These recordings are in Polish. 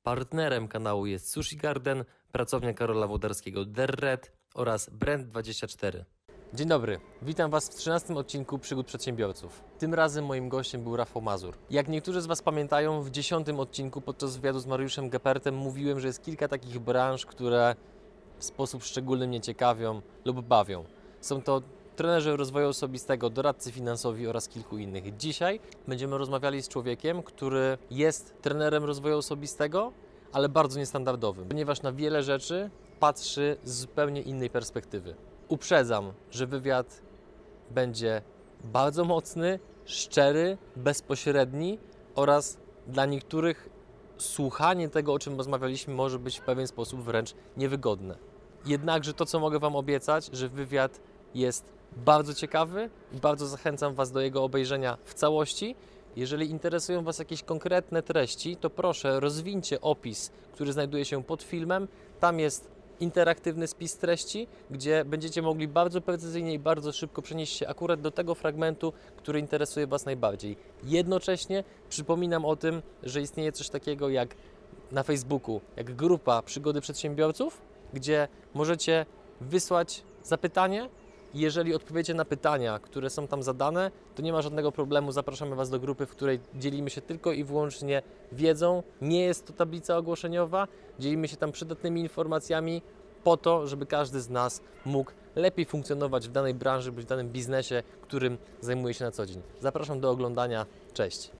Partnerem kanału jest Sushi Garden, pracownia Karola Włodarskiego The Red oraz Brand24. Dzień dobry, witam Was w 13 odcinku Przygód Przedsiębiorców. Tym razem moim gościem był Rafał Mazur. Jak niektórzy z Was pamiętają, w 10 odcinku podczas wywiadu z Mariuszem Gepertem mówiłem, że jest kilka takich branż, które w sposób szczególny mnie ciekawią lub bawią. Są to trenerzy rozwoju osobistego, doradcy finansowi oraz kilku innych. Dzisiaj będziemy rozmawiali z człowiekiem, który jest trenerem rozwoju osobistego, ale bardzo niestandardowym, ponieważ na wiele rzeczy patrzy z zupełnie innej perspektywy. Uprzedzam, że wywiad będzie bardzo mocny, szczery, bezpośredni oraz dla niektórych słuchanie tego, o czym rozmawialiśmy, może być w pewien sposób wręcz niewygodne. Jednakże to, co mogę Wam obiecać, że wywiad jest bardzo ciekawy i bardzo zachęcam Was do jego obejrzenia w całości. Jeżeli interesują Was jakieś konkretne treści, to proszę rozwinьcie opis, który znajduje się pod filmem. Tam jest interaktywny spis treści, gdzie będziecie mogli bardzo precyzyjnie i bardzo szybko przenieść się akurat do tego fragmentu, który interesuje Was najbardziej. Jednocześnie przypominam o tym, że istnieje coś takiego jak na Facebooku, jak grupa Przygody Przedsiębiorców, gdzie możecie wysłać zapytanie. Jeżeli odpowiecie na pytania, które są tam zadane, to nie ma żadnego problemu. Zapraszamy Was do grupy, w której dzielimy się tylko i wyłącznie wiedzą. Nie jest to tablica ogłoszeniowa. Dzielimy się tam przydatnymi informacjami po to, żeby każdy z nas mógł lepiej funkcjonować w danej branży bądź w danym biznesie, którym zajmuje się na co dzień. Zapraszam do oglądania. Cześć!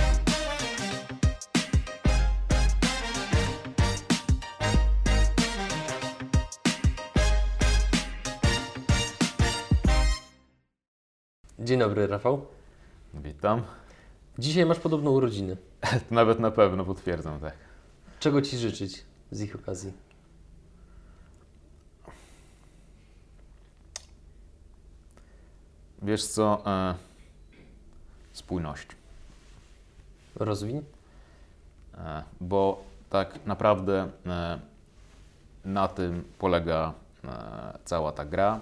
Dzień dobry, Rafał. Witam. Dzisiaj masz podobno urodziny. Nawet na pewno potwierdzam, tak. Czego Ci życzyć z ich okazji? Wiesz co? Spójność. Rozwiń. Bo tak naprawdę na tym polega cała ta gra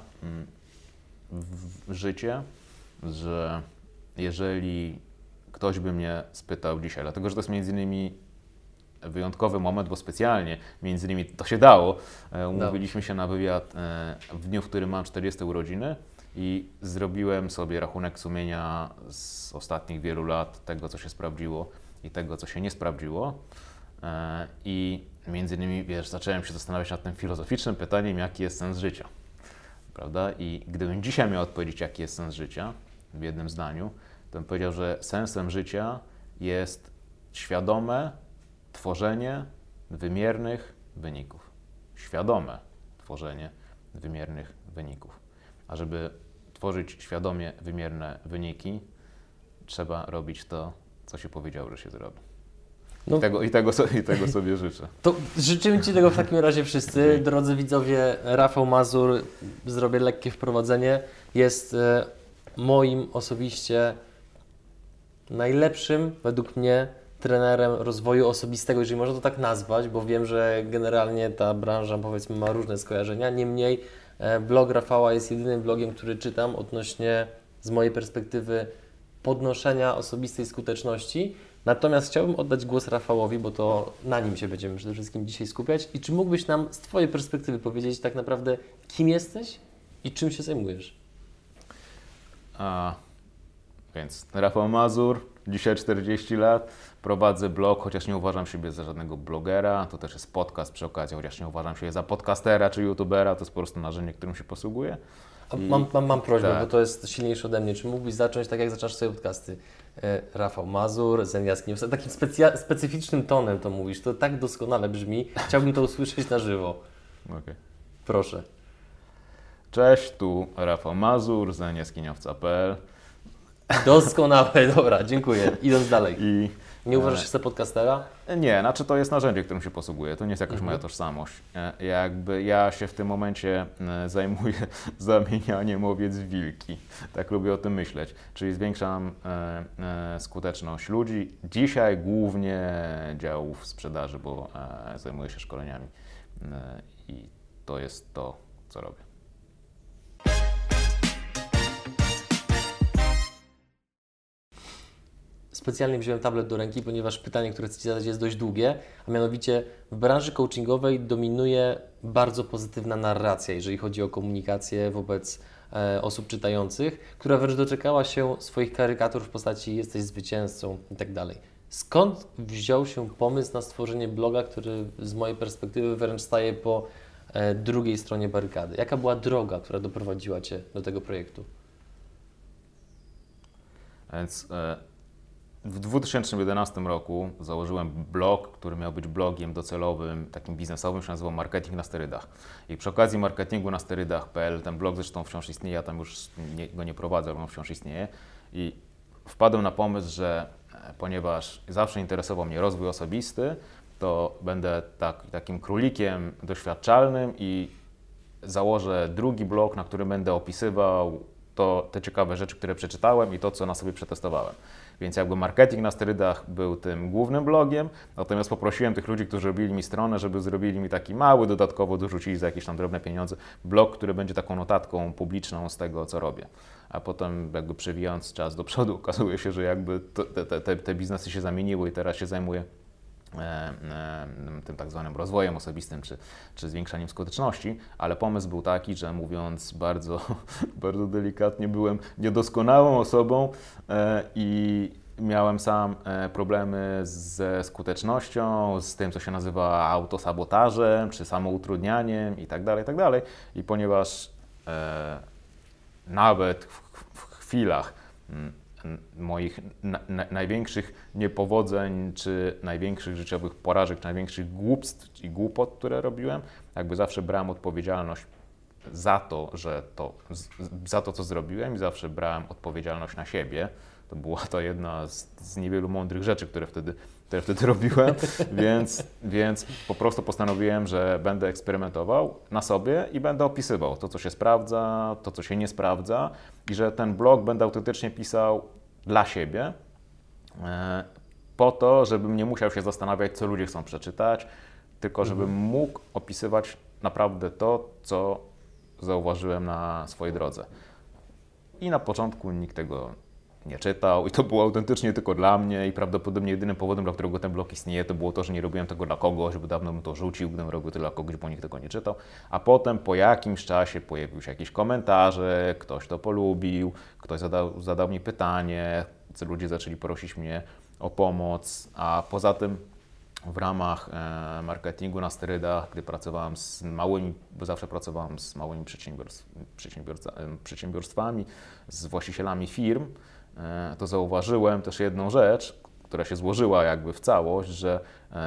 w życie, że jeżeli ktoś by mnie spytał dzisiaj, dlatego że to jest między innymi wyjątkowy moment, bo specjalnie między innymi to się dało, umówiliśmy się na wywiad w dniu, w którym mam 40 urodziny i zrobiłem sobie rachunek sumienia z ostatnich wielu lat tego, co się sprawdziło i tego, co się nie sprawdziło. I między innymi, wiesz, zacząłem się zastanawiać nad tym filozoficznym pytaniem, jaki jest sens życia. Prawda? I gdybym dzisiaj miał odpowiedzieć, jaki jest sens życia w jednym zdaniu, to bym powiedział, że sensem życia jest świadome tworzenie wymiernych wyników. Świadome tworzenie wymiernych wyników. A żeby tworzyć świadomie wymierne wyniki, trzeba robić to, co się powiedziało, że się zrobi. No. I tego sobie życzę. To życzymy Ci tego w takim razie wszyscy. Drodzy widzowie, Rafał Mazur, zrobię lekkie wprowadzenie, jest moim osobiście najlepszym, według mnie, trenerem rozwoju osobistego, jeżeli można to tak nazwać, bo wiem, że generalnie ta branża, powiedzmy, ma różne skojarzenia. Niemniej blog Rafała jest jedynym blogiem, który czytam odnośnie, z mojej perspektywy, podnoszenia osobistej skuteczności. Natomiast chciałbym oddać głos Rafałowi, bo to na nim się będziemy przede wszystkim dzisiaj skupiać. I czy mógłbyś nam z Twojej perspektywy powiedzieć tak naprawdę, kim jesteś i czym się zajmujesz? Więc Rafał Mazur, dzisiaj 40 lat, prowadzę blog, chociaż nie uważam siebie za żadnego blogera. To też jest podcast przy okazji, chociaż nie uważam się za podcastera czy youtubera, to jest po prostu narzędzie, którym się posługuję. Mam prośbę, tak, bo to jest silniejsze ode mnie. Czy mógłbyś zacząć tak, jak zaczynasz swoje podcasty? Rafał Mazur, Zen Jaskiniowski, takim specyficznym tonem to mówisz, to tak doskonale brzmi. Chciałbym to usłyszeć na żywo. Okay. Proszę. Cześć, tu Rafał Mazur, zenjaskiniowca.pl. Doskonałe, dobra, dziękuję. Idąc dalej. Nie uważasz się za podcastera? Nie, znaczy to jest narzędzie, którym się posługuję. To nie jest jakaś moja tożsamość. Jakby ja się w tym momencie zajmuję zamienianiem owiec w wilki. Tak lubię o tym myśleć. Czyli zwiększam skuteczność ludzi. Dzisiaj głównie działów sprzedaży, bo zajmuję się szkoleniami. I to jest to, co robię. specjalnie wziąłem tablet do ręki, ponieważ pytanie, które chcę Ci zadać, jest dość długie, a mianowicie w branży coachingowej dominuje bardzo pozytywna narracja, jeżeli chodzi o komunikację wobec osób czytających, która wręcz doczekała się swoich karykatur w postaci jesteś zwycięzcą i tak dalej. Skąd wziął się pomysł na stworzenie bloga, który z mojej perspektywy wręcz staje po drugiej stronie barykady? Jaka była droga, która doprowadziła Cię do tego projektu? Więc w 2011 roku założyłem blog, który miał być blogiem docelowym, takim biznesowym, się nazywał Marketing na sterydach. I przy okazji marketingu na sterydach.pl, ten blog zresztą wciąż istnieje, ja tam już go nie prowadzę, ale on wciąż istnieje. I wpadłem na pomysł, że ponieważ zawsze interesował mnie rozwój osobisty, to będę takim królikiem doświadczalnym i założę drugi blog, na którym będę opisywał te ciekawe rzeczy, które przeczytałem i to, co na sobie przetestowałem. Więc jakby marketing na sterydach był tym głównym blogiem, natomiast poprosiłem tych ludzi, którzy robili mi stronę, żeby zrobili mi taki mały, dodatkowo dorzucili za jakieś tam drobne pieniądze, blog, który będzie taką notatką publiczną z tego, co robię. A potem jakby przewijając czas do przodu, okazuje się, że jakby te biznesy się zamieniły i teraz się zajmuję tym tak zwanym rozwojem osobistym, czy zwiększaniem skuteczności, ale pomysł był taki, że mówiąc bardzo, bardzo delikatnie, byłem niedoskonałą osobą i miałem sam problemy ze skutecznością, z tym, co się nazywa autosabotażem, czy samoutrudnianiem i tak dalej, i tak dalej. I ponieważ nawet w chwilach moich największych niepowodzeń, czy największych życiowych porażek, czy największych głupstw i głupot, które robiłem, jakby zawsze brałem odpowiedzialność za to, co zrobiłem i zawsze brałem odpowiedzialność na siebie. To była to jedna z niewielu mądrych rzeczy, które wtedy robiłem, więc po prostu postanowiłem, że będę eksperymentował na sobie i będę opisywał to, co się sprawdza, to, co się nie sprawdza i że ten blog będę autentycznie pisał dla siebie, po to, żebym nie musiał się zastanawiać, co ludzie chcą przeczytać, tylko żebym mógł opisywać naprawdę to, co zauważyłem na swojej drodze. I na początku nikt tego nie czytał i to było autentycznie tylko dla mnie i prawdopodobnie jedynym powodem, dla którego ten blog istnieje, to było to, że nie robiłem tego dla kogoś, bo dawno bym to rzucił, gdybym robił to dla kogoś, bo nikt tego nie czytał. A potem po jakimś czasie pojawiły się jakieś komentarze, ktoś to polubił, ktoś zadał mi pytanie, ludzie zaczęli prosić mnie o pomoc, a poza tym w ramach marketingu na sterydach, gdy pracowałem z małymi, bo zawsze pracowałem z małymi przedsiębiorstwami, z właścicielami firm, to zauważyłem też jedną rzecz, która się złożyła jakby w całość, że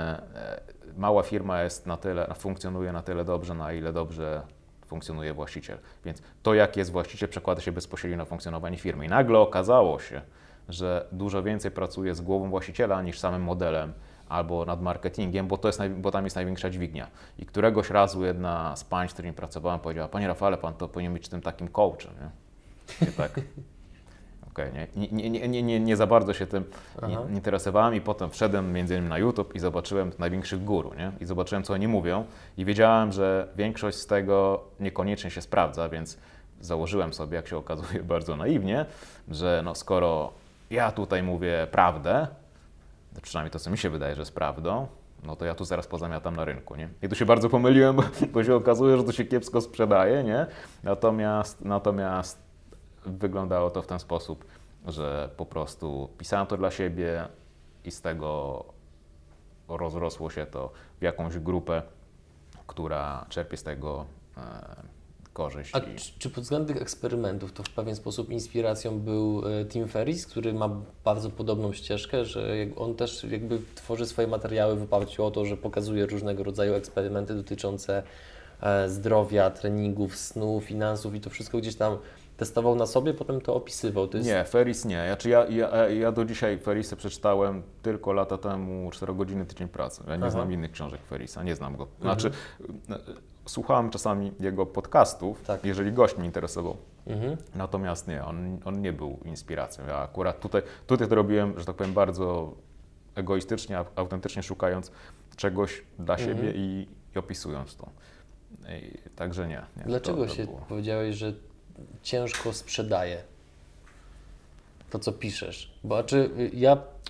mała firma funkcjonuje na tyle dobrze, na ile dobrze funkcjonuje właściciel. Więc to, jak jest właściciel, przekłada się bezpośrednio na funkcjonowanie firmy. I nagle okazało się, że dużo więcej pracuję z głową właściciela niż samym modelem albo nad marketingiem, bo tam jest największa dźwignia. I któregoś razu jedna z pań, z którymi pracowałem, powiedziała: Panie Rafale, pan to powinien być tym takim coachem, nie? I tak, okej, nie za bardzo się tym interesowałem i potem wszedłem między innymi na YouTube i zobaczyłem największych guru, nie? I zobaczyłem, co oni mówią i wiedziałem, że większość z tego niekoniecznie się sprawdza, więc założyłem sobie, jak się okazuje bardzo naiwnie, że no skoro ja tutaj mówię prawdę, przynajmniej to, co mi się wydaje, że jest prawdą, no to ja tu zaraz pozamiatam na rynku, nie? I tu się bardzo pomyliłem, bo się okazuje, że to się kiepsko sprzedaje, nie? Natomiast wyglądało to w ten sposób, że po prostu pisałem to dla siebie i z tego rozrosło się to w jakąś grupę, która czerpie z tego korzyść. A czy pod względem tych eksperymentów to w pewien sposób inspiracją był Tim Ferriss, który ma bardzo podobną ścieżkę, że on też jakby tworzy swoje materiały w oparciu o to, że pokazuje różnego rodzaju eksperymenty dotyczące zdrowia, treningów, snu, finansów i to wszystko gdzieś tam testował na sobie, potem to opisywał. To jest... Nie, Ferriss nie. Ja do dzisiaj Ferrissa przeczytałem tylko lata temu 4 godziny tydzień pracy. Ja nie znam innych książek Ferrissa, nie znam go. Znaczy, słuchałem czasami jego podcastów, jeżeli gość mnie interesował. Natomiast nie, on nie był inspiracją. Ja akurat tutaj to robiłem, że tak powiem, bardzo egoistycznie, autentycznie szukając czegoś dla siebie i opisując to. Także nie. Dlaczego powiedziałeś, że ciężko sprzedaje to, co piszesz? Bo ja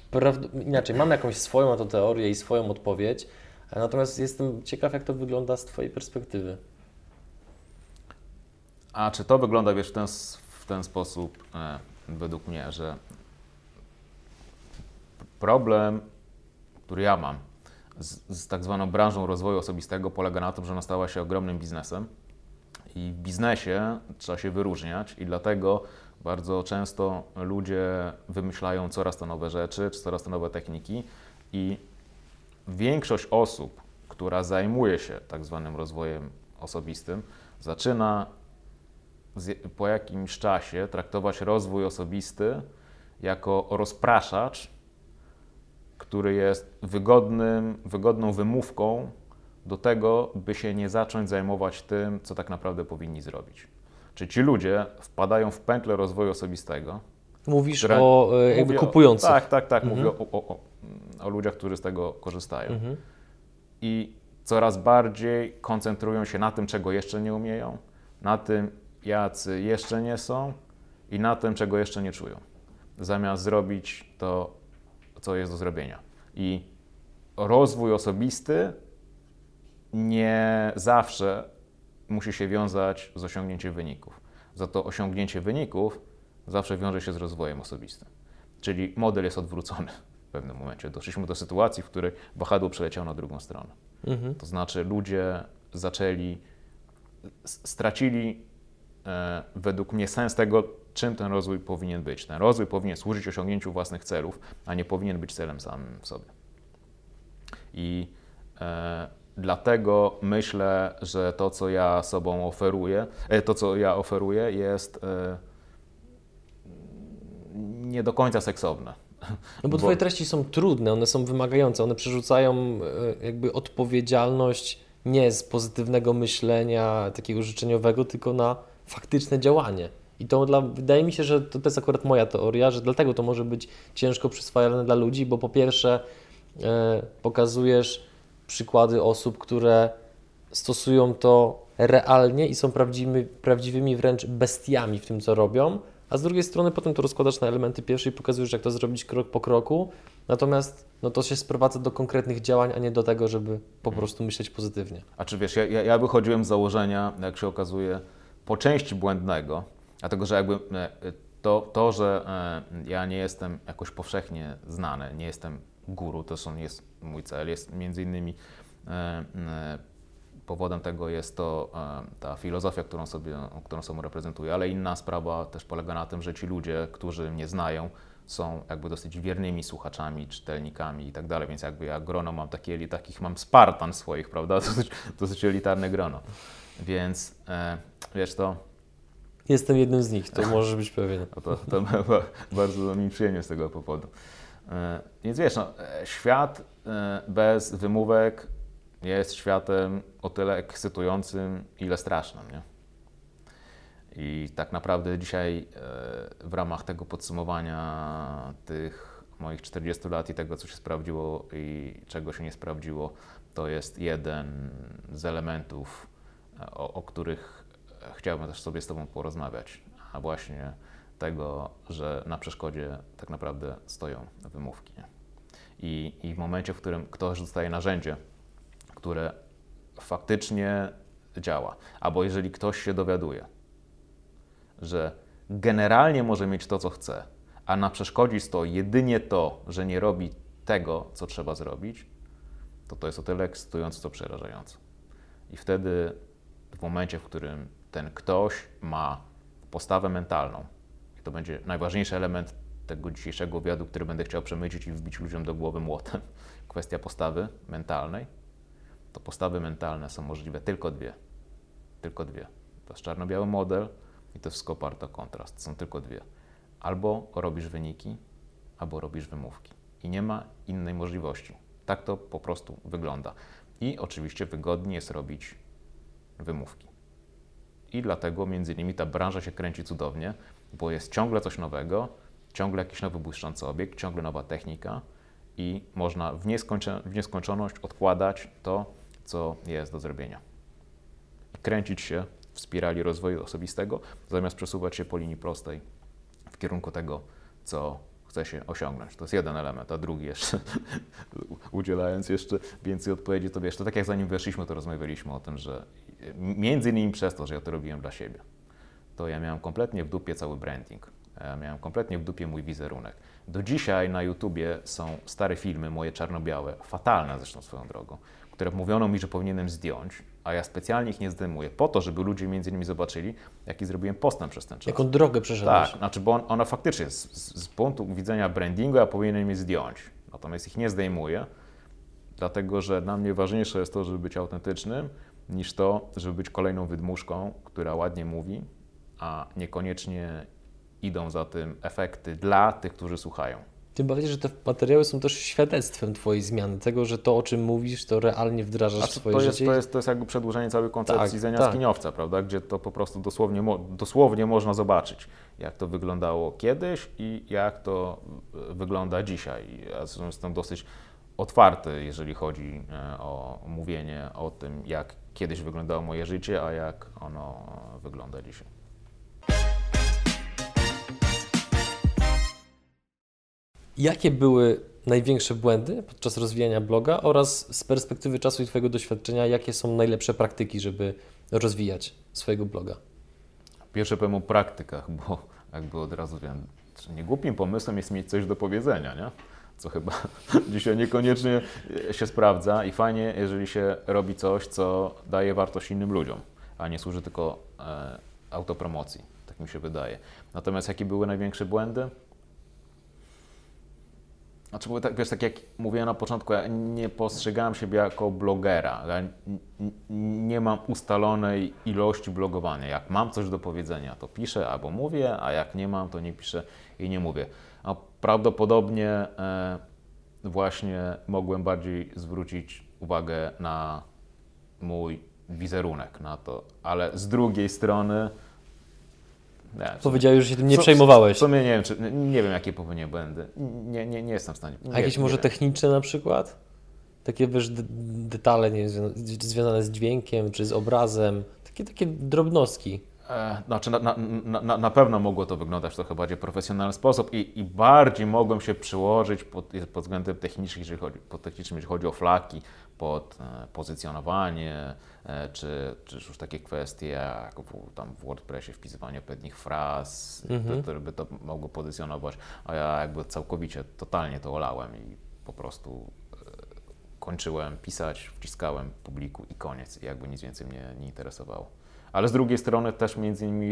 Inaczej, mam jakąś swoją na to teorię i swoją odpowiedź, natomiast jestem ciekaw, jak to wygląda z Twojej perspektywy. A czy to wygląda, wiesz, w ten sposób, według mnie, że problem, który ja mam z tak zwaną branżą rozwoju osobistego, polega na tym, że ona stała się ogromnym biznesem i w biznesie trzeba się wyróżniać i dlatego bardzo często ludzie wymyślają coraz to nowe rzeczy, czy coraz to nowe techniki i większość osób, która zajmuje się tak zwanym rozwojem osobistym, zaczyna po jakimś czasie traktować rozwój osobisty jako rozpraszacz, który jest wygodną wymówką do tego, by się nie zacząć zajmować tym, co tak naprawdę powinni zrobić. Czyli ci ludzie wpadają w pętlę rozwoju osobistego. Mówisz o jakby kupujących. Tak. Mówię o ludziach, którzy z tego korzystają. I coraz bardziej koncentrują się na tym, czego jeszcze nie umieją, na tym, jacy jeszcze nie są i na tym, czego jeszcze nie czują, zamiast zrobić to, co jest do zrobienia. I rozwój osobisty nie zawsze musi się wiązać z osiągnięciem wyników. Za to osiągnięcie wyników zawsze wiąże się z rozwojem osobistym. Czyli model jest odwrócony w pewnym momencie. Doszliśmy do sytuacji, w której wahadło przeleciało na drugą stronę. To znaczy ludzie stracili według mnie sens tego, czym ten rozwój powinien być. Ten rozwój powinien służyć osiągnięciu własnych celów, a nie powinien być celem samym w sobie. I dlatego myślę, że to, co ja oferuję, jest nie do końca seksowne. No bo Twoje treści są trudne, one są wymagające, one przerzucają jakby odpowiedzialność nie z pozytywnego myślenia takiego życzeniowego, tylko na faktyczne działanie. I to wydaje mi się, że to jest akurat moja teoria, że dlatego to może być ciężko przyswajalne dla ludzi, bo po pierwsze pokazujesz przykłady osób, które stosują to realnie i są prawdziwymi wręcz bestiami w tym, co robią, a z drugiej strony potem to rozkładasz na elementy pierwsze i pokazujesz, jak to zrobić krok po kroku, natomiast to się sprowadza do konkretnych działań, a nie do tego, żeby po prostu myśleć pozytywnie. A czy wiesz, ja wychodziłem z założenia, jak się okazuje, po części błędnego, dlatego że jakby że ja nie jestem jakoś powszechnie znany, nie jestem guru, to nie jest mój cel, jest między innymi powodem tego jest to ta filozofia, którą sobą reprezentuję, ale inna sprawa też polega na tym, że ci ludzie, którzy mnie znają, są jakby dosyć wiernymi słuchaczami, czytelnikami i tak dalej, więc jakby ja grono mam takich mam Spartan swoich, prawda, dosyć elitarne grono, więc wiesz to... Jestem jednym z nich, to możesz być pewien. To bardzo mi przyjemnie z tego powodu. Więc wiesz, świat bez wymówek jest światem o tyle ekscytującym, ile strasznym, nie? I tak naprawdę dzisiaj w ramach tego podsumowania tych moich 40 lat i tego, co się sprawdziło i czego się nie sprawdziło, to jest jeden z elementów, o których chciałbym też sobie z Tobą porozmawiać, a właśnie tego, że na przeszkodzie tak naprawdę stoją wymówki. Nie? I w momencie, w którym ktoś dostaje narzędzie, które faktycznie działa, albo jeżeli ktoś się dowiaduje, że generalnie może mieć to, co chce, a na przeszkodzie stoi jedynie to, że nie robi tego, co trzeba zrobić, to jest o tyle ekscytujące, co przerażające. I wtedy w momencie, w którym ten ktoś ma postawę mentalną, i to będzie najważniejszy element tego dzisiejszego obiadu, który będę chciał przemycić i wbić ludziom do głowy młotem, kwestia postawy mentalnej, to postawy mentalne są możliwe tylko dwie. Tylko dwie. To jest czarno-biały model i to jest wszystko oparte o kontrast. Są tylko dwie. Albo robisz wyniki, albo robisz wymówki. I nie ma innej możliwości. Tak to po prostu wygląda. I oczywiście wygodnie jest robić wymówki. I dlatego między innymi ta branża się kręci cudownie, bo jest ciągle coś nowego, ciągle jakiś nowy błyszczący obiekt, ciągle nowa technika i można w nieskończoność odkładać to, co jest do zrobienia. I kręcić się w spirali rozwoju osobistego, zamiast przesuwać się po linii prostej w kierunku tego, co chce się osiągnąć. To jest jeden element, a drugi jeszcze, udzielając jeszcze więcej odpowiedzi, to wiesz, to tak jak zanim weszliśmy, to rozmawialiśmy o tym, że między innymi przez to, że ja to robiłem dla siebie, to ja miałem kompletnie w dupie cały branding. Ja miałem kompletnie w dupie mój wizerunek. Do dzisiaj na YouTubie są stare filmy, moje czarno-białe, fatalne zresztą swoją drogą, które mówiono mi, że powinienem zdjąć, a ja specjalnie ich nie zdejmuję po to, żeby ludzie między innymi zobaczyli, jaki zrobiłem postęp przez ten czas. Jaką drogę przeszedłeś. Tak, znaczy, bo ona faktycznie z punktu widzenia brandingu ja powinienem je zdjąć, natomiast ich nie zdejmuję, dlatego że dla mnie ważniejsze jest to, żeby być autentycznym, niż to, żeby być kolejną wydmuszką, która ładnie mówi, a niekoniecznie idą za tym efekty dla tych, którzy słuchają. Tym bardziej, że te materiały są też świadectwem Twojej zmiany, tego, że to, o czym mówisz, to realnie wdrażasz w swoje życie. To jest jakby przedłużenie całej koncepcji tak, Zenia tak. Skiniowca, prawda? Gdzie to po prostu dosłownie można zobaczyć, jak to wyglądało kiedyś i jak to wygląda dzisiaj. Ja jestem dosyć otwarty, jeżeli chodzi o mówienie o tym, jak kiedyś wyglądało moje życie, a jak ono wygląda dzisiaj. Jakie były największe błędy podczas rozwijania bloga oraz z perspektywy czasu i Twojego doświadczenia, jakie są najlepsze praktyki, żeby rozwijać swojego bloga? Pierwsze powiem o praktykach, bo jakby od razu wiem, że niegłupim pomysłem jest mieć coś do powiedzenia, nie? Co chyba dzisiaj niekoniecznie się sprawdza i fajnie, jeżeli się robi coś, co daje wartość innym ludziom, a nie służy tylko autopromocji, tak mi się wydaje. Natomiast jakie były największe błędy? Znaczy, bo tak, wiesz, tak jak mówiłem na początku, ja nie postrzegałem siebie jako blogera. Ja nie mam ustalonej ilości blogowania. Jak mam coś do powiedzenia, to piszę albo mówię, a jak nie mam, to nie piszę i nie mówię. A prawdopodobnie właśnie mogłem bardziej zwrócić uwagę na mój wizerunek, na to, ale z drugiej strony... Powiedziałeś, że się tym nie przejmowałeś. W sumie nie wiem, jakie popełniłem błędy. Nie jestem w stanie. A jakieś może techniczne na przykład? Takie, wiesz, detale nie, związane z dźwiękiem czy z obrazem? Takie drobnostki. Znaczy, na pewno mogło to wyglądać w trochę bardziej profesjonalny sposób i bardziej mogłem się przyłożyć pod względem technicznym, jeżeli chodzi o flagi, pod pozycjonowanie, czy już takie kwestie jak tam w WordPressie wpisywanie odpowiednich fraz, które by to mogło pozycjonować, a ja jakby całkowicie, totalnie to olałem i po prostu kończyłem pisać, wciskałem publikuj i koniec i jakby nic więcej mnie nie interesowało. Ale z drugiej strony też między innymi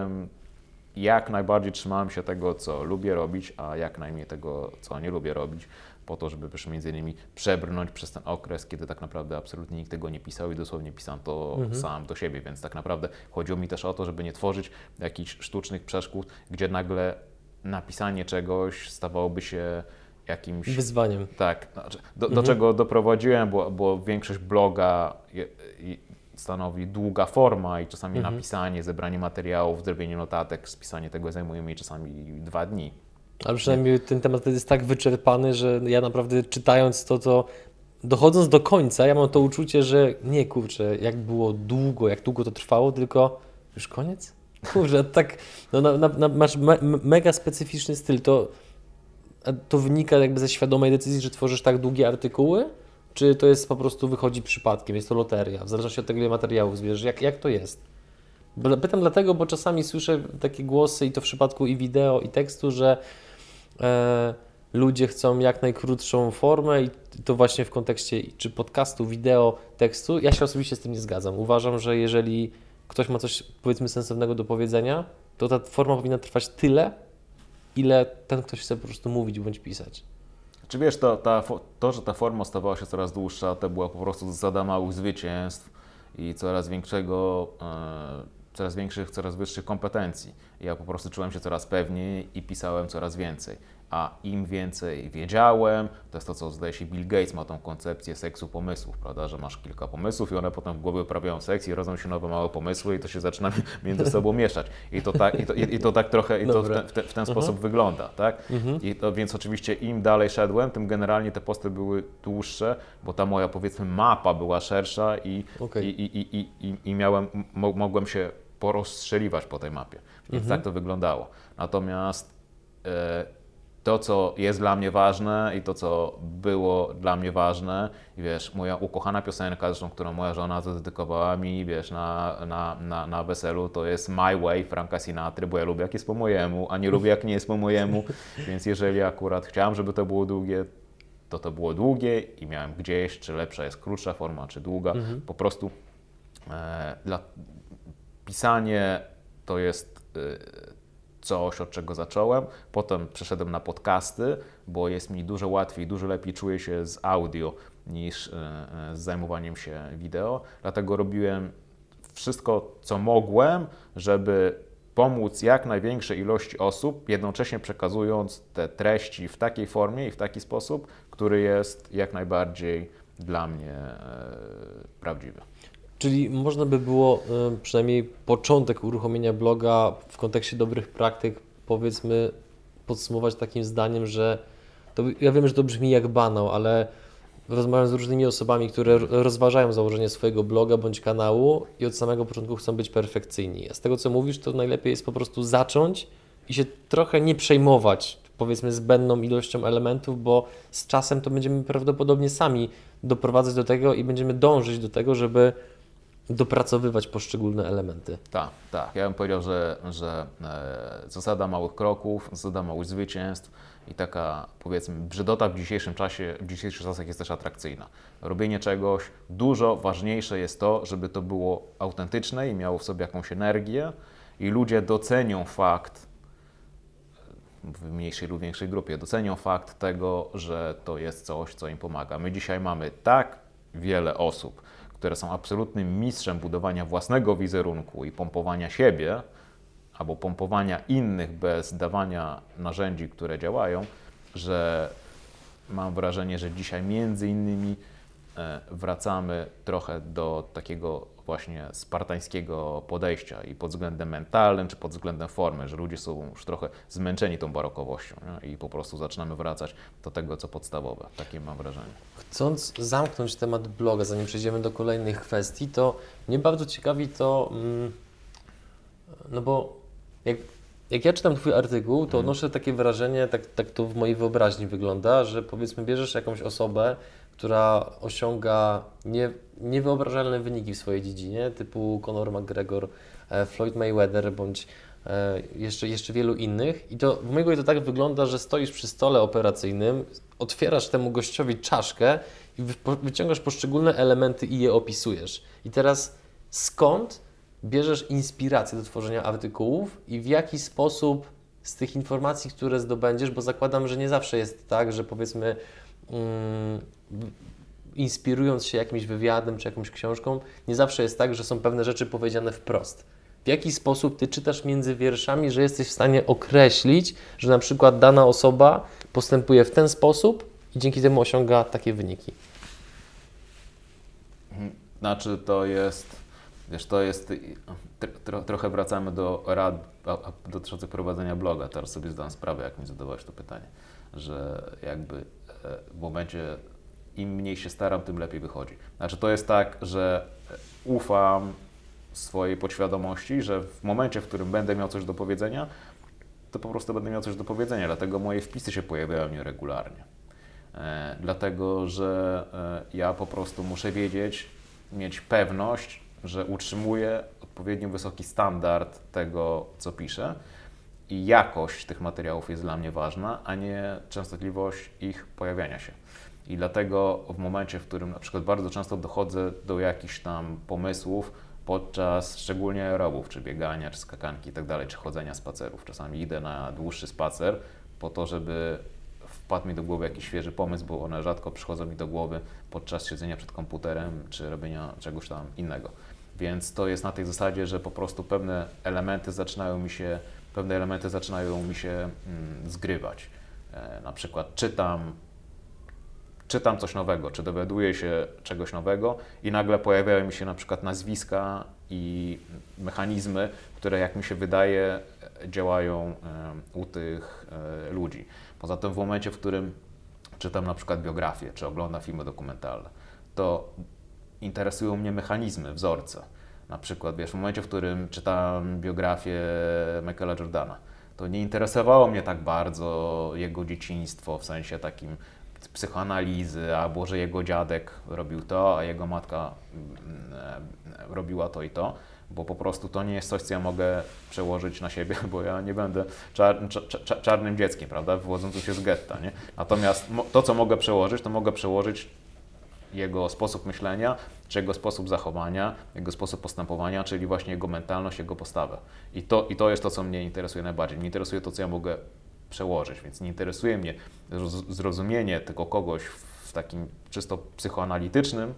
jak najbardziej trzymałem się tego, co lubię robić, a jak najmniej tego, co nie lubię robić, po to, żeby też między innymi przebrnąć przez ten okres, kiedy tak naprawdę absolutnie nikt tego nie pisał i dosłownie pisałem to sam do siebie, więc tak naprawdę chodziło mi też o to, żeby nie tworzyć jakichś sztucznych przeszkód, gdzie nagle napisanie czegoś stawałoby się jakimś... wyzwaniem. Tak, do czego doprowadziłem, bo większość bloga stanowi długa forma i czasami napisanie, zebranie materiałów, zrobienie notatek, spisanie tego zajmuje mi czasami 2 dni. Ale przynajmniej ten temat jest tak wyczerpany, że ja naprawdę czytając to dochodząc do końca, ja mam to uczucie, że nie kurczę, jak długo to trwało, tylko już koniec? Kurczę, tak, masz mega specyficzny styl, to wynika jakby ze świadomej decyzji, że tworzysz tak długie artykuły? Czy to jest po prostu wychodzi przypadkiem, jest to loteria, w zależności od tego, ile materiałów zbierzesz, jak to jest? Pytam dlatego, bo czasami słyszę takie głosy i to w przypadku i wideo, i tekstu, że ludzie chcą jak najkrótszą formę i to właśnie w kontekście czy podcastu, wideo, tekstu. Ja się osobiście z tym nie zgadzam. Uważam, że jeżeli ktoś ma coś, powiedzmy, sensownego do powiedzenia, to ta forma powinna trwać tyle, ile ten ktoś chce po prostu mówić bądź pisać. Czy wiesz, że ta forma stawała się coraz dłuższa, to była po prostu zasada małych zwycięstw i coraz większych, coraz wyższych kompetencji. Ja po prostu czułem się coraz pewniej i pisałem coraz więcej. A im więcej wiedziałem, to jest to, co zdaje się Bill Gates ma tą koncepcję seksu pomysłów, prawda, że masz kilka pomysłów i one potem w głowie uprawiają seks i rodzą się nowe małe pomysły i to się zaczyna między sobą mieszać. I to tak trochę w ten sposób wygląda, tak? Więc oczywiście im dalej szedłem, tym generalnie te posty były dłuższe, bo ta moja, powiedzmy, mapa była szersza i mogłem się porozstrzeliwać po tej mapie. Więc tak to wyglądało. Natomiast to, co jest dla mnie ważne i to, co było dla mnie ważne. I wiesz, moja ukochana piosenka, zresztą, którą moja żona zadedykowała mi, wiesz, na weselu, to jest My Way Franka Sinatry, bo ja lubię, jak jest po mojemu, a nie lubię, jak nie jest po mojemu. Więc jeżeli akurat chciałem, żeby to było długie, to było długie i miałem gdzieś, czy lepsza jest krótsza forma, czy długa. Po prostu pisanie to jest coś, od czego zacząłem. Potem przeszedłem na podcasty, bo jest mi dużo łatwiej, dużo lepiej czuję się z audio niż z zajmowaniem się wideo. Dlatego robiłem wszystko, co mogłem, żeby pomóc jak największej ilości osób, jednocześnie przekazując te treści w takiej formie i w taki sposób, który jest jak najbardziej dla mnie prawdziwy. Czyli można by było przynajmniej początek uruchomienia bloga w kontekście dobrych praktyk, powiedzmy, podsumować takim zdaniem, że ja wiem, że to brzmi jak banał, ale rozmawiam z różnymi osobami, które rozważają założenie swojego bloga bądź kanału i od samego początku chcą być perfekcyjni. A z tego, co mówisz, to najlepiej jest po prostu zacząć i się trochę nie przejmować, powiedzmy, zbędną ilością elementów, bo z czasem to będziemy prawdopodobnie sami doprowadzać do tego i będziemy dążyć do tego, żeby dopracowywać poszczególne elementy. Tak, tak. Ja bym powiedział, że zasada małych kroków, zasada małych zwycięstw i taka, powiedzmy, brzydota w dzisiejszych czasach jest też atrakcyjna. Robienie czegoś, dużo ważniejsze jest to, żeby to było autentyczne i miało w sobie jakąś energię i ludzie docenią fakt, w mniejszej lub większej grupie, docenią fakt tego, że to jest coś, co im pomaga. My dzisiaj mamy tak wiele osób, które są absolutnym mistrzem budowania własnego wizerunku i pompowania siebie, albo pompowania innych bez dawania narzędzi, które działają, że mam wrażenie, że dzisiaj między innymi wracamy trochę do takiego właśnie spartańskiego podejścia i pod względem mentalnym, czy pod względem formy, że ludzie są już trochę zmęczeni tą barokowością, nie? I po prostu zaczynamy wracać do tego, co podstawowe. Takie mam wrażenie. Chcąc zamknąć temat bloga, zanim przejdziemy do kolejnych kwestii, to mnie bardzo ciekawi to, no bo jak ja czytam Twój artykuł, to odnoszę takie wrażenie, tak to w mojej wyobraźni wygląda, że powiedzmy bierzesz jakąś osobę, która osiąga niewyobrażalne wyniki w swojej dziedzinie, typu Conor McGregor, Floyd Mayweather bądź jeszcze wielu innych. I to w mojej głowie to tak wygląda, że stoisz przy stole operacyjnym, otwierasz temu gościowi czaszkę i wyciągasz poszczególne elementy i je opisujesz. I teraz skąd bierzesz inspirację do tworzenia artykułów i w jaki sposób z tych informacji, które zdobędziesz, bo zakładam, że nie zawsze jest tak, że powiedzmy inspirując się jakimś wywiadem czy jakąś książką, nie zawsze jest tak, że są pewne rzeczy powiedziane wprost. W jaki sposób Ty czytasz między wierszami, że jesteś w stanie określić, że na przykład dana osoba postępuje w ten sposób i dzięki temu osiąga takie wyniki? Znaczy to jest, wiesz, trochę wracamy do rad dotyczących prowadzenia bloga. Teraz sobie zdałem sprawę, jak mi zadawałeś to pytanie, że jakby w momencie im mniej się staram, tym lepiej wychodzi. Znaczy to jest tak, że ufam swojej podświadomości, że w momencie, w którym będę miał coś do powiedzenia, to po prostu będę miał coś do powiedzenia, dlatego moje wpisy się pojawiają nieregularnie. Dlatego, że ja po prostu muszę mieć pewność, że utrzymuję odpowiednio wysoki standard tego, co piszę i jakość tych materiałów jest dla mnie ważna, a nie częstotliwość ich pojawiania się. I dlatego w momencie, w którym na przykład bardzo często dochodzę do jakichś tam pomysłów podczas szczególnie aerobów, czy biegania, czy skakanki i tak dalej, czy chodzenia spacerów. Czasami idę na dłuższy spacer po to, żeby wpadł mi do głowy jakiś świeży pomysł, bo one rzadko przychodzą mi do głowy podczas siedzenia przed komputerem, czy robienia czegoś tam innego. Więc to jest na tej zasadzie, że po prostu pewne elementy zaczynają mi się zgrywać. Na przykład czytam coś nowego, czy dowiaduję się czegoś nowego i nagle pojawiają mi się na przykład nazwiska i mechanizmy, które jak mi się wydaje działają u tych ludzi. Poza tym w momencie, w którym czytam na przykład biografię, czy oglądam filmy dokumentalne, to interesują mnie mechanizmy, wzorce. Na przykład, wiesz, w momencie, w którym czytam biografię Michaela Jordana, to nie interesowało mnie tak bardzo jego dzieciństwo, w sensie takim psychoanalizy, albo że jego dziadek robił to, a jego matka robiła to i to, bo po prostu to nie jest coś, co ja mogę przełożyć na siebie, bo ja nie będę czarnym dzieckiem, prawda, wywodzącym się z getta, nie? Natomiast to, co mogę przełożyć, to mogę przełożyć jego sposób myślenia, czy jego sposób zachowania, jego sposób postępowania, czyli właśnie jego mentalność, jego postawę. I to jest to, co mnie interesuje najbardziej. Mnie interesuje to, co ja mogę przełożyć, więc nie interesuje mnie zrozumienie tylko kogoś w takim czysto psychoanalitycznym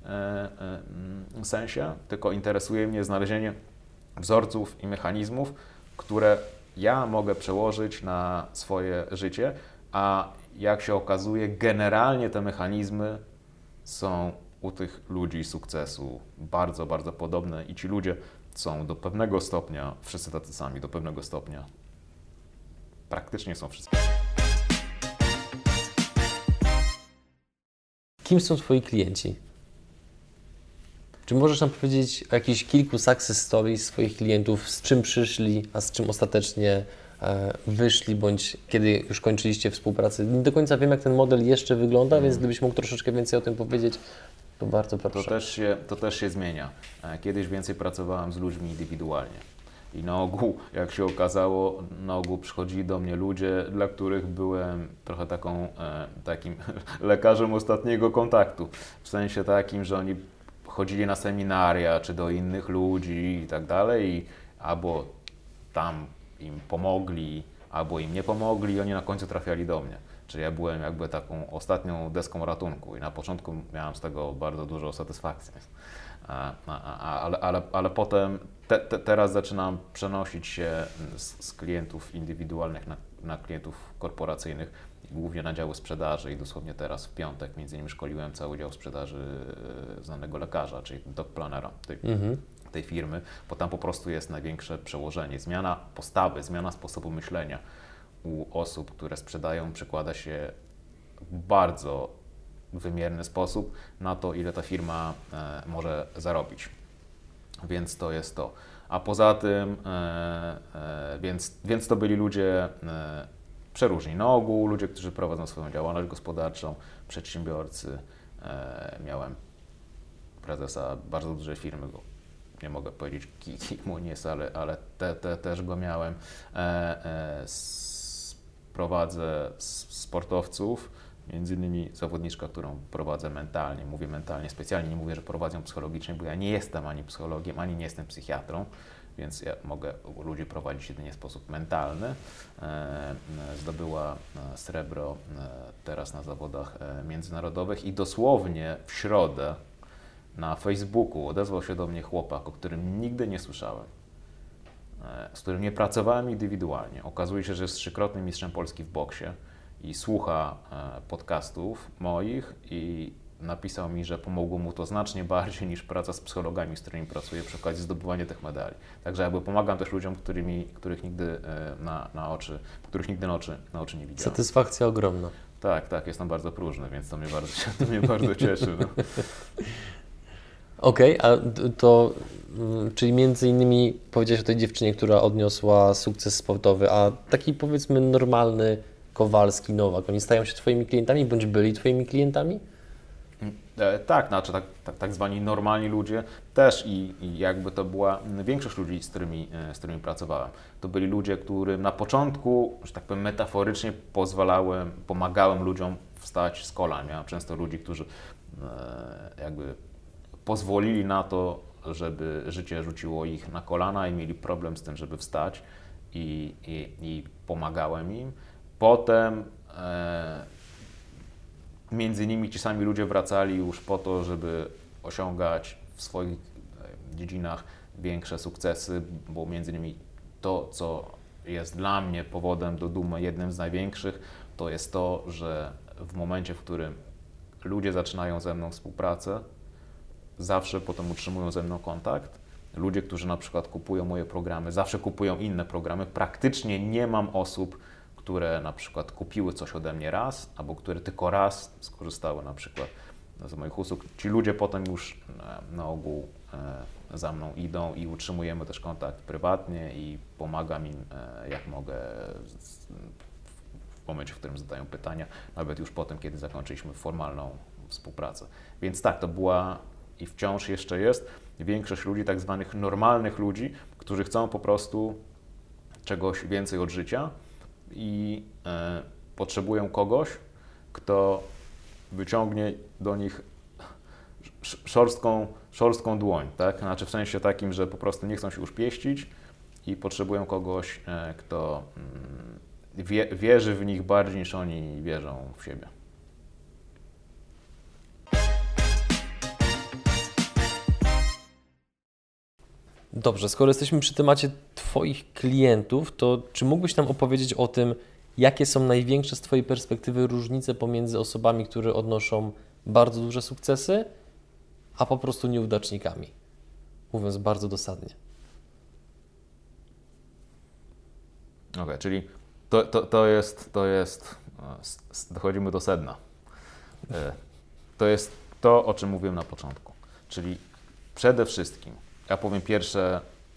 sensie, tylko interesuje mnie znalezienie wzorców i mechanizmów, które ja mogę przełożyć na swoje życie, a jak się okazuje, generalnie te mechanizmy są u tych ludzi sukcesu bardzo, bardzo podobne i ci ludzie są do pewnego stopnia, wszyscy tacy sami, do pewnego stopnia. Praktycznie są wszyscy. Kim są Twoi klienci? Czy możesz nam powiedzieć o jakichś kilku success stories swoich klientów, z czym przyszli, a z czym ostatecznie wyszli, bądź kiedy już kończyliście współpracę? Nie do końca wiem, jak ten model jeszcze wygląda, więc gdybyś mógł troszeczkę więcej o tym powiedzieć, to bardzo proszę. To też się zmienia. Kiedyś więcej pracowałem z ludźmi indywidualnie. I na ogół, jak się okazało, na ogół przychodzili do mnie ludzie, dla których byłem trochę takim lekarzem ostatniego kontaktu. W sensie takim, że oni chodzili na seminaria, czy do innych ludzi i tak dalej, i albo tam im pomogli, albo im nie pomogli i oni na końcu trafiali do mnie. Czyli ja byłem jakby taką ostatnią deską ratunku i na początku miałem z tego bardzo dużo satysfakcji. Ale potem teraz zaczynam przenosić się z klientów indywidualnych na klientów korporacyjnych, głównie na działy sprzedaży i dosłownie teraz w piątek między innymi szkoliłem cały dział sprzedaży znanego lekarza, czyli Doc Planera tej firmy, bo tam po prostu jest największe przełożenie. Zmiana postawy, zmiana sposobu myślenia u osób, które sprzedają, przekłada się w bardzo wymierny sposób na to, ile ta firma może zarobić. Więc to jest to. A poza tym, więc to byli ludzie przeróżni. Na ogół ludzie, którzy prowadzą swoją działalność gospodarczą, przedsiębiorcy. Miałem prezesa bardzo dużej firmy, nie mogę powiedzieć kim on jest, ale też go miałem. Prowadzę sportowców, między innymi zawodniczka, którą prowadzę mentalnie. Mówię mentalnie specjalnie, nie mówię, że prowadzę ją psychologicznie, bo ja nie jestem ani psychologiem, ani nie jestem psychiatrą, więc ja mogę ludzi prowadzić jedynie w sposób mentalny. Zdobyła srebro teraz na zawodach międzynarodowych i dosłownie w środę na Facebooku odezwał się do mnie chłopak, o którym nigdy nie słyszałem, z którym nie pracowałem indywidualnie. Okazuje się, że jest 3-krotnym mistrzem Polski w boksie i słucha podcastów moich i napisał mi, że pomogło mu to znacznie bardziej niż praca z psychologami, z którymi pracuję przy okazji zdobywania tych medali. Także jakby pomagam też ludziom, których nigdy na oczy nie widziałem. Satysfakcja ogromna. Tak, jestem bardzo próżny, więc to mnie bardzo cieszy. No. Okej, a to, czyli między innymi powiedziałeś o tej dziewczynie, która odniosła sukces sportowy, a taki powiedzmy normalny Kowalski, Nowak, oni stają się Twoimi klientami, bądź byli Twoimi klientami? Tak, znaczy tak zwani normalni ludzie też i jakby to była większość ludzi, z którymi pracowałem. To byli ludzie, którym na początku, że tak powiem metaforycznie pomagałem ludziom wstać z kolan. Miałem często ludzi, którzy jakby pozwolili na to, żeby życie rzuciło ich na kolana i mieli problem z tym, żeby wstać i pomagałem im. Potem między innymi ci sami ludzie wracali już po to, żeby osiągać w swoich dziedzinach większe sukcesy, bo między innymi to, co jest dla mnie powodem do dumy, jednym z największych, to jest to, że w momencie, w którym ludzie zaczynają ze mną współpracę, zawsze potem utrzymują ze mną kontakt. Ludzie, którzy na przykład kupują moje programy, zawsze kupują inne programy. Praktycznie nie mam osób, które na przykład kupiły coś ode mnie raz, albo które tylko raz skorzystały na przykład z moich usług. Ci ludzie potem już na ogół za mną idą i utrzymujemy też kontakt prywatnie i pomagam im jak mogę w momencie, w którym zadają pytania, nawet już potem, kiedy zakończyliśmy formalną współpracę. Więc tak, to była i wciąż jeszcze jest większość ludzi, tak zwanych normalnych ludzi, którzy chcą po prostu czegoś więcej od życia i potrzebują kogoś, kto wyciągnie do nich szorstką dłoń, tak? Znaczy w sensie takim, że po prostu nie chcą się już pieścić i potrzebują kogoś, kto wierzy w nich bardziej niż oni wierzą w siebie. Dobrze, skoro jesteśmy przy temacie Twoich klientów, to czy mógłbyś nam opowiedzieć o tym, jakie są największe z Twojej perspektywy różnice pomiędzy osobami, które odnoszą bardzo duże sukcesy, a po prostu nieudacznikami? Mówiąc bardzo dosadnie. Okej, czyli to jest, dochodzimy do sedna. To jest to, o czym mówiłem na początku. Czyli przede wszystkim, ja powiem pierwsze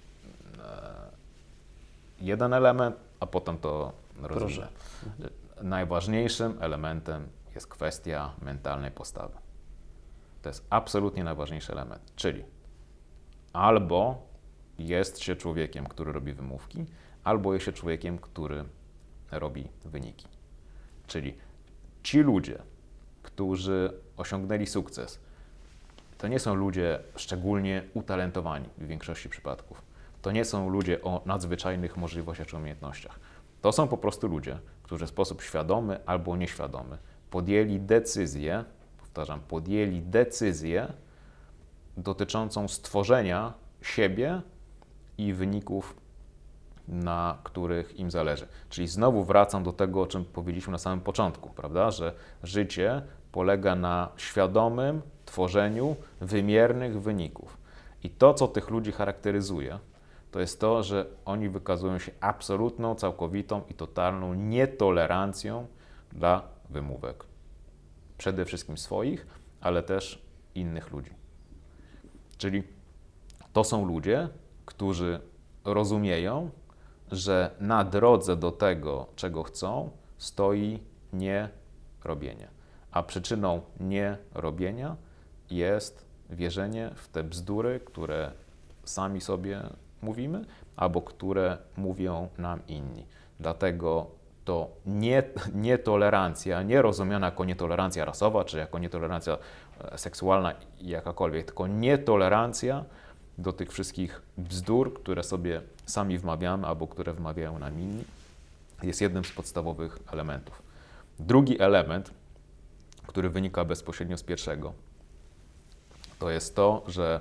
jeden element, a potem to rozwinę. Najważniejszym elementem jest kwestia mentalnej postawy. To jest absolutnie najważniejszy element. Czyli albo jest się człowiekiem, który robi wymówki, albo jest się człowiekiem, który robi wyniki. Czyli ci ludzie, którzy osiągnęli sukces, to nie są ludzie szczególnie utalentowani w większości przypadków. To nie są ludzie o nadzwyczajnych możliwościach czy umiejętnościach. To są po prostu ludzie, którzy w sposób świadomy albo nieświadomy podjęli decyzję, powtarzam, podjęli decyzję dotyczącą stworzenia siebie i wyników, na których im zależy. Czyli znowu wracam do tego, o czym powiedzieliśmy na samym początku, prawda? Że życie polega na świadomym tworzeniu wymiernych wyników. I to, co tych ludzi charakteryzuje, to jest to, że oni wykazują się absolutną, całkowitą i totalną nietolerancją dla wymówek. Przede wszystkim swoich, ale też innych ludzi. Czyli to są ludzie, którzy rozumieją, że na drodze do tego, czego chcą, stoi nierobienie. A przyczyną nierobienia jest wierzenie w te bzdury, które sami sobie mówimy, albo które mówią nam inni. Dlatego to nietolerancja, nie rozumiana jako nietolerancja rasowa, czy jako nietolerancja seksualna jakakolwiek, tylko nietolerancja do tych wszystkich bzdur, które sobie sami wmawiamy, albo które wmawiają nam inni, jest jednym z podstawowych elementów. Drugi element, który wynika bezpośrednio z pierwszego, to jest to, że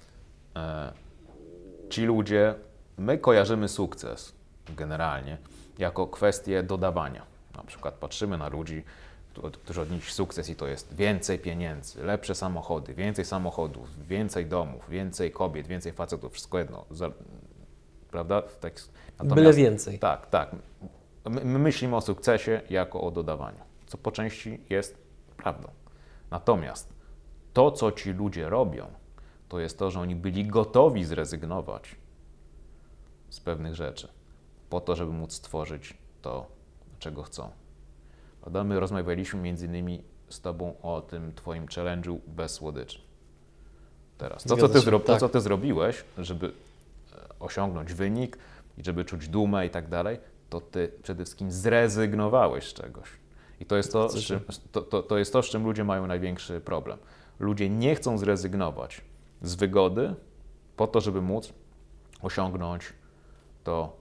ci ludzie, my kojarzymy sukces generalnie jako kwestię dodawania. Na przykład patrzymy na ludzi, którzy odnieśli sukces i to jest więcej pieniędzy, lepsze samochody, więcej samochodów, więcej domów, więcej kobiet, więcej facetów, wszystko jedno. Prawda? Tak, byle więcej. Tak, tak. My myślimy o sukcesie jako o dodawaniu, co po części jest prawdą. Natomiast to, co ci ludzie robią, to jest to, że oni byli gotowi zrezygnować z pewnych rzeczy po to, żeby móc stworzyć to, czego chcą. Prawda? My rozmawialiśmy między innymi z Tobą o tym Twoim challenge'u bez słodyczy. Teraz. To, co Ty zrobiłeś, żeby osiągnąć wynik i żeby czuć dumę i tak dalej, to Ty przede wszystkim zrezygnowałeś z czegoś. I to jest to jest to, z czym ludzie mają największy problem. Ludzie nie chcą zrezygnować z wygody po to, żeby móc osiągnąć to,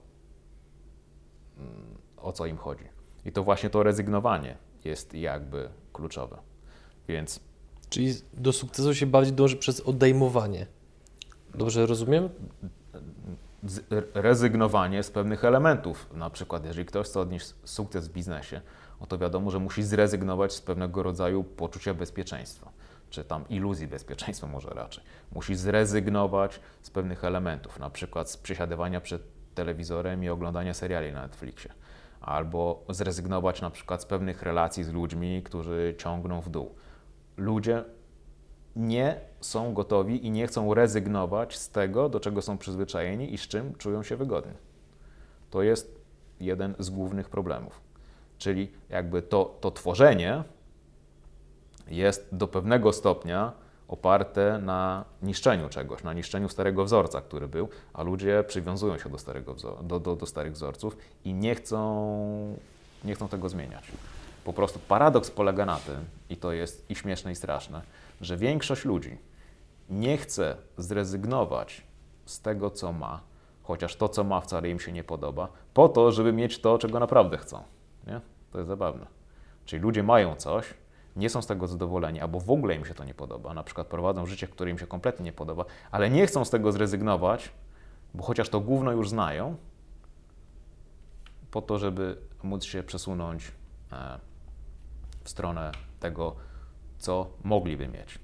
o co im chodzi. I to właśnie to rezygnowanie jest jakby kluczowe. Więc... Czyli do sukcesu się bardziej dąży przez odejmowanie. Dobrze rozumiem? Rezygnowanie z pewnych elementów. Na przykład, jeżeli ktoś chce odnieść sukces w biznesie, to wiadomo, że musi zrezygnować z pewnego rodzaju poczucia bezpieczeństwa, czy tam iluzji bezpieczeństwa może raczej. Musi zrezygnować z pewnych elementów, na przykład z przesiadywania przed telewizorem i oglądania seriali na Netflixie. Albo zrezygnować na przykład z pewnych relacji z ludźmi, którzy ciągną w dół. Ludzie nie są gotowi i nie chcą rezygnować z tego, do czego są przyzwyczajeni i z czym czują się wygodnie. To jest jeden z głównych problemów. Czyli jakby to tworzenie jest do pewnego stopnia oparte na niszczeniu czegoś, na niszczeniu starego wzorca, który był, a ludzie przywiązują się do starych wzorców i nie chcą tego zmieniać. Po prostu paradoks polega na tym, i to jest i śmieszne, i straszne, że większość ludzi nie chce zrezygnować z tego, co ma, chociaż to, co ma, wcale im się nie podoba, po to, żeby mieć to, czego naprawdę chcą. Nie? To jest zabawne. Czyli ludzie mają coś, nie są z tego zadowoleni, albo w ogóle im się to nie podoba, na przykład prowadzą życie, które im się kompletnie nie podoba, ale nie chcą z tego zrezygnować, bo chociaż to gówno już znają, po to, żeby móc się przesunąć w stronę tego, co mogliby mieć.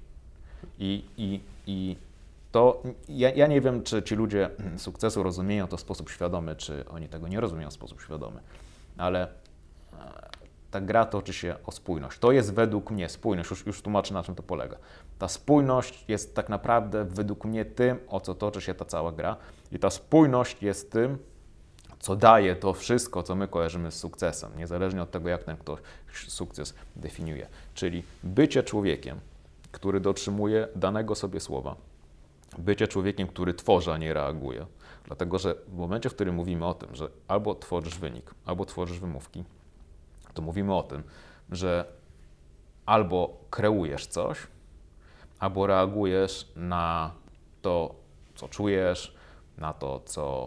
I to ja nie wiem, czy ci ludzie sukcesu rozumieją to w sposób świadomy, czy oni tego nie rozumieją w sposób świadomy, ale ta gra toczy się o spójność. To jest według mnie spójność, już tłumaczę, na czym to polega. Ta spójność jest tak naprawdę według mnie tym, o co toczy się ta cała gra, i ta spójność jest tym, co daje to wszystko, co my kojarzymy z sukcesem, niezależnie od tego, jak ten ktoś sukces definiuje. Czyli bycie człowiekiem, który dotrzymuje danego sobie słowa, bycie człowiekiem, który tworzy, a nie reaguje. Dlatego, że w momencie, w którym mówimy o tym, że albo tworzysz wynik, albo tworzysz wymówki, to mówimy o tym, że albo kreujesz coś, albo reagujesz na to, co czujesz, na to, co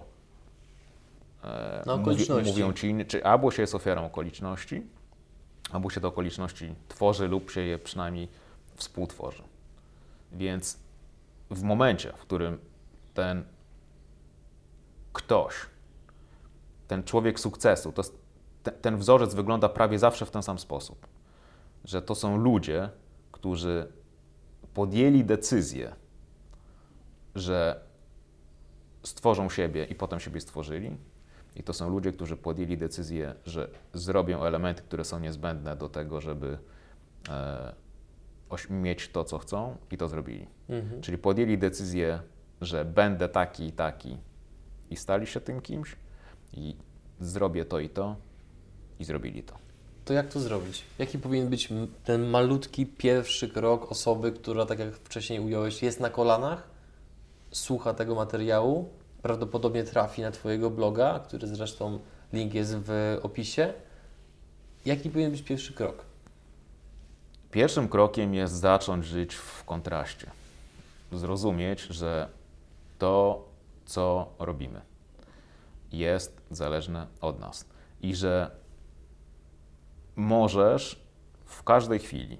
mówią ci inni, czy albo się jest ofiarą okoliczności, albo się te okoliczności tworzy lub się je przynajmniej współtworzy. Więc w momencie, w którym ten ktoś, ten człowiek sukcesu, ten wzorzec wygląda prawie zawsze w ten sam sposób, że to są ludzie, którzy podjęli decyzję, że stworzą siebie i potem siebie stworzyli. I to są ludzie, którzy podjęli decyzję, że zrobią elementy, które są niezbędne do tego, żeby mieć to, co chcą, i to zrobili. Czyli podjęli decyzję, że będę taki i taki, i stali się tym kimś, i zrobię to i zrobili to. To jak to zrobić? Jaki powinien być ten malutki pierwszy krok osoby, która, tak jak wcześniej ująłeś, jest na kolanach, słucha tego materiału, prawdopodobnie trafi na Twojego bloga, który zresztą link jest w opisie. Jaki powinien być pierwszy krok? Pierwszym krokiem jest zacząć żyć w kontraście. Zrozumieć, że to, co robimy, jest zależne od nas i że możesz w każdej chwili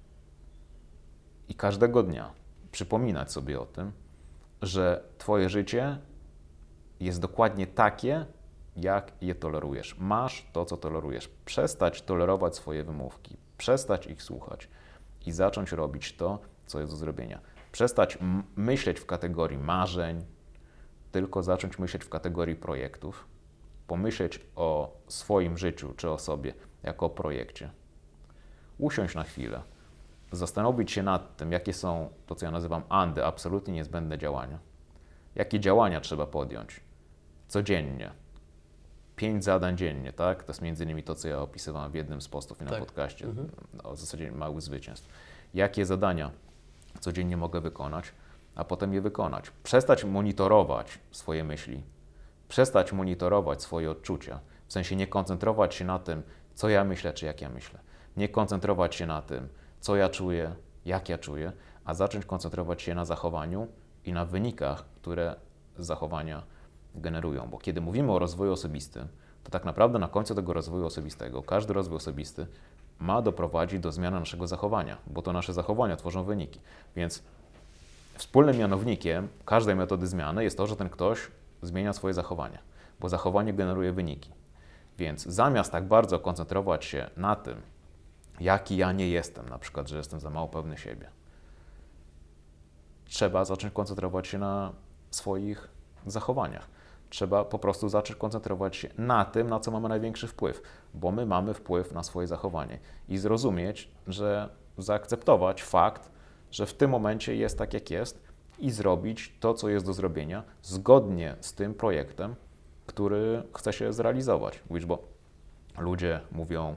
i każdego dnia przypominać sobie o tym, że Twoje życie jest dokładnie takie, jak je tolerujesz. Masz to, co tolerujesz. Przestać tolerować swoje wymówki, przestać ich słuchać i zacząć robić to, co jest do zrobienia. Przestać myśleć w kategorii marzeń, tylko zacząć myśleć w kategorii projektów, pomyśleć o swoim życiu czy o sobie jako o projekcie. Usiąść na chwilę, zastanowić się nad tym, jakie są to, co ja nazywam andy, absolutnie niezbędne działania. Jakie działania trzeba podjąć codziennie. 5 zadań dziennie, tak? To jest między innymi to, co ja opisywałem w jednym z postów i na podcaście, o zasadzie małych zwycięstw. Jakie zadania codziennie mogę wykonać, a potem je wykonać. Przestać monitorować swoje myśli, przestać monitorować swoje odczucia, w sensie nie koncentrować się na tym, co ja myślę, czy jak ja myślę. Nie koncentrować się na tym, co ja czuję, jak ja czuję, a zacząć koncentrować się na zachowaniu i na wynikach, które z zachowania generują. Bo kiedy mówimy o rozwoju osobistym, to tak naprawdę na końcu tego rozwoju osobistego, każdy rozwój osobisty ma doprowadzić do zmiany naszego zachowania, bo to nasze zachowania tworzą wyniki. Więc wspólnym mianownikiem każdej metody zmiany jest to, że ten ktoś zmienia swoje zachowania, bo zachowanie generuje wyniki. Więc zamiast tak bardzo koncentrować się na tym, jaki ja nie jestem, na przykład, że jestem za mało pewny siebie, trzeba zacząć koncentrować się na swoich zachowaniach. Trzeba po prostu zacząć koncentrować się na tym, na co mamy największy wpływ, bo my mamy wpływ na swoje zachowanie i zrozumieć, że zaakceptować fakt, że w tym momencie jest tak, jak jest i zrobić to, co jest do zrobienia, zgodnie z tym projektem, który chce się zrealizować. Mówisz, bo ludzie mówią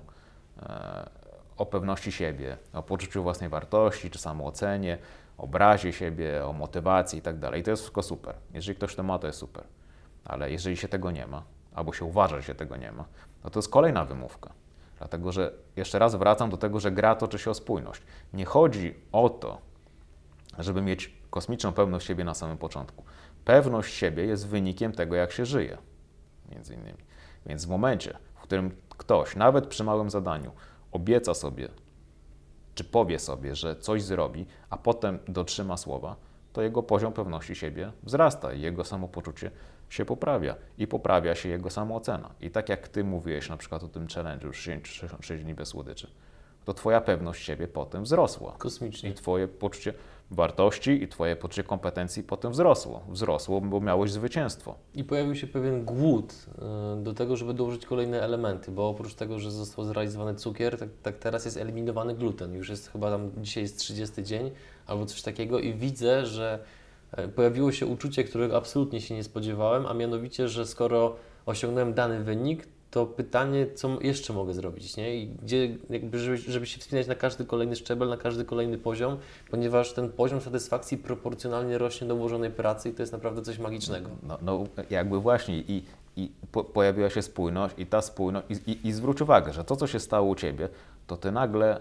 o pewności siebie, o poczuciu własnej wartości, czy samoocenie, obrazie siebie, o motywacji i tak dalej. I to jest wszystko super. Jeżeli ktoś to ma, to jest super. Ale jeżeli się tego nie ma, albo się uważa, że się tego nie ma, no to jest kolejna wymówka. Dlatego, że jeszcze raz wracam do tego, że gra toczy się o spójność. Nie chodzi o to, żeby mieć kosmiczną pewność siebie na samym początku. Pewność siebie jest wynikiem tego, jak się żyje, między innymi. Więc w momencie, w którym ktoś, nawet przy małym zadaniu, obieca sobie, czy powie sobie, że coś zrobi, a potem dotrzyma słowa, to jego poziom pewności siebie wzrasta i jego samopoczucie się poprawia i poprawia się jego samoocena. I tak jak ty mówiłeś na przykład o tym challenge'u 66 dni bez słodyczy, to twoja pewność siebie potem wzrosła. Kosmicznie. I twoje poczucie wartości i twoje poczucie kompetencji potem wzrosło. Wzrosło, bo miałeś zwycięstwo. I pojawił się pewien głód do tego, żeby dołożyć kolejne elementy, bo oprócz tego, że został zrealizowany cukier, tak teraz jest eliminowany gluten. Już jest chyba tam, dzisiaj jest 30 dzień albo coś takiego i widzę, że pojawiło się uczucie, którego absolutnie się nie spodziewałem, a mianowicie, że skoro osiągnąłem dany wynik, to pytanie, co jeszcze mogę zrobić, nie? I gdzie, jakby, żeby się wspinać na każdy kolejny szczebel, na każdy kolejny poziom, ponieważ ten poziom satysfakcji proporcjonalnie rośnie do włożonej pracy i to jest naprawdę coś magicznego. No jakby właśnie pojawiła się spójność i ta spójność i zwróć uwagę, że to, co się stało u Ciebie, to Ty nagle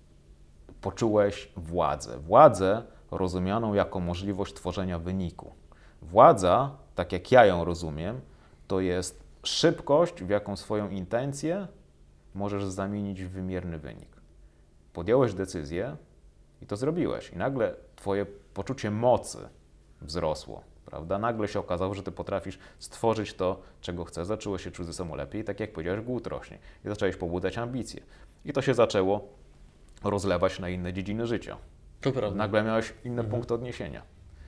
poczułeś władzę. Władzę rozumianą jako możliwość tworzenia wyniku. Władza, tak jak ja ją rozumiem, to jest szybkość, w jaką swoją intencję możesz zamienić w wymierny wynik. Podjąłeś decyzję i to zrobiłeś. I nagle Twoje poczucie mocy wzrosło, prawda? Nagle się okazało, że Ty potrafisz stworzyć to, czego chcesz. Zacząłeś się czuć ze sobą lepiej i tak jak powiedziałeś, głód rośnie. I zacząłeś pobudzać ambicje. I to się zaczęło rozlewać na inne dziedziny życia. To prawda. Nagle miałeś inne punkty odniesienia.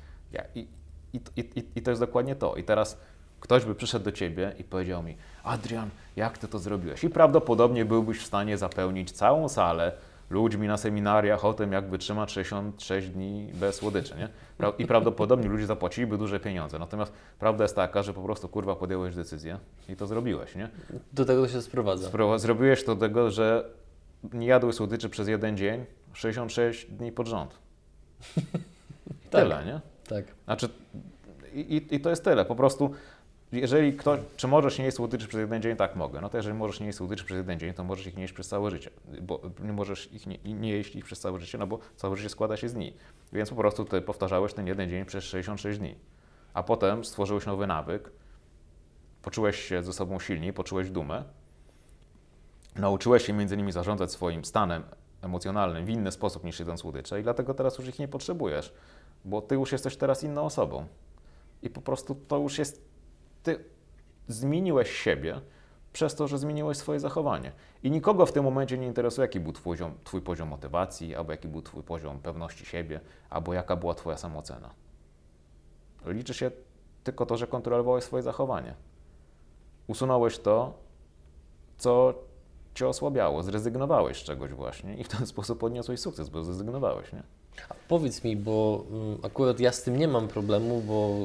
I to jest dokładnie to. I teraz ktoś by przyszedł do Ciebie i powiedział mi: Adrian, jak Ty to zrobiłeś? I prawdopodobnie byłbyś w stanie zapełnić całą salę ludźmi na seminariach o tym, jak wytrzymać 66 dni bez słodyczy, nie? I prawdopodobnie ludzie zapłaciliby duże pieniądze. Natomiast prawda jest taka, że po prostu kurwa podjąłeś decyzję i to zrobiłeś, nie? Do tego to się sprowadza. Zrobiłeś to do tego, że nie jadłeś słodyczy przez jeden dzień, 66 dni pod rząd. I Tak. tyle, nie? Tak. Znaczy, i to jest tyle. Po prostu, jeżeli ktoś, czy możesz nie jeść słodyczy przez jeden dzień? Tak, mogę. No to jeżeli możesz nie jeść słodyczy przez jeden dzień, to możesz ich nie jeść przez całe życie. Bo nie możesz ich nie jeść ich przez całe życie, no bo całe życie składa się z dni. Więc po prostu ty powtarzałeś ten jeden dzień przez 66 dni. A potem stworzyłeś nowy nawyk, poczułeś się ze sobą silniej, poczułeś dumę, nauczyłeś się między innymi zarządzać swoim stanem emocjonalnym w inny sposób niż jedząc słodycze i dlatego teraz już ich nie potrzebujesz, bo ty już jesteś teraz inną osobą. I po prostu to już jest, ty zmieniłeś siebie przez to, że zmieniłeś swoje zachowanie. I nikogo w tym momencie nie interesuje, jaki był twój poziom motywacji, albo jaki był twój poziom pewności siebie, albo jaka była twoja samoocena. Liczy się tylko to, że kontrolowałeś swoje zachowanie. Usunąłeś to, co cię osłabiało, zrezygnowałeś z czegoś właśnie i w ten sposób odniosłeś sukces, bo zrezygnowałeś, nie? A powiedz mi, bo akurat ja z tym nie mam problemu, bo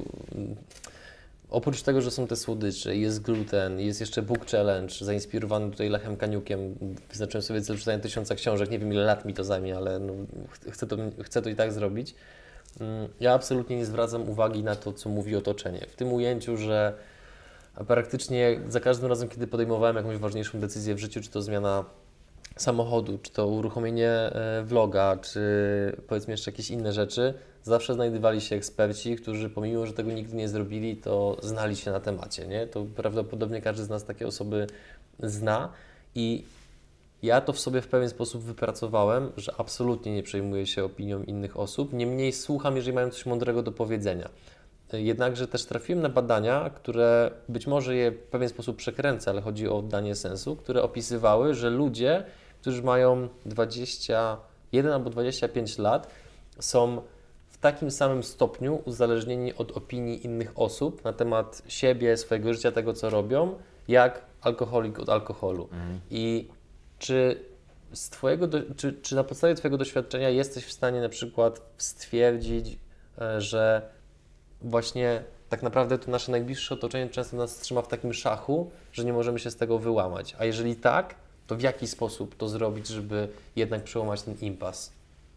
oprócz tego, że są te słodycze, jest gluten, jest jeszcze Book Challenge, zainspirowany tutaj Lechem Kaniukiem, wyznaczyłem sobie cel czytania 1000 książek, nie wiem ile lat mi to zajmie, ale no, chcę to i tak zrobić. Ja absolutnie nie zwracam uwagi na to, co mówi otoczenie. W tym ujęciu, że praktycznie za każdym razem, kiedy podejmowałem jakąś ważniejszą decyzję w życiu, czy to zmiana samochodu, czy to uruchomienie vloga, czy powiedzmy jeszcze jakieś inne rzeczy, zawsze znajdowali się eksperci, którzy pomimo, że tego nigdy nie zrobili, to znali się na temacie, nie? To prawdopodobnie każdy z nas takie osoby zna i ja to w sobie w pewien sposób wypracowałem, że absolutnie nie przejmuję się opinią innych osób, niemniej słucham, jeżeli mają coś mądrego do powiedzenia. Jednakże też trafiłem na badania, które być może je w pewien sposób przekręcę, ale chodzi o oddanie sensu, które opisywały, że ludzie, którzy mają 21 albo 25 lat, są w takim samym stopniu uzależnieni od opinii innych osób na temat siebie, swojego życia, tego co robią, jak alkoholik od alkoholu. I czy Czy na podstawie Twojego doświadczenia jesteś w stanie na przykład stwierdzić, że właśnie tak naprawdę to nasze najbliższe otoczenie często nas trzyma w takim szachu, że nie możemy się z tego wyłamać? A jeżeli tak, to w jaki sposób to zrobić, żeby jednak przełamać ten impas?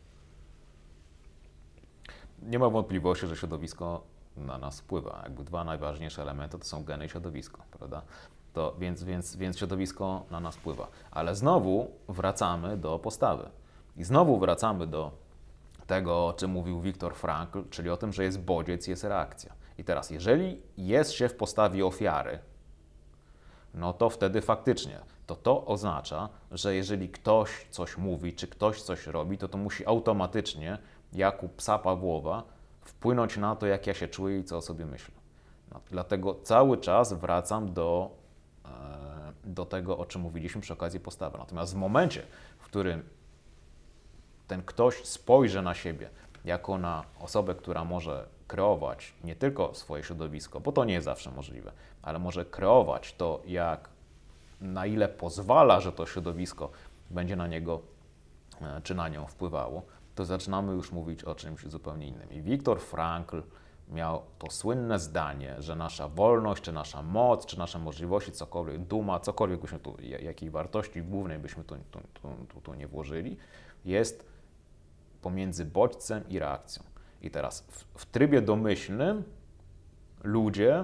Nie ma wątpliwości, że środowisko na nas wpływa. Jakby dwa najważniejsze elementy to są geny i środowisko, prawda? Więc środowisko na nas wpływa. Ale znowu wracamy do postawy. I znowu wracamy do tego, o czym mówił Viktor Frankl, czyli o tym, że jest bodziec, jest reakcja. I teraz, jeżeli jest się w postawie ofiary, no to wtedy faktycznie to oznacza, że jeżeli ktoś coś mówi, czy ktoś coś robi, to musi automatycznie, jak u psa Pawłowa, wpłynąć na to, jak ja się czuję i co o sobie myślę. No, dlatego cały czas wracam do tego, o czym mówiliśmy przy okazji postawy. Natomiast w momencie, w którym ten ktoś spojrzy na siebie jako na osobę, która może kreować nie tylko swoje środowisko, bo to nie jest zawsze możliwe, ale może kreować to, na ile pozwala, że to środowisko będzie na niego czy na nią wpływało, to zaczynamy już mówić o czymś zupełnie innym. I Viktor Frankl miał to słynne zdanie, że nasza wolność, czy nasza moc, czy nasze możliwości, cokolwiek, duma, cokolwiek byśmy tu, jakiej wartości głównej byśmy tu nie włożyli, jest pomiędzy bodźcem i reakcją. I teraz w trybie domyślnym ludzie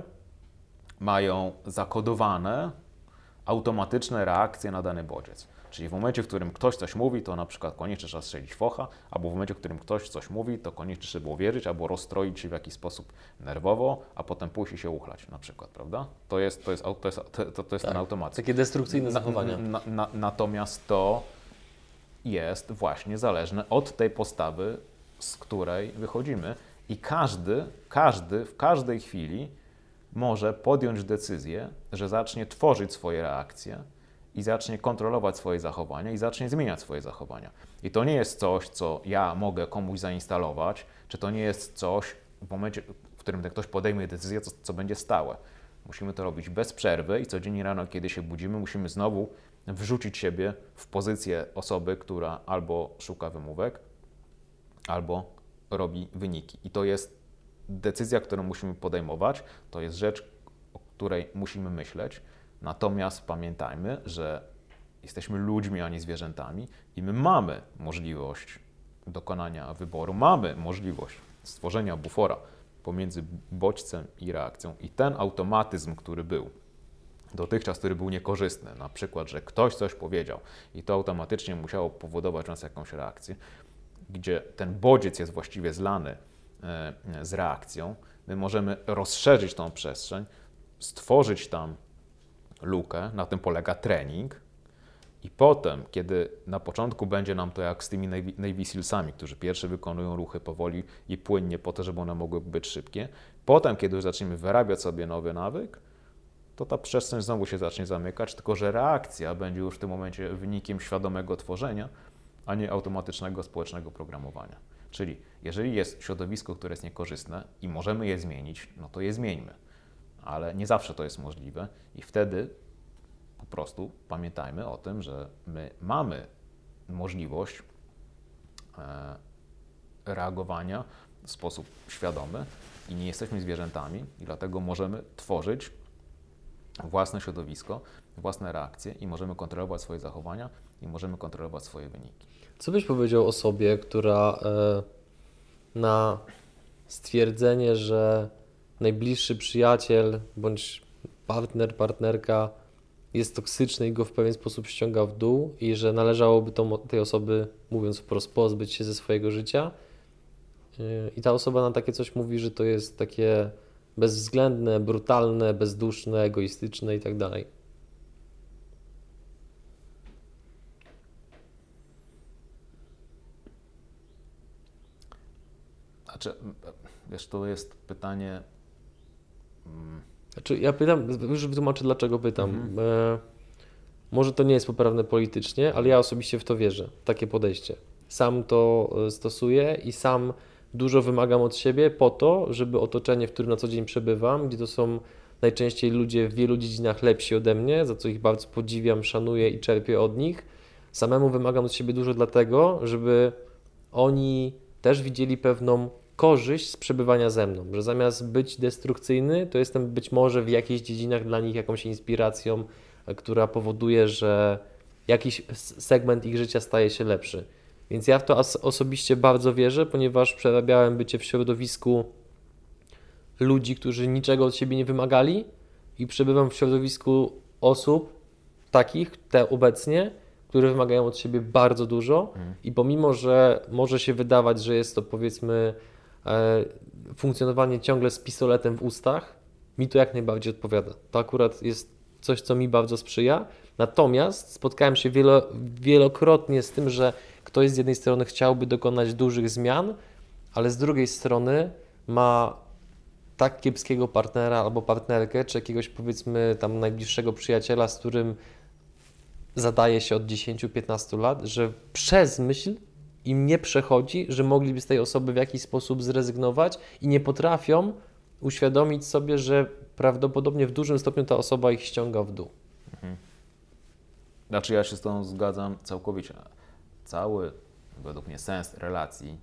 mają zakodowane automatyczne reakcje na dany bodziec. Czyli w momencie, w którym ktoś coś mówi, to na przykład koniecznie trzeba strzelić focha, albo w momencie, w którym ktoś coś mówi, to koniecznie trzeba uwierzyć, albo rozstroić się w jakiś sposób nerwowo, a potem pójść i się uchlać na przykład, prawda? To jest ten automatyzm. Takie destrukcyjne zachowania. Natomiast to jest właśnie zależne od tej postawy, z której wychodzimy i każdy w każdej chwili może podjąć decyzję, że zacznie tworzyć swoje reakcje i zacznie kontrolować swoje zachowania i zacznie zmieniać swoje zachowania. I to nie jest coś, co ja mogę komuś zainstalować, czy to nie jest coś w momencie, w którym ten ktoś podejmie decyzję, co będzie stałe. Musimy to robić bez przerwy i codziennie rano, kiedy się budzimy, musimy znowu wrzucić siebie w pozycję osoby, która albo szuka wymówek, albo robi wyniki. I to jest decyzja, którą musimy podejmować, to jest rzecz, o której musimy myśleć. Natomiast pamiętajmy, że jesteśmy ludźmi, a nie zwierzętami i my mamy możliwość dokonania wyboru, mamy możliwość stworzenia bufora pomiędzy bodźcem i reakcją. I ten automatyzm, który był dotychczas, który był niekorzystny, na przykład, że ktoś coś powiedział i to automatycznie musiało powodować u nas jakąś reakcję, gdzie ten bodziec jest właściwie zlany z reakcją, my możemy rozszerzyć tą przestrzeń, stworzyć tam lukę, na tym polega trening i potem, kiedy na początku będzie nam to jak z tymi Navy Sealsami, którzy pierwszy wykonują ruchy powoli i płynnie po to, żeby one mogły być szybkie, potem, kiedy już zaczniemy wyrabiać sobie nowy nawyk, to ta przestrzeń znowu się zacznie zamykać, tylko że reakcja będzie już w tym momencie wynikiem świadomego tworzenia, a nie automatycznego społecznego programowania. Czyli jeżeli jest środowisko, które jest niekorzystne i możemy je zmienić, no to je zmieńmy. Ale nie zawsze to jest możliwe i wtedy po prostu pamiętajmy o tym, że my mamy możliwość reagowania w sposób świadomy i nie jesteśmy zwierzętami i dlatego możemy tworzyć własne środowisko, własne reakcje i możemy kontrolować swoje zachowania i możemy kontrolować swoje wyniki. Co byś powiedział osobie, która na stwierdzenie, że najbliższy przyjaciel bądź partnerka jest toksyczny i go w pewien sposób ściąga w dół i że należałoby tej osoby, mówiąc wprost, pozbyć się ze swojego życia i ta osoba na takie coś mówi, że to jest takie bezwzględne, brutalne, bezduszne, egoistyczne i tak dalej. Znaczy, wiesz, to jest pytanie... Znaczy, ja pytam, już wytłumaczę, dlaczego pytam. Może to nie jest poprawne politycznie, ale ja osobiście w to wierzę, takie podejście. Sam to stosuję i sam dużo wymagam od siebie po to, żeby otoczenie, w którym na co dzień przebywam, gdzie to są najczęściej ludzie w wielu dziedzinach lepsi ode mnie, za co ich bardzo podziwiam, szanuję i czerpię od nich, samemu wymagam od siebie dużo dlatego, żeby oni też widzieli pewną korzyść z przebywania ze mną, że zamiast być destrukcyjny, to jestem być może w jakichś dziedzinach dla nich jakąś inspiracją, która powoduje, że jakiś segment ich życia staje się lepszy. Więc ja w to osobiście bardzo wierzę, ponieważ przerabiałem bycie w środowisku ludzi, którzy niczego od siebie nie wymagali i przebywam w środowisku osób takich, te obecnie, które wymagają od siebie bardzo dużo i pomimo, że może się wydawać, że jest to powiedzmy funkcjonowanie ciągle z pistoletem w ustach, mi to jak najbardziej odpowiada. To akurat jest coś, co mi bardzo sprzyja. Natomiast spotkałem się wielokrotnie z tym, że ktoś z jednej strony chciałby dokonać dużych zmian, ale z drugiej strony ma tak kiepskiego partnera albo partnerkę, czy jakiegoś powiedzmy tam najbliższego przyjaciela, z którym zadaje się od 10-15 lat, że przez myśl im nie przechodzi, że mogliby z tej osoby w jakiś sposób zrezygnować i nie potrafią uświadomić sobie, że prawdopodobnie w dużym stopniu ta osoba ich ściąga w dół. Znaczy ja się z tą zgadzam całkowicie. Cały, według mnie, sens relacji,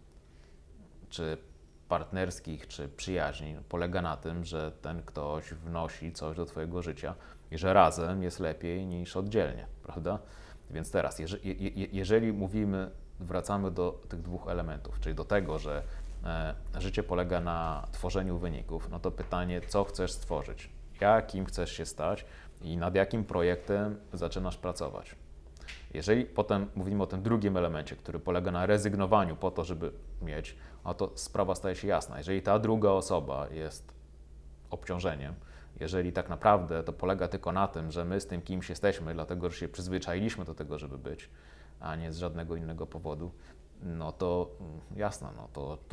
czy partnerskich, czy przyjaźni, polega na tym, że ten ktoś wnosi coś do Twojego życia i że razem jest lepiej niż oddzielnie, prawda? Więc teraz, jeżeli mówimy, wracamy do tych dwóch elementów, czyli do tego, że życie polega na tworzeniu wyników, no to pytanie, co chcesz stworzyć, jakim chcesz się stać i nad jakim projektem zaczynasz pracować. Jeżeli potem mówimy o tym drugim elemencie, który polega na rezygnowaniu po to, żeby mieć, no to sprawa staje się jasna. Jeżeli ta druga osoba jest obciążeniem, jeżeli tak naprawdę to polega tylko na tym, że my z tym kimś jesteśmy, dlatego że się przyzwyczailiśmy do tego, żeby być, a nie z żadnego innego powodu, no to jasne, no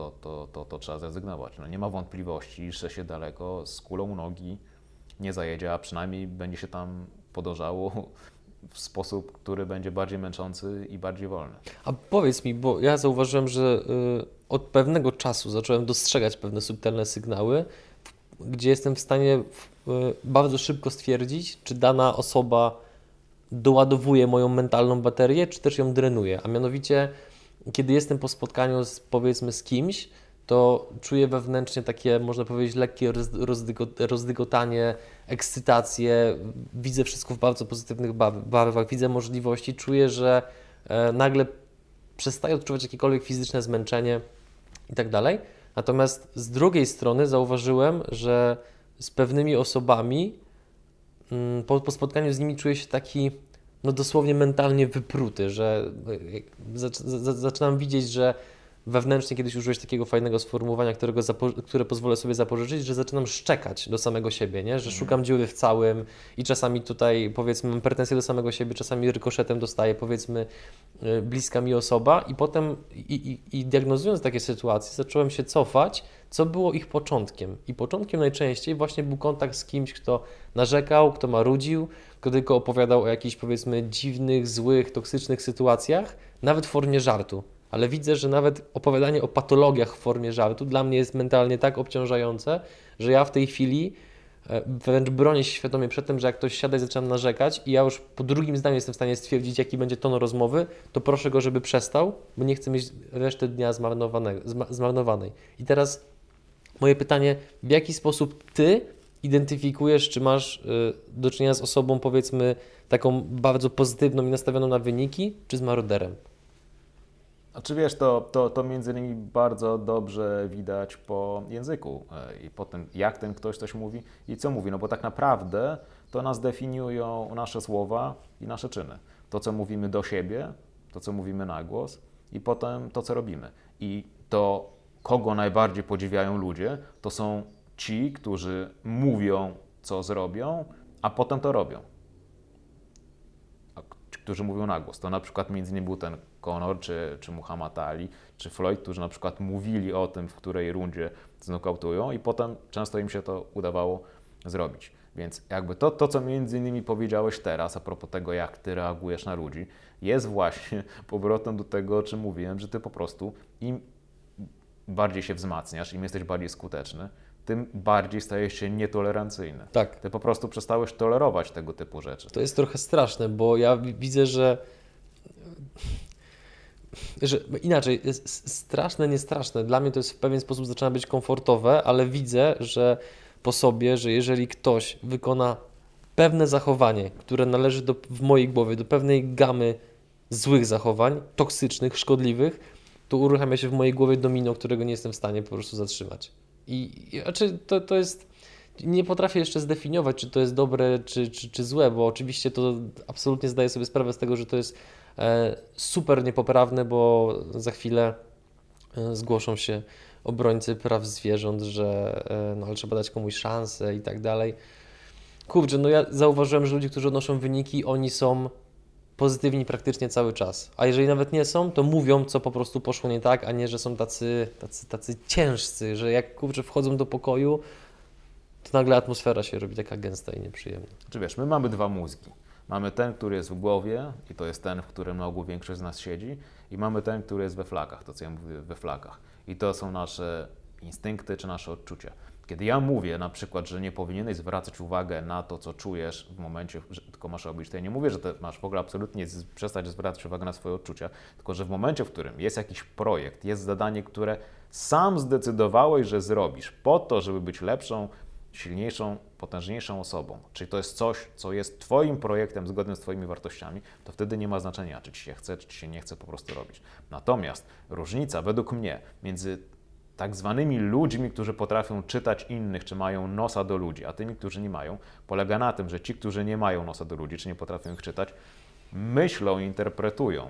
to trzeba zrezygnować. No nie ma wątpliwości, że się daleko z kulą u nogi nie zajedzie, a przynajmniej będzie się tam podążało w sposób, który będzie bardziej męczący i bardziej wolny. A powiedz mi, bo ja zauważyłem, że od pewnego czasu zacząłem dostrzegać pewne subtelne sygnały, gdzie jestem w stanie bardzo szybko stwierdzić, czy dana osoba doładowuje moją mentalną baterię, czy też ją drenuje. A mianowicie, kiedy jestem po spotkaniu powiedzmy z kimś, to czuję wewnętrznie takie, można powiedzieć, lekkie rozdygotanie, ekscytację, widzę wszystko w bardzo pozytywnych barwach, widzę możliwości, czuję, że nagle przestaję odczuwać jakiekolwiek fizyczne zmęczenie i tak dalej. Natomiast z drugiej strony zauważyłem, że z pewnymi osobami po spotkaniu z nimi czuję się taki no dosłownie mentalnie wypruty, że zaczynam widzieć, że wewnętrznie kiedyś użyłeś takiego fajnego sformułowania, które pozwolę sobie zapożyczyć, że zaczynam szczekać do samego siebie, nie? Że szukam dziury w całym i czasami tutaj powiedzmy mam pretensje do samego siebie, czasami rykoszetem dostaję powiedzmy bliska mi osoba i potem i diagnozując takie sytuacje zacząłem się cofać, co było ich początkiem. I początkiem najczęściej właśnie był kontakt z kimś, kto narzekał, kto marudził, kto tylko opowiadał o jakichś powiedzmy dziwnych, złych, toksycznych sytuacjach, nawet w formie żartu. Ale widzę, że nawet opowiadanie o patologiach w formie żartu dla mnie jest mentalnie tak obciążające, że ja w tej chwili wręcz bronię się świadomie przed tym, że jak ktoś siada i zaczynam narzekać i ja już po drugim zdaniu jestem w stanie stwierdzić, jaki będzie ton rozmowy, to proszę go, żeby przestał, bo nie chcę mieć reszty dnia zmarnowanej. I teraz moje pytanie, w jaki sposób Ty identyfikujesz, czy masz do czynienia z osobą powiedzmy taką bardzo pozytywną i nastawioną na wyniki, czy z maruderem? Znaczy wiesz, to między innymi bardzo dobrze widać po języku i po tym, jak ten ktoś coś mówi i co mówi, no bo tak naprawdę to nas definiują nasze słowa i nasze czyny. To, co mówimy do siebie, to, co mówimy na głos i potem to, co robimy. I to, kogo najbardziej podziwiają ludzie, to są ci, którzy mówią, co zrobią, a potem to robią. Którzy mówią na głos. To na przykład między innymi był ten Conor, czy Muhammad Ali, czy Floyd, którzy na przykład mówili o tym, w której rundzie znokautują i potem często im się to udawało zrobić. Więc jakby to, co między innymi powiedziałeś teraz, a propos tego, jak Ty reagujesz na ludzi, jest właśnie powrotem do tego, o czym mówiłem, że Ty po prostu im bardziej się wzmacniasz, im jesteś bardziej skuteczny, tym bardziej stajesz się nietolerancyjny. Tak. Ty po prostu przestałeś tolerować tego typu rzeczy. To jest trochę straszne, bo ja widzę, że że inaczej, jest straszne, niestraszne. Dla mnie to jest w pewien sposób zaczyna być komfortowe, ale widzę, że po sobie, że jeżeli ktoś wykona pewne zachowanie, które należy w mojej głowie do pewnej gamy złych zachowań, toksycznych, szkodliwych, to uruchamia się w mojej głowie domino, którego nie jestem w stanie po prostu zatrzymać. Znaczy to jest, nie potrafię jeszcze zdefiniować, czy to jest dobre, czy złe, bo oczywiście to absolutnie zdaję sobie sprawę z tego, że to jest super niepoprawne, bo za chwilę zgłoszą się obrońcy praw zwierząt, że no, ale trzeba dać komuś szansę i tak dalej. Kurczę, no ja zauważyłem, że ludzie, którzy odnoszą wyniki, oni są pozytywni praktycznie cały czas. A jeżeli nawet nie są, to mówią, co po prostu poszło nie tak, a nie, że są tacy ciężcy, że jak kurczę wchodzą do pokoju, to nagle atmosfera się robi taka gęsta i nieprzyjemna. Czy wiesz, my mamy dwa mózgi. Mamy ten, który jest w głowie i to jest ten, w którym na ogół większość z nas siedzi, i mamy ten, który jest we flakach, to co ja mówię, we flakach. I to są nasze instynkty czy nasze odczucia. Kiedy ja mówię na przykład, że nie powinieneś zwracać uwagę na to, co czujesz w momencie, że tylko masz robić, to ja nie mówię, że masz w ogóle absolutnie przestać zwracać uwagę na swoje odczucia, tylko że w momencie, w którym jest jakiś projekt, jest zadanie, które sam zdecydowałeś, że zrobisz po to, żeby być lepszą, silniejszą, potężniejszą osobą, czyli to jest coś, co jest Twoim projektem zgodnym z Twoimi wartościami, to wtedy nie ma znaczenia, czy Ci się chce, czy Ci się nie chce po prostu robić. Natomiast różnica według mnie między tak zwanymi ludźmi, którzy potrafią czytać innych, czy mają nosa do ludzi, a tymi, którzy nie mają, polega na tym, że ci, którzy nie mają nosa do ludzi, czy nie potrafią ich czytać, myślą i interpretują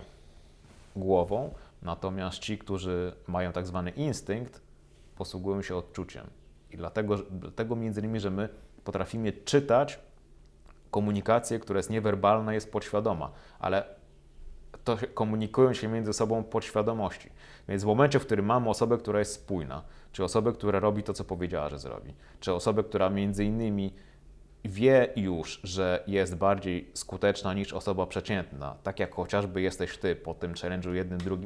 głową, natomiast ci, którzy mają tak zwany instynkt, posługują się odczuciem. I dlatego między innymi, że my potrafimy czytać komunikację, która jest niewerbalna, jest podświadoma, ale to komunikują się między sobą podświadomości. Więc w momencie, w którym mamy osobę, która jest spójna, czy osobę, która robi to, co powiedziała, że zrobi, czy osobę, która między innymi wie już, że jest bardziej skuteczna niż osoba przeciętna, tak jak chociażby jesteś Ty po tym challenge'u jednym, drugim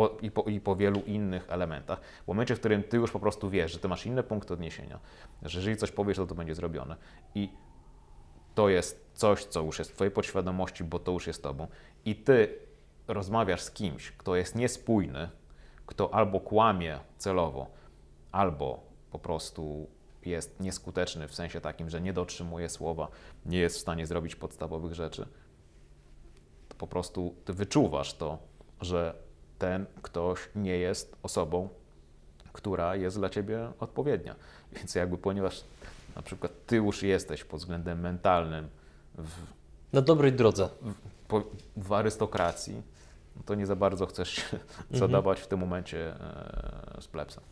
i po wielu innych elementach. W momencie, w którym Ty już po prostu wiesz, że Ty masz inny punkt odniesienia, że jeżeli coś powiesz, to będzie zrobione i to jest coś, co już jest w Twojej podświadomości, bo to już jest Tobą i Ty rozmawiasz z kimś, kto jest niespójny, kto albo kłamie celowo, albo po prostu jest nieskuteczny w sensie takim, że nie dotrzymuje słowa, nie jest w stanie zrobić podstawowych rzeczy, to po prostu Ty wyczuwasz to, że ten ktoś nie jest osobą, która jest dla Ciebie odpowiednia. Więc jakby ponieważ na przykład Ty już jesteś pod względem mentalnym na dobrej drodze w arystokracji, to nie za bardzo chcesz się zadawać w tym momencie z plebsem.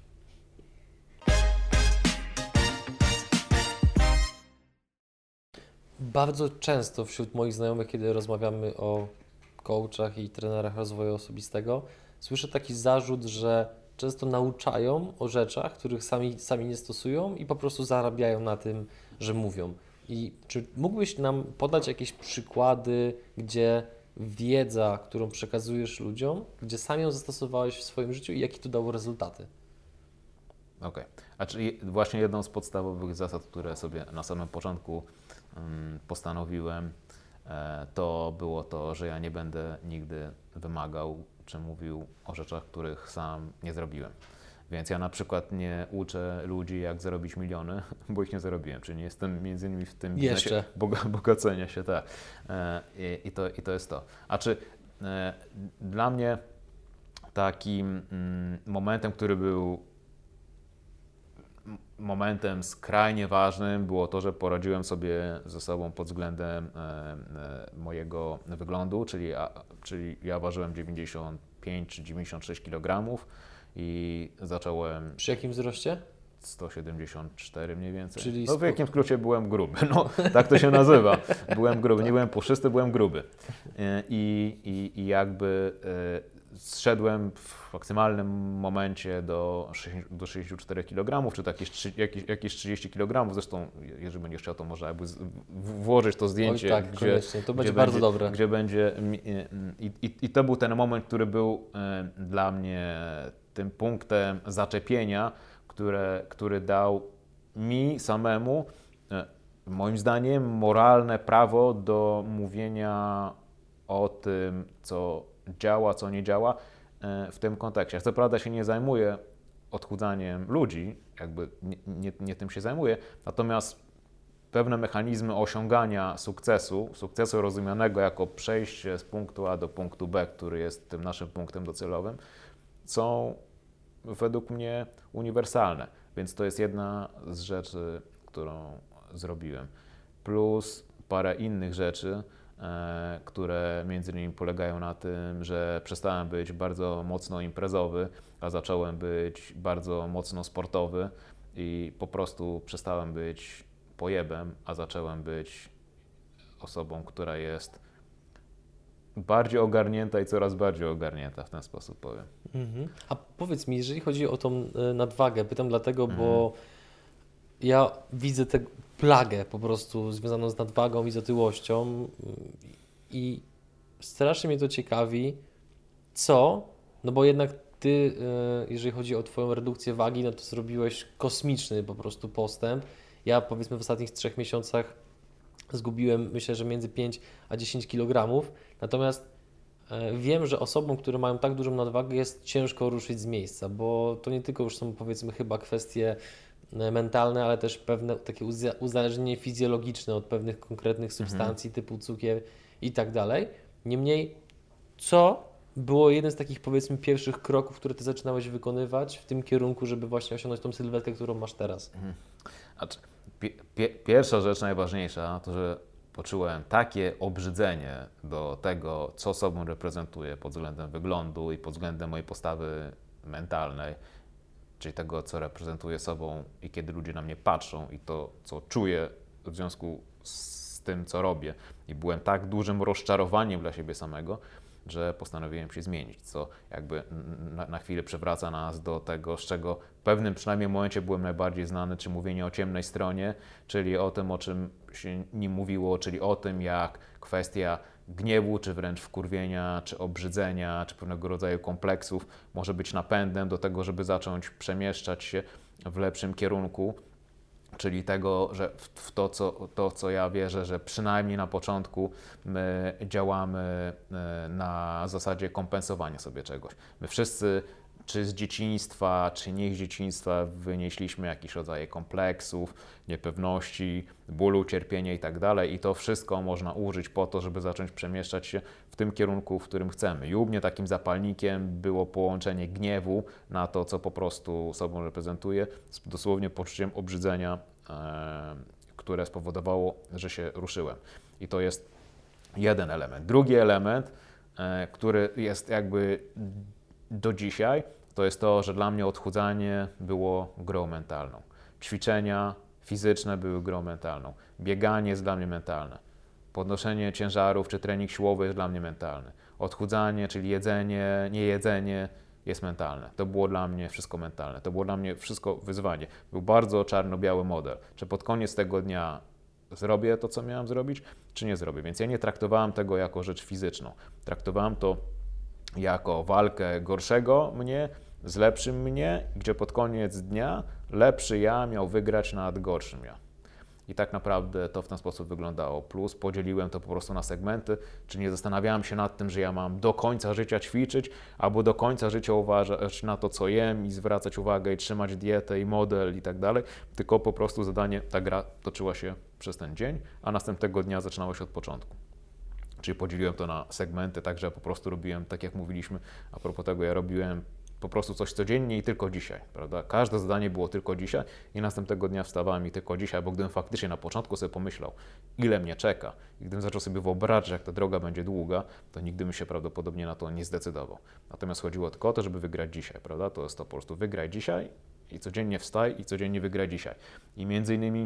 Bardzo często wśród moich znajomych, kiedy rozmawiamy o coachach i trenerach rozwoju osobistego, słyszę taki zarzut, że często nauczają o rzeczach, których sami nie stosują i po prostu zarabiają na tym, że mówią. I czy mógłbyś nam podać jakieś przykłady, gdzie wiedza, którą przekazujesz ludziom, gdzie sam ją zastosowałeś w swoim życiu i jakie to dało rezultaty? Okej. A czyli właśnie jedną z podstawowych zasad, które sobie na samym początku postanowiłem, to było to, że ja nie będę nigdy wymagał czy mówił o rzeczach, których sam nie zrobiłem. Więc ja na przykład nie uczę ludzi, jak zarobić miliony, bo ich nie zarobiłem, czyli nie jestem między innymi w tym biznesie bogacenia się, tak. I to jest to. A czy dla mnie takim momentem, który był momentem skrajnie ważnym, było to, że poradziłem sobie ze sobą pod względem mojego wyglądu, czyli ja ważyłem 95 czy 96 kg i zacząłem... Przy jakim wzroście? 174 mniej więcej. Czyli no w jakim skrócie byłem gruby, no tak to się nazywa. Byłem gruby, nie byłem puszysty, byłem gruby. I jakby zszedłem w maksymalnym momencie do 64 kg, czy to jakieś 30 kg. Zresztą, jeżeli będziesz chciał, to może jakby włożyć to zdjęcie. Oj, tak, koniecznie, to będzie bardzo dobre. Gdzie będzie, i to był ten moment, który był dla mnie tym punktem zaczepienia, który dał mi samemu, moim zdaniem, moralne prawo do mówienia o tym, co działa, co nie działa w tym kontekście. Co prawda się nie zajmuję odchudzaniem ludzi, jakby nie tym się zajmuję, natomiast pewne mechanizmy osiągania sukcesu rozumianego jako przejście z punktu A do punktu B, który jest tym naszym punktem docelowym, są według mnie uniwersalne. Więc to jest jedna z rzeczy, którą zrobiłem. Plus parę innych rzeczy, które między innymi polegają na tym, że przestałem być bardzo mocno imprezowy, a zacząłem być bardzo mocno sportowy i po prostu przestałem być pojebem, a zacząłem być osobą, która jest bardziej ogarnięta i coraz bardziej ogarnięta, w ten sposób powiem. A powiedz mi, jeżeli chodzi o tą nadwagę, pytam dlatego, bo ja widzę tę plagę po prostu związaną z nadwagą i z otyłością i strasznie mnie to ciekawi, no bo jednak Ty, jeżeli chodzi o Twoją redukcję wagi, no to zrobiłeś kosmiczny po prostu postęp. Ja powiedzmy w ostatnich 3 miesiącach zgubiłem, myślę, że między 5 a 10 kg, natomiast wiem, że osobom, które mają tak dużą nadwagę, jest ciężko ruszyć z miejsca, bo to nie tylko już są powiedzmy chyba kwestie mentalne, ale też pewne takie uzależnienie fizjologiczne od pewnych konkretnych substancji typu cukier i tak dalej. Niemniej, co było jeden z takich powiedzmy pierwszych kroków, które Ty zaczynałeś wykonywać w tym kierunku, żeby właśnie osiągnąć tą sylwetkę, którą masz teraz? Znaczy, pierwsza rzecz najważniejsza to, że poczułem takie obrzydzenie do tego, co sobą reprezentuję pod względem wyglądu i pod względem mojej postawy mentalnej, czyli tego, co reprezentuję sobą i kiedy ludzie na mnie patrzą i to, co czuję w związku z tym, co robię. I byłem tak dużym rozczarowaniem dla siebie samego, że postanowiłem się zmienić, co jakby na chwilę przywraca nas do tego, z czego w pewnym przynajmniej momencie byłem najbardziej znany, czy mówienie o ciemnej stronie, czyli o tym, o czym się nie mówiło, czyli o tym, jak kwestia gniewu, czy wręcz wkurwienia, czy obrzydzenia, czy pewnego rodzaju kompleksów może być napędem do tego, żeby zacząć przemieszczać się w lepszym kierunku. Czyli tego, że w to, co ja wierzę, że przynajmniej na początku my działamy na zasadzie kompensowania sobie czegoś. My wszyscy, czy z dzieciństwa, czy nie z dzieciństwa, wynieśliśmy jakiś rodzaj kompleksów, niepewności, bólu, cierpienia i tak dalej. I to wszystko można użyć po to, żeby zacząć przemieszczać się w tym kierunku, w którym chcemy. I u mnie takim zapalnikiem było połączenie gniewu na to, co po prostu sobą reprezentuję, z dosłownie poczuciem obrzydzenia, które spowodowało, że się ruszyłem. I to jest jeden element. Drugi element, który jest jakby do dzisiaj, to jest to, że dla mnie odchudzanie było grą mentalną. Ćwiczenia fizyczne były grą mentalną. Bieganie jest dla mnie mentalne. Podnoszenie ciężarów czy trening siłowy jest dla mnie mentalny. Odchudzanie, czyli jedzenie, niejedzenie jest mentalne. To było dla mnie wszystko mentalne. To było dla mnie wszystko wyzwanie. Był bardzo czarno-biały model. Czy pod koniec tego dnia zrobię to, co miałem zrobić, czy nie zrobię. Więc ja nie traktowałem tego jako rzecz fizyczną. Traktowałem to jako walkę gorszego mnie z lepszym mnie, gdzie pod koniec dnia lepszy ja miał wygrać nad gorszym ja. I tak naprawdę to w ten sposób wyglądało. Plus podzieliłem to po prostu na segmenty, czyli nie zastanawiałem się nad tym, że ja mam do końca życia ćwiczyć, albo do końca życia uważać na to, co jem i zwracać uwagę i trzymać dietę i model i tak dalej, tylko po prostu zadanie, ta gra toczyła się przez ten dzień, a następnego dnia zaczynało się od początku. Czyli podzieliłem to na segmenty, tak że ja po prostu robiłem, tak jak mówiliśmy, a propos tego, ja robiłem po prostu coś codziennie i tylko dzisiaj, prawda? Każde zadanie było tylko dzisiaj i następnego dnia wstawałem i tylko dzisiaj, bo gdybym faktycznie na początku sobie pomyślał, ile mnie czeka i gdybym zaczął sobie wyobrażać, jak ta droga będzie długa, to nigdy bym się prawdopodobnie na to nie zdecydował. Natomiast chodziło tylko o to, żeby wygrać dzisiaj, prawda? To jest to po prostu wygraj dzisiaj i codziennie wstaj i codziennie wygraj dzisiaj. I między innymi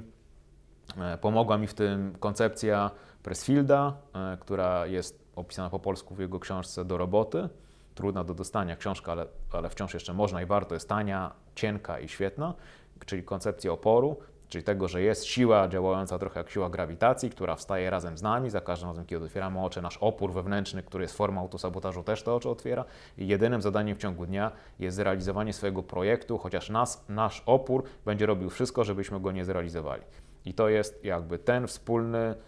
pomogła mi w tym koncepcja Pressfielda, która jest opisana po polsku w jego książce Do roboty. Trudna do dostania książka, ale wciąż jeszcze można i warto. Jest tania, cienka i świetna, czyli koncepcja oporu, czyli tego, że jest siła działająca trochę jak siła grawitacji, która wstaje razem z nami, za każdym razem, kiedy otwieramy oczy, nasz opór wewnętrzny, który jest formą autosabotażu, też te oczy otwiera i jedynym zadaniem w ciągu dnia jest zrealizowanie swojego projektu, chociaż nasz opór będzie robił wszystko, żebyśmy go nie zrealizowali. I to jest jakby ten wspólny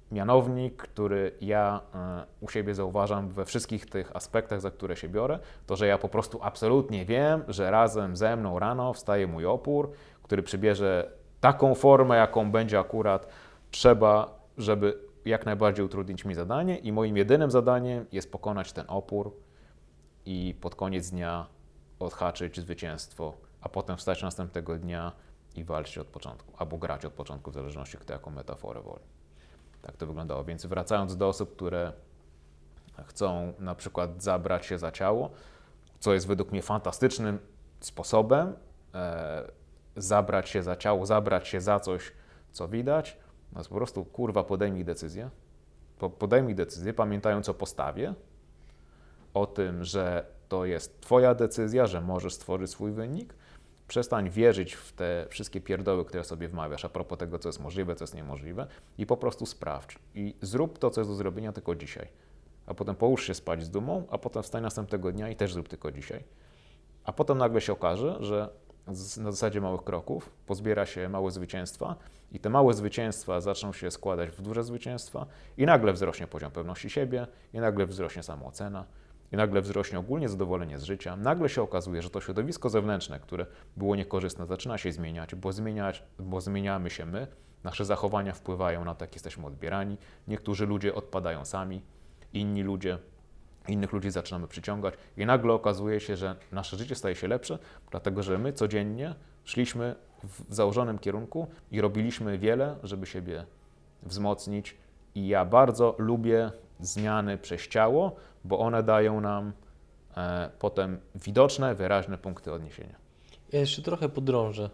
mianownik, który ja u siebie zauważam we wszystkich tych aspektach, za które się biorę, to że ja po prostu absolutnie wiem, że razem ze mną rano wstaje mój opór, który przybierze taką formę, jaką będzie akurat trzeba, żeby jak najbardziej utrudnić mi zadanie i moim jedynym zadaniem jest pokonać ten opór i pod koniec dnia odhaczyć zwycięstwo, a potem wstać następnego dnia i walczyć od początku, albo grać od początku, w zależności kto jaką metaforę woli. Tak to wyglądało. Więc wracając do osób, które chcą na przykład zabrać się za ciało, co jest według mnie fantastycznym sposobem, zabrać się za ciało, zabrać się za coś, co widać, no po prostu kurwa podejmij decyzję. Podejmij decyzję, pamiętając o postawie, o tym, że to jest twoja decyzja, że możesz stworzyć swój wynik. Przestań wierzyć w te wszystkie pierdoły, które sobie wmawiasz a propos tego, co jest możliwe, co jest niemożliwe i po prostu sprawdź. I zrób to, co jest do zrobienia tylko dzisiaj. A potem połóż się spać z dumą, a potem wstań następnego dnia i też zrób tylko dzisiaj. A potem nagle się okaże, że na zasadzie małych kroków pozbiera się małe zwycięstwa i te małe zwycięstwa zaczną się składać w duże zwycięstwa i nagle wzrośnie poziom pewności siebie i nagle wzrośnie samoocena. I nagle wzrośnie ogólnie zadowolenie z życia. Nagle się okazuje, że to środowisko zewnętrzne, które było niekorzystne, zaczyna się zmieniać, bo zmieniamy się my. Nasze zachowania wpływają na to, jak jesteśmy odbierani. Niektórzy ludzie odpadają sami, innych ludzi zaczynamy przyciągać i nagle okazuje się, że nasze życie staje się lepsze, dlatego że my codziennie szliśmy w założonym kierunku i robiliśmy wiele, żeby siebie wzmocnić. I ja bardzo lubię zmiany przez ciało, bo one dają nam potem widoczne, wyraźne punkty odniesienia. Ja jeszcze trochę podrążę,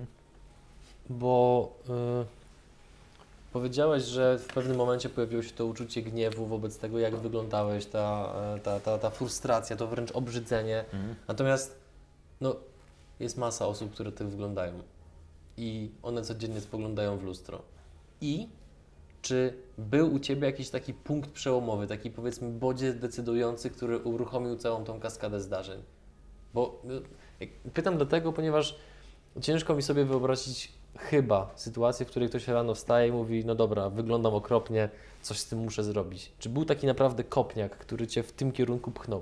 bo powiedziałeś, że w pewnym momencie pojawiło się to uczucie gniewu wobec tego, jak wyglądałeś, ta frustracja, to wręcz obrzydzenie. Natomiast no, jest masa osób, które tak wyglądają i one codziennie spoglądają w lustro. I czy był u Ciebie jakiś taki punkt przełomowy, taki powiedzmy bodziec decydujący, który uruchomił całą tą kaskadę zdarzeń? Bo pytam dlatego, ponieważ ciężko mi sobie wyobrazić chyba sytuację, w której ktoś rano wstaje i mówi, no dobra, wyglądam okropnie, coś z tym muszę zrobić. Czy był taki naprawdę kopniak, który Cię w tym kierunku pchnął?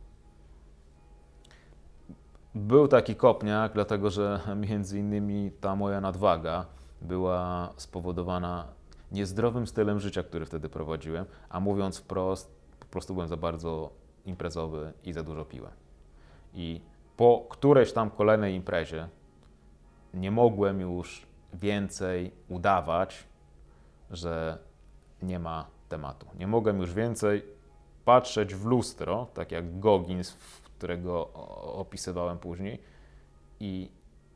Był taki kopniak, dlatego że między innymi ta moja nadwaga była spowodowana niezdrowym stylem życia, który wtedy prowadziłem, a mówiąc wprost, po prostu byłem za bardzo imprezowy i za dużo piłem. I po którejś tam kolejnej imprezie nie mogłem już więcej udawać, że nie ma tematu. Nie mogłem już więcej patrzeć w lustro, tak jak Goggins, którego opisywałem później, i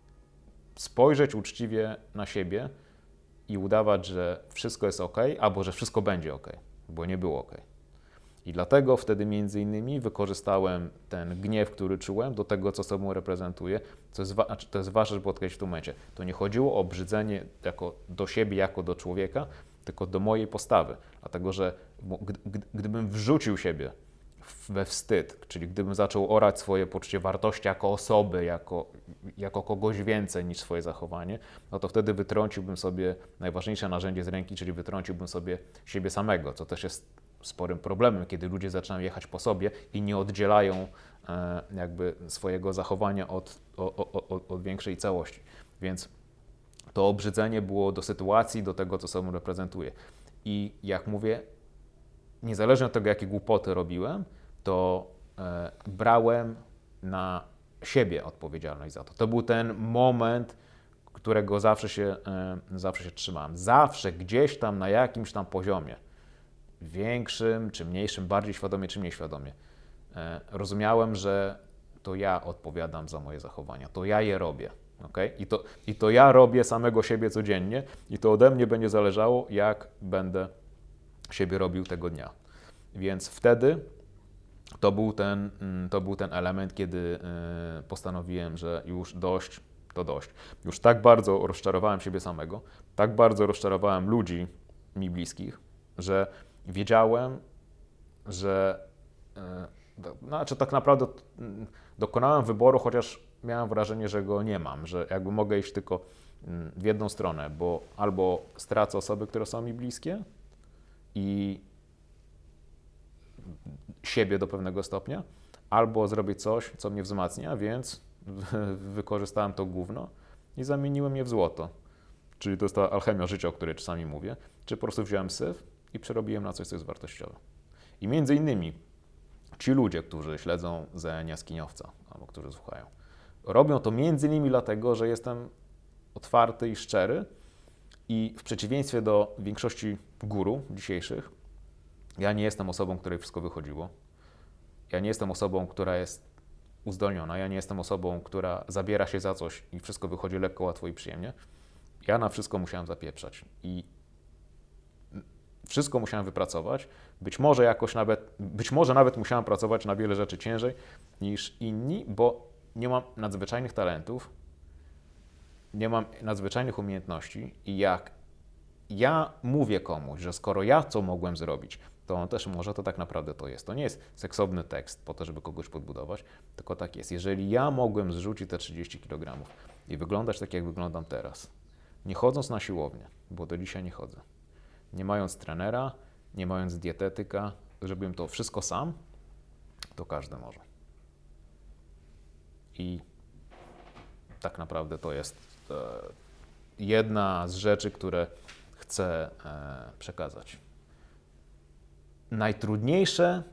spojrzeć uczciwie na siebie i udawać, że wszystko jest ok, albo że wszystko będzie ok, bo nie było ok. I dlatego wtedy między innymi wykorzystałem ten gniew, który czułem, do tego, co sobą reprezentuję. To jest ważne, żeby podkreślić w tym momencie. To nie chodziło o obrzydzenie jako do siebie, jako do człowieka, tylko do mojej postawy. Dlatego, że gdybym wrzucił siebie we wstyd, czyli gdybym zaczął orać swoje poczucie wartości jako osoby, jako kogoś więcej niż swoje zachowanie, no to wtedy wytrąciłbym sobie najważniejsze narzędzie z ręki, czyli wytrąciłbym sobie siebie samego, co też jest sporym problemem, kiedy ludzie zaczynają jechać po sobie i nie oddzielają jakby swojego zachowania od większej całości. Więc to obrzydzenie było do sytuacji, do tego, co sobą reprezentuje. I jak mówię, niezależnie od tego, jakie głupoty robiłem, to brałem na siebie odpowiedzialność za to. To był ten moment, którego zawsze się trzymałem. Zawsze gdzieś tam na jakimś tam poziomie, większym czy mniejszym, bardziej świadomie czy mniej świadomie, rozumiałem, że to ja odpowiadam za moje zachowania, to ja je robię. Okay? I to ja robię samego siebie codziennie i to ode mnie będzie zależało, jak będę siebie robił tego dnia. Więc wtedy to był ten element, kiedy postanowiłem, że już dość, to dość. Już tak bardzo rozczarowałem siebie samego, tak bardzo rozczarowałem ludzi mi bliskich, że wiedziałem, że znaczy tak naprawdę dokonałem wyboru, chociaż miałem wrażenie, że go nie mam, że jakby mogę iść tylko w jedną stronę, bo albo stracę osoby, które są mi bliskie, i siebie do pewnego stopnia, albo zrobię coś, co mnie wzmacnia, więc wykorzystałem to gówno i zamieniłem je w złoto. Czyli to jest ta alchemia życia, o której czasami mówię. Czy po prostu wziąłem syf i przerobiłem na coś, co jest wartościowe. I między innymi ci ludzie, którzy śledzą zajęcia jaskiniowca, albo którzy słuchają, robią to między innymi dlatego, że jestem otwarty i szczery i w przeciwieństwie do większości guru dzisiejszych, ja nie jestem osobą, której wszystko wychodziło. Ja nie jestem osobą, która jest uzdolniona. Ja nie jestem osobą, która zabiera się za coś i wszystko wychodzi lekko, łatwo i przyjemnie. Ja na wszystko musiałem zapieprzać i wszystko musiałem wypracować. Być może nawet musiałem pracować na wiele rzeczy ciężej niż inni, bo nie mam nadzwyczajnych talentów, nie mam nadzwyczajnych umiejętności i jak ja mówię komuś, że skoro ja co mogłem zrobić, to on też może, to tak naprawdę to jest. To nie jest seksowny tekst po to, żeby kogoś podbudować, tylko tak jest. Jeżeli ja mogłem zrzucić te 30 kg i wyglądać tak, jak wyglądam teraz, nie chodząc na siłownię, bo do dzisiaj nie chodzę, nie mając trenera, nie mając dietetyka, zrobiłem to wszystko sam, to każdy może. I tak naprawdę to jest jedna z rzeczy, które chcę przekazać. Najtrudniejsze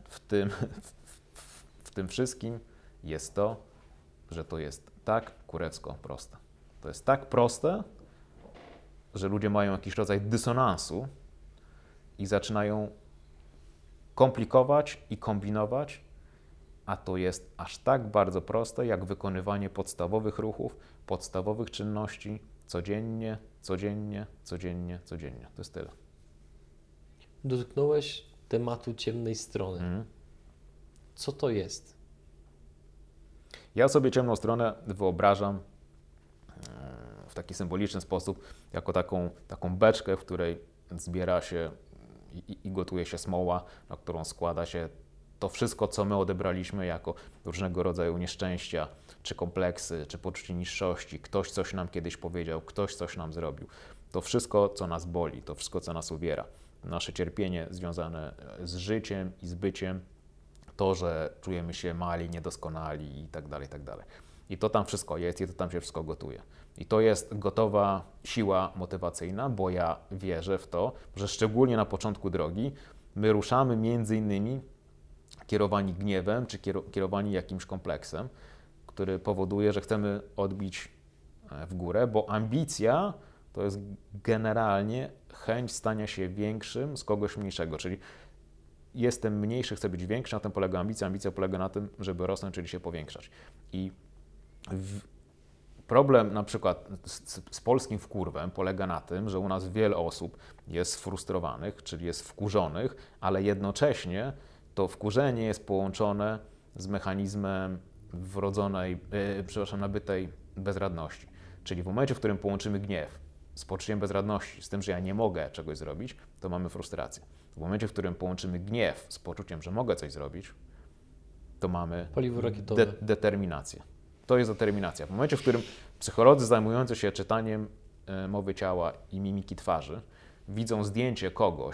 w tym wszystkim jest to, że to jest tak kurewsko proste. To jest tak proste, że ludzie mają jakiś rodzaj dysonansu i zaczynają komplikować i kombinować, a to jest aż tak bardzo proste, jak wykonywanie podstawowych ruchów, podstawowych czynności codziennie, codziennie, codziennie, codziennie. To jest tyle. Dotknąłeś tematu ciemnej strony. Co to jest? Ja sobie ciemną stronę wyobrażam w taki symboliczny sposób, jako taką beczkę, w której zbiera się i gotuje się smoła, na którą składa się to wszystko, co my odebraliśmy jako różnego rodzaju nieszczęścia, czy kompleksy, czy poczucie niższości. Ktoś coś nam kiedyś powiedział, ktoś coś nam zrobił. To wszystko, co nas boli, to wszystko, co nas uwiera. Nasze cierpienie związane z życiem i z byciem, to, że czujemy się mali, niedoskonali i tak dalej, i tak dalej. I to tam wszystko jest i to tam się wszystko gotuje. I to jest gotowa siła motywacyjna, bo ja wierzę w to, że szczególnie na początku drogi my ruszamy między innymi kierowani gniewem, czy kierowani jakimś kompleksem, który powoduje, że chcemy odbić w górę, bo ambicja to jest generalnie chęć stania się większym z kogoś mniejszego, czyli jestem mniejszy, chcę być większy, na tym polega ambicja. Ambicja polega na tym, żeby rosnąć, czyli się powiększać. I problem na przykład z polskim wkurwem polega na tym, że u nas wiele osób jest sfrustrowanych, czyli jest wkurzonych, ale jednocześnie to wkurzenie jest połączone z mechanizmem nabytej bezradności. Czyli w momencie, w którym połączymy gniew z poczuciem bezradności, z tym, że ja nie mogę czegoś zrobić, to mamy frustrację. W momencie, w którym połączymy gniew z poczuciem, że mogę coś zrobić, to mamy paliwo rakietowe. Determinację. To jest determinacja. W momencie, w którym psycholodzy zajmujący się czytaniem mowy ciała i mimiki twarzy widzą zdjęcie kogoś,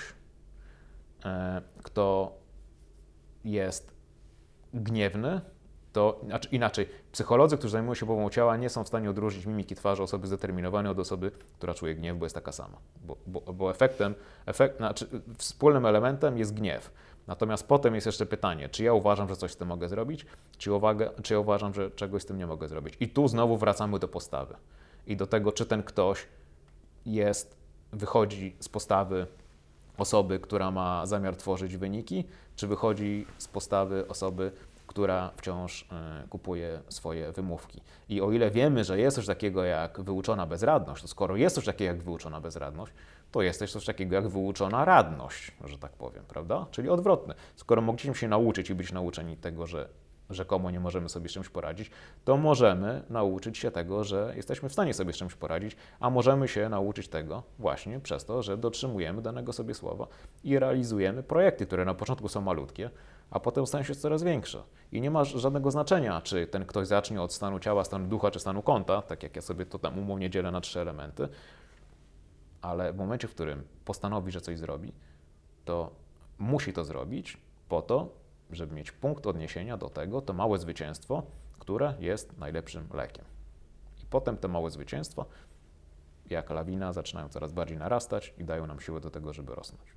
kto jest gniewny, to znaczy inaczej, psycholodzy, którzy zajmują się mową ciała, nie są w stanie odróżnić mimiki twarzy osoby zdeterminowanej od osoby, która czuje gniew, bo jest taka sama. Bo wspólnym elementem jest gniew. Natomiast potem jest jeszcze pytanie, czy ja uważam, że coś z tym mogę zrobić, czy ja uważam, że czegoś z tym nie mogę zrobić. I tu znowu wracamy do postawy i do tego, czy ten ktoś wychodzi z postawy osoby, która ma zamiar tworzyć wyniki, czy wychodzi z postawy osoby, która wciąż kupuje swoje wymówki. I o ile wiemy, że jest coś takiego jak wyuczona bezradność, to skoro jest coś takiego jak wyuczona bezradność, to jest też coś takiego jak wyuczona radność, że tak powiem, prawda? Czyli odwrotne. Skoro mogliśmy się nauczyć i być nauczeni tego, że rzekomo nie możemy sobie z czymś poradzić, to możemy nauczyć się tego, że jesteśmy w stanie sobie z czymś poradzić, a możemy się nauczyć tego właśnie przez to, że dotrzymujemy danego sobie słowa i realizujemy projekty, które na początku są malutkie, a potem stają się coraz większe. I nie ma żadnego znaczenia, czy ten ktoś zacznie od stanu ciała, stanu ducha, czy stanu kąta, tak jak ja sobie to tam umownie dzielę na 3 elementy, ale w momencie, w którym postanowi, że coś zrobi, to musi to zrobić po to, żeby mieć punkt odniesienia do tego, to małe zwycięstwo, które jest najlepszym lekiem. I potem te małe zwycięstwa, jak lawina, zaczynają coraz bardziej narastać i dają nam siłę do tego, żeby rosnąć.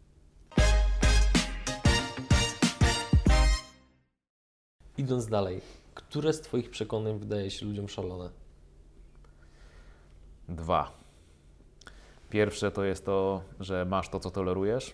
Idąc dalej, które z Twoich przekonań wydaje się ludziom szalone? 2. Pierwsze to jest to, że masz to, co tolerujesz,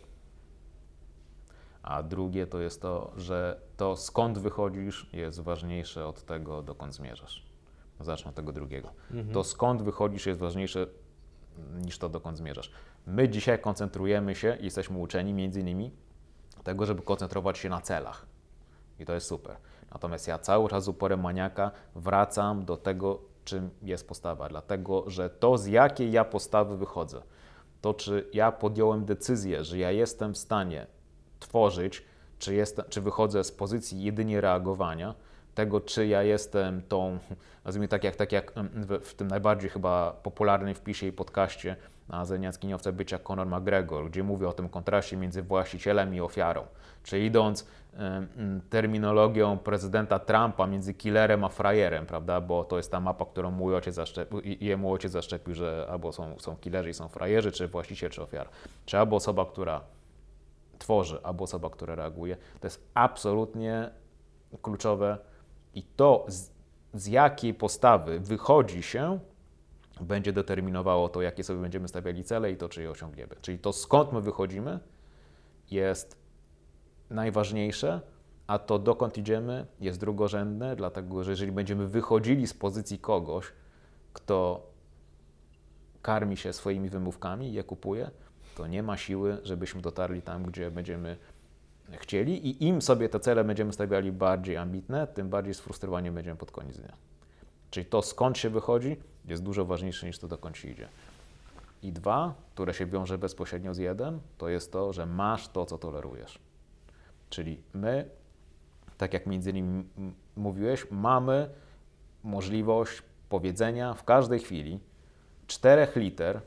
a drugie to jest to, że to, skąd wychodzisz, jest ważniejsze od tego, dokąd zmierzasz. Zacznę od tego drugiego. To, skąd wychodzisz, jest ważniejsze niż to, dokąd zmierzasz. My dzisiaj koncentrujemy się i jesteśmy uczeni między innymi tego, żeby koncentrować się na celach. I to jest super. Natomiast ja cały czas z uporem maniaka wracam do tego, czym jest postawa. Dlatego, że to, z jakiej ja postawy wychodzę, to czy ja podjąłem decyzję, że ja jestem w stanie tworzyć, czy wychodzę z pozycji jedynie reagowania, tego, czy ja jestem tą, nazwijmy tak jak w tym najbardziej chyba popularnym wpisie i podcaście na Zeniacki Niowce bycia Conor McGregor, gdzie mówi o tym kontraście między właścicielem i ofiarą. Czy idąc terminologią prezydenta Trumpa między killerem a frajerem, prawda? Bo to jest ta mapa, którą mój ojciec zaszczepił, jemu ojciec zaszczepił, że albo są killerzy i są frajerzy, czy właściciel, czy ofiara. Czy albo osoba, która tworzy, albo osoba, która reaguje. To jest absolutnie kluczowe i to, z jakiej postawy wychodzi się, będzie determinowało to, jakie sobie będziemy stawiali cele i to, czy je osiągniemy. Czyli to, skąd my wychodzimy, jest najważniejsze, a to, dokąd idziemy, jest drugorzędne, dlatego że jeżeli będziemy wychodzili z pozycji kogoś, kto karmi się swoimi wymówkami i je kupuje, to nie ma siły, żebyśmy dotarli tam, gdzie będziemy chcieli i im sobie te cele będziemy stawiali bardziej ambitne, tym bardziej sfrustrowani będziemy pod koniec dnia. Czyli to, skąd się wychodzi, jest dużo ważniejsze niż to, dokąd się idzie. I 2, które się wiąże bezpośrednio z 1, to jest to, że masz to, co tolerujesz. Czyli my, tak jak między innymi mówiłeś, mamy możliwość powiedzenia w każdej chwili 4 liter,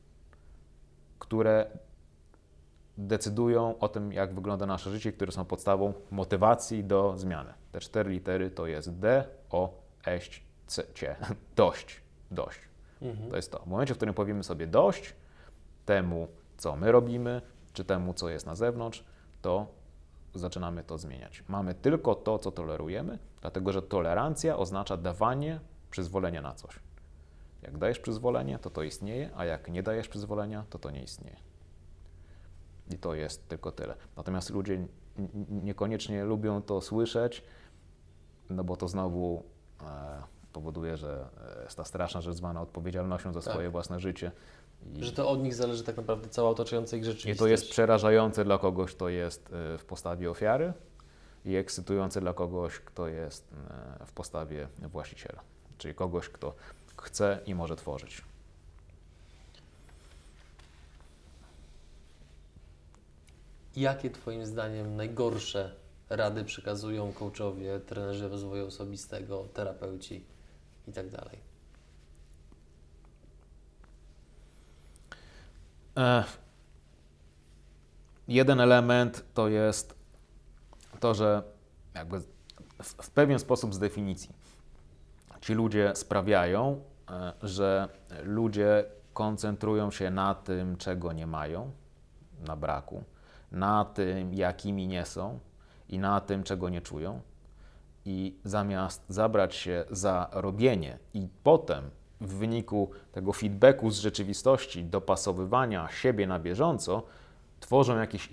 które decydują o tym, jak wygląda nasze życie, które są podstawą motywacji do zmiany. Te 4 litery to jest D, O, eść, C, Cie. Dość. Dość. To jest to. W momencie, w którym powiemy sobie dość temu, co my robimy, czy temu, co jest na zewnątrz, to zaczynamy to zmieniać. Mamy tylko to, co tolerujemy, dlatego że tolerancja oznacza dawanie przyzwolenia na coś. Jak dajesz przyzwolenie, to istnieje, a jak nie dajesz przyzwolenia, to nie istnieje. I to jest tylko tyle. Natomiast ludzie niekoniecznie lubią to słyszeć, no bo to znowu powoduje, że jest ta straszna rzecz zwana odpowiedzialnością za swoje własne życie. Że to od nich zależy tak naprawdę cała otaczająca ich rzeczywistość. I to jest przerażające dla kogoś, kto jest w postawie ofiary i ekscytujące dla kogoś, kto jest w postawie właściciela. Czyli kogoś, kto chce i może tworzyć. Jakie Twoim zdaniem najgorsze rady przekazują coachowie, trenerzy rozwoju osobistego, terapeuci i tak dalej? Jeden element to jest to, że jakby w pewien sposób z definicji ci ludzie sprawiają, że ludzie koncentrują się na tym, czego nie mają, na braku, na tym, jakimi nie są i na tym, czego nie czują. I zamiast zabrać się za robienie i potem w wyniku tego feedbacku z rzeczywistości, dopasowywania siebie na bieżąco, tworzą jakiś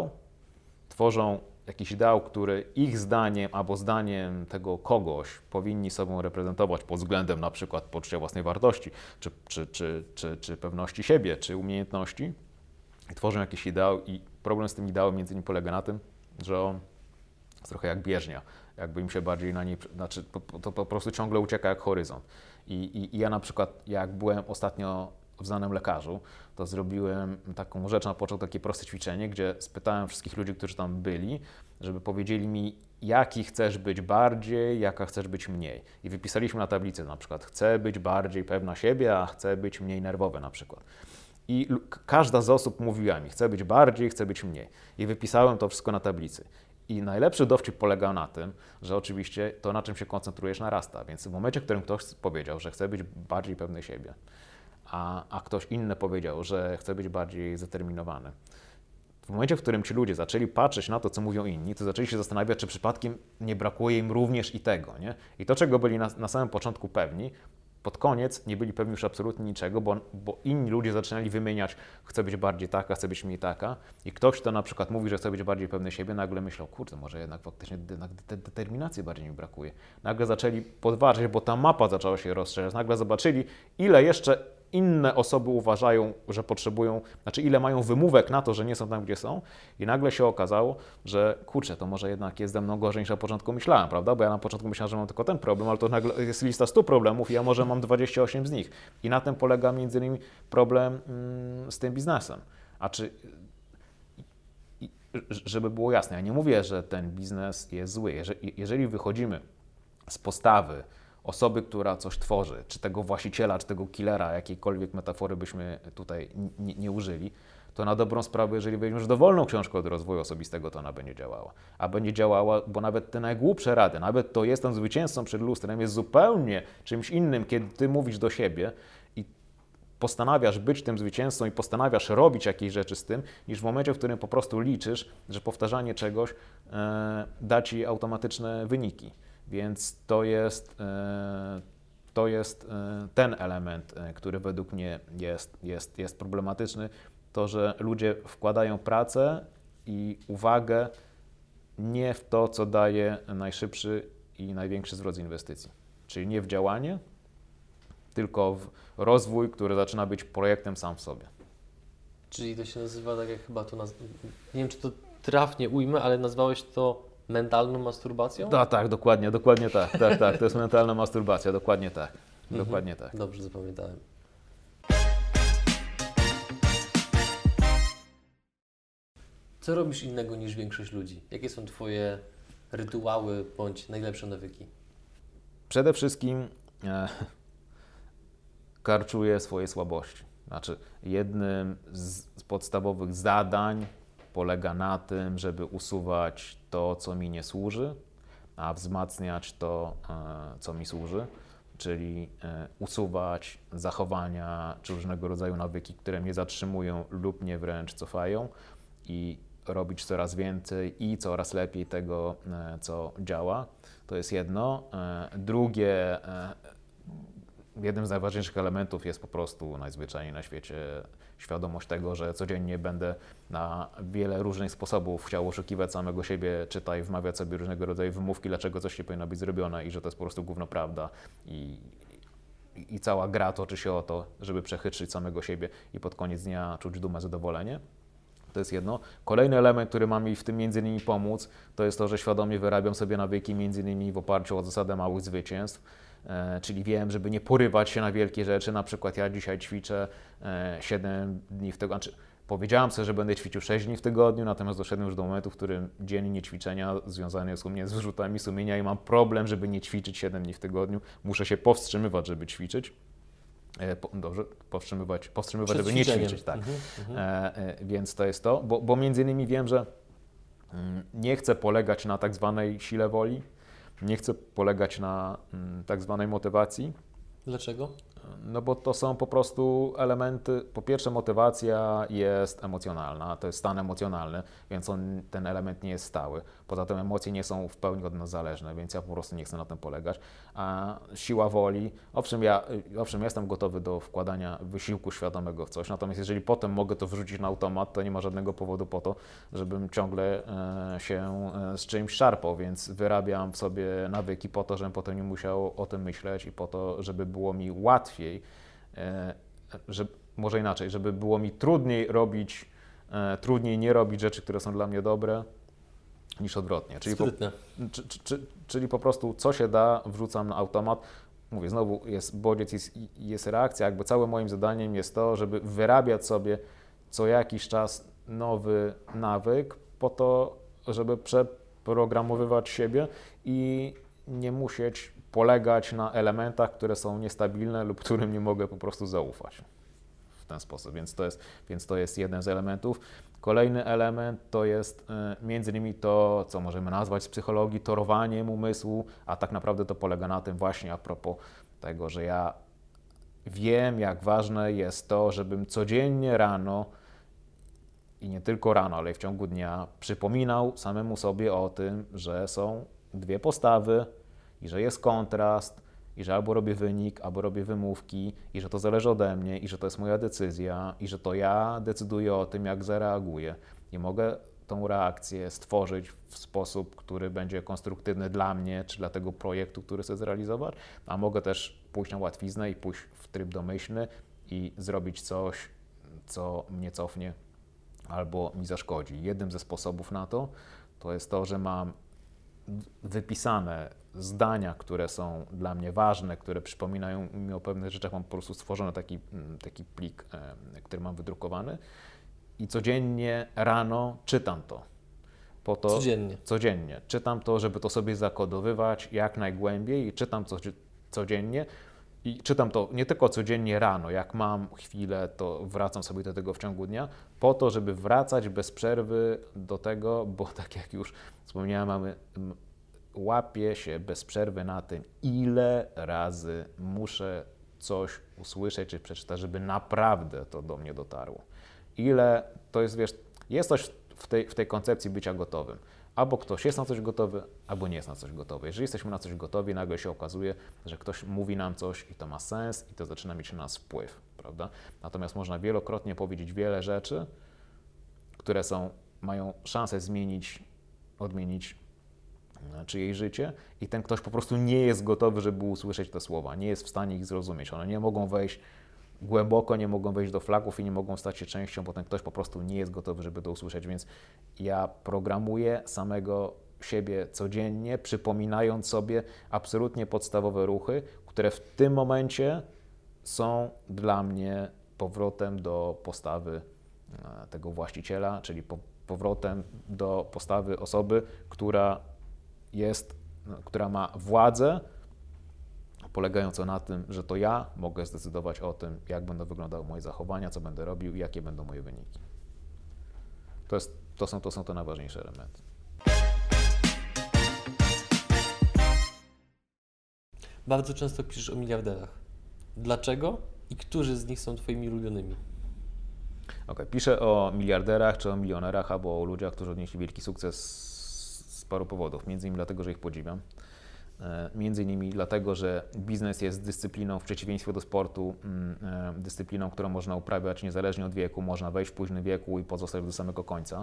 ideał, który ich zdaniem albo zdaniem tego kogoś powinni sobą reprezentować pod względem na przykład poczucia własnej wartości, czy pewności siebie, czy umiejętności. I tworzą jakiś ideał i problem z tym ideałem między innymi polega na tym, że on jest trochę jak bieżnia, jakby im się bardziej na niej, znaczy to po prostu ciągle ucieka jak horyzont. I ja na przykład, jak byłem ostatnio w znanym lekarzu, to zrobiłem taką rzecz na początku, takie proste ćwiczenie, gdzie spytałem wszystkich ludzi, którzy tam byli, żeby powiedzieli mi, jaki chcesz być bardziej, jaka chcesz być mniej. I wypisaliśmy na tablicy na przykład, chcę być bardziej pewna siebie, a chcę być mniej nerwowy na przykład. I każda z osób mówiła mi, chcę być bardziej, chcę być mniej. I wypisałem to wszystko na tablicy. I najlepszy dowcip polegał na tym, że oczywiście to, na czym się koncentrujesz, narasta. Więc w momencie, w którym ktoś powiedział, że chce być bardziej pewny siebie, a ktoś inny powiedział, że chce być bardziej zdeterminowany, w momencie, w którym ci ludzie zaczęli patrzeć na to, co mówią inni, to zaczęli się zastanawiać, czy przypadkiem nie brakuje im również i tego. Nie? I to, czego byli na samym początku pewni, pod koniec nie byli pewni już absolutnie niczego, bo inni ludzie zaczynali wymieniać, chcę być bardziej taka, chcę być mniej taka. I ktoś, kto na przykład mówi, że chce być bardziej pewny siebie, nagle myślał, kurde, może jednak faktycznie determinacji bardziej mi brakuje. Nagle zaczęli podważać, bo ta mapa zaczęła się rozszerzać. Nagle zobaczyli, ile jeszcze inne osoby uważają, że potrzebują, znaczy ile mają wymówek na to, że nie są tam, gdzie są, i nagle się okazało, że kurczę, to może jednak jest ze mną gorzej, niż na początku myślałem, prawda? Bo ja na początku myślałem, że mam tylko ten problem, ale to nagle jest lista 100 problemów i ja może mam 28 z nich. I na tym polega między innymi problem z tym biznesem. A czy, żeby było jasne, ja nie mówię, że ten biznes jest zły. Jeżeli wychodzimy z postawy osoby, która coś tworzy, czy tego właściciela, czy tego killera, jakiejkolwiek metafory byśmy tutaj nie użyli, to na dobrą sprawę, jeżeli weźmiesz dowolną książkę od rozwoju osobistego, to ona będzie działała. A będzie działała, bo nawet te najgłupsze rady, nawet to jestem zwycięzcą przed lustrem, jest zupełnie czymś innym, kiedy ty mówisz do siebie i postanawiasz być tym zwycięzcą i postanawiasz robić jakieś rzeczy z tym, niż w momencie, w którym po prostu liczysz, że powtarzanie czegoś da ci automatyczne wyniki. Więc to jest ten element, który według mnie jest problematyczny. To, że ludzie wkładają pracę i uwagę nie w to, co daje najszybszy i największy zwrot z inwestycji. Czyli nie w działanie, tylko w rozwój, który zaczyna być projektem sam w sobie. Czyli to się nazywa, tak jak chyba to nie wiem, czy to trafnie ujmę, ale nazwałeś to mentalną masturbacją? Tak, dokładnie tak. Tak, to jest mentalna masturbacja, dokładnie tak. Dokładnie tak. Dobrze zapamiętałem. Co robisz innego niż większość ludzi? Jakie są Twoje rytuały bądź najlepsze nawyki? Przede wszystkim karczuję swoje słabości. Znaczy, jednym z podstawowych zadań polega na tym, żeby usuwać to, co mi nie służy, a wzmacniać to, co mi służy, czyli usuwać zachowania czy różnego rodzaju nawyki, które mnie zatrzymują lub mnie wręcz cofają, i robić coraz więcej i coraz lepiej tego, co działa. To jest jedno. Drugie, jednym z najważniejszych elementów jest po prostu najzwyczajniej na świecie świadomość tego, że codziennie będę na wiele różnych sposobów chciał oszukiwać samego siebie, czytaj, wmawiać sobie różnego rodzaju wymówki, dlaczego coś nie powinno być zrobione i że to jest po prostu gówno prawda. I cała gra toczy się o to, żeby przechytrzyć samego siebie i pod koniec dnia czuć dumę, zadowolenie. To jest jedno. Kolejny element, który ma mi w tym między innymi pomóc, to jest to, że świadomie wyrabiam sobie nawyki między innymi w oparciu o zasadę małych zwycięstw. Czyli wiem, żeby nie porywać się na wielkie rzeczy. Na przykład ja dzisiaj ćwiczę 7 dni w tygodniu. Znaczy, powiedziałam sobie, że będę ćwiczył 6 dni w tygodniu, natomiast doszedłem już do momentu, w którym dzień niećwiczenia związany jest u mnie z wyrzutami sumienia i mam problem, żeby nie ćwiczyć 7 dni w tygodniu. Muszę się powstrzymywać, żeby ćwiczyć. Dobrze, powstrzymywać, żeby nie ćwiczyć. Tak. Więc to jest to, bo między innymi wiem, że nie chcę polegać na tak zwanej sile woli, nie chcę polegać na tak zwanej motywacji. Dlaczego? No bo to są po prostu elementy, po pierwsze motywacja jest emocjonalna, to jest stan emocjonalny, więc ten element nie jest stały. Poza tym emocje nie są w pełni od nas zależne, więc ja po prostu nie chcę na tym polegać. A siła woli, owszem, ja jestem gotowy do wkładania wysiłku świadomego w coś, natomiast jeżeli potem mogę to wrzucić na automat, to nie ma żadnego powodu po to, żebym ciągle się z czymś szarpał, więc wyrabiam w sobie nawyki po to, żebym potem nie musiał o tym myśleć i po to, żeby było mi łatwiej, może inaczej, żeby było mi trudniej nie robić rzeczy, które są dla mnie dobre, niż odwrotnie. Czyli po prostu co się da, wrzucam na automat. Mówię, znowu jest bodziec, jest reakcja. Jakby całym moim zadaniem jest to, żeby wyrabiać sobie co jakiś czas nowy nawyk po to, żeby przeprogramowywać siebie i nie musieć polegać na elementach, które są niestabilne lub którym nie mogę po prostu zaufać. ten sposób, więc to jest jeden z elementów. Kolejny element to jest między innymi to, co możemy nazwać z psychologii torowaniem umysłu, a tak naprawdę to polega na tym właśnie a propos tego, że ja wiem, jak ważne jest to, żebym codziennie rano i nie tylko rano, ale i w ciągu dnia przypominał samemu sobie o tym, że są dwie postawy i że jest kontrast i że albo robię wynik, albo robię wymówki i że to zależy ode mnie i że to jest moja decyzja i że to ja decyduję o tym, jak zareaguję. I mogę tą reakcję stworzyć w sposób, który będzie konstruktywny dla mnie czy dla tego projektu, który chcę zrealizować, a mogę też pójść na łatwiznę i pójść w tryb domyślny i zrobić coś, co mnie cofnie albo mi zaszkodzi. Jednym ze sposobów na to jest to, że mam wypisane zdania, które są dla mnie ważne, które przypominają mi o pewnych rzeczach. Mam po prostu stworzony taki plik, który mam wydrukowany i codziennie rano czytam to. Po to codziennie. Czytam to, żeby to sobie zakodowywać jak najgłębiej i czytam to codziennie. I czytam to nie tylko codziennie rano, jak mam chwilę, to wracam sobie do tego w ciągu dnia, po to, żeby wracać bez przerwy do tego, bo tak jak już wspomniałem, łapię się bez przerwy na tym, ile razy muszę coś usłyszeć czy przeczytać, żeby naprawdę to do mnie dotarło. Ile to jest, wiesz, jest coś w tej koncepcji bycia gotowym. Albo ktoś jest na coś gotowy, albo nie jest na coś gotowy. Jeżeli jesteśmy na coś gotowi, nagle się okazuje, że ktoś mówi nam coś i to ma sens i to zaczyna mieć na nas wpływ, prawda? Natomiast można wielokrotnie powiedzieć wiele rzeczy, które mają szansę odmienić czyjeś życie i ten ktoś po prostu nie jest gotowy, żeby usłyszeć te słowa, nie jest w stanie ich zrozumieć. One nie mogą wejść głęboko, nie mogą wejść do flaków i nie mogą stać się częścią, bo ten ktoś po prostu nie jest gotowy, żeby to usłyszeć, więc ja programuję samego siebie codziennie, przypominając sobie absolutnie podstawowe ruchy, które w tym momencie są dla mnie powrotem do postawy tego właściciela, czyli powrotem do postawy osoby, która ma władzę, polegającą na tym, że to ja mogę zdecydować o tym, jak będą wyglądały moje zachowania, co będę robił i jakie będą moje wyniki. To są te najważniejsze elementy. Bardzo często piszesz o miliarderach. Dlaczego i którzy z nich są twoimi ulubionymi? Piszę o miliarderach czy o milionerach albo o ludziach, którzy odnieśli wielki sukces z paru powodów. Między innymi dlatego, że ich podziwiam. Między innymi dlatego, że biznes jest dyscypliną w przeciwieństwie do sportu, dyscypliną, którą można uprawiać niezależnie od wieku, można wejść w późnym wieku i pozostać do samego końca.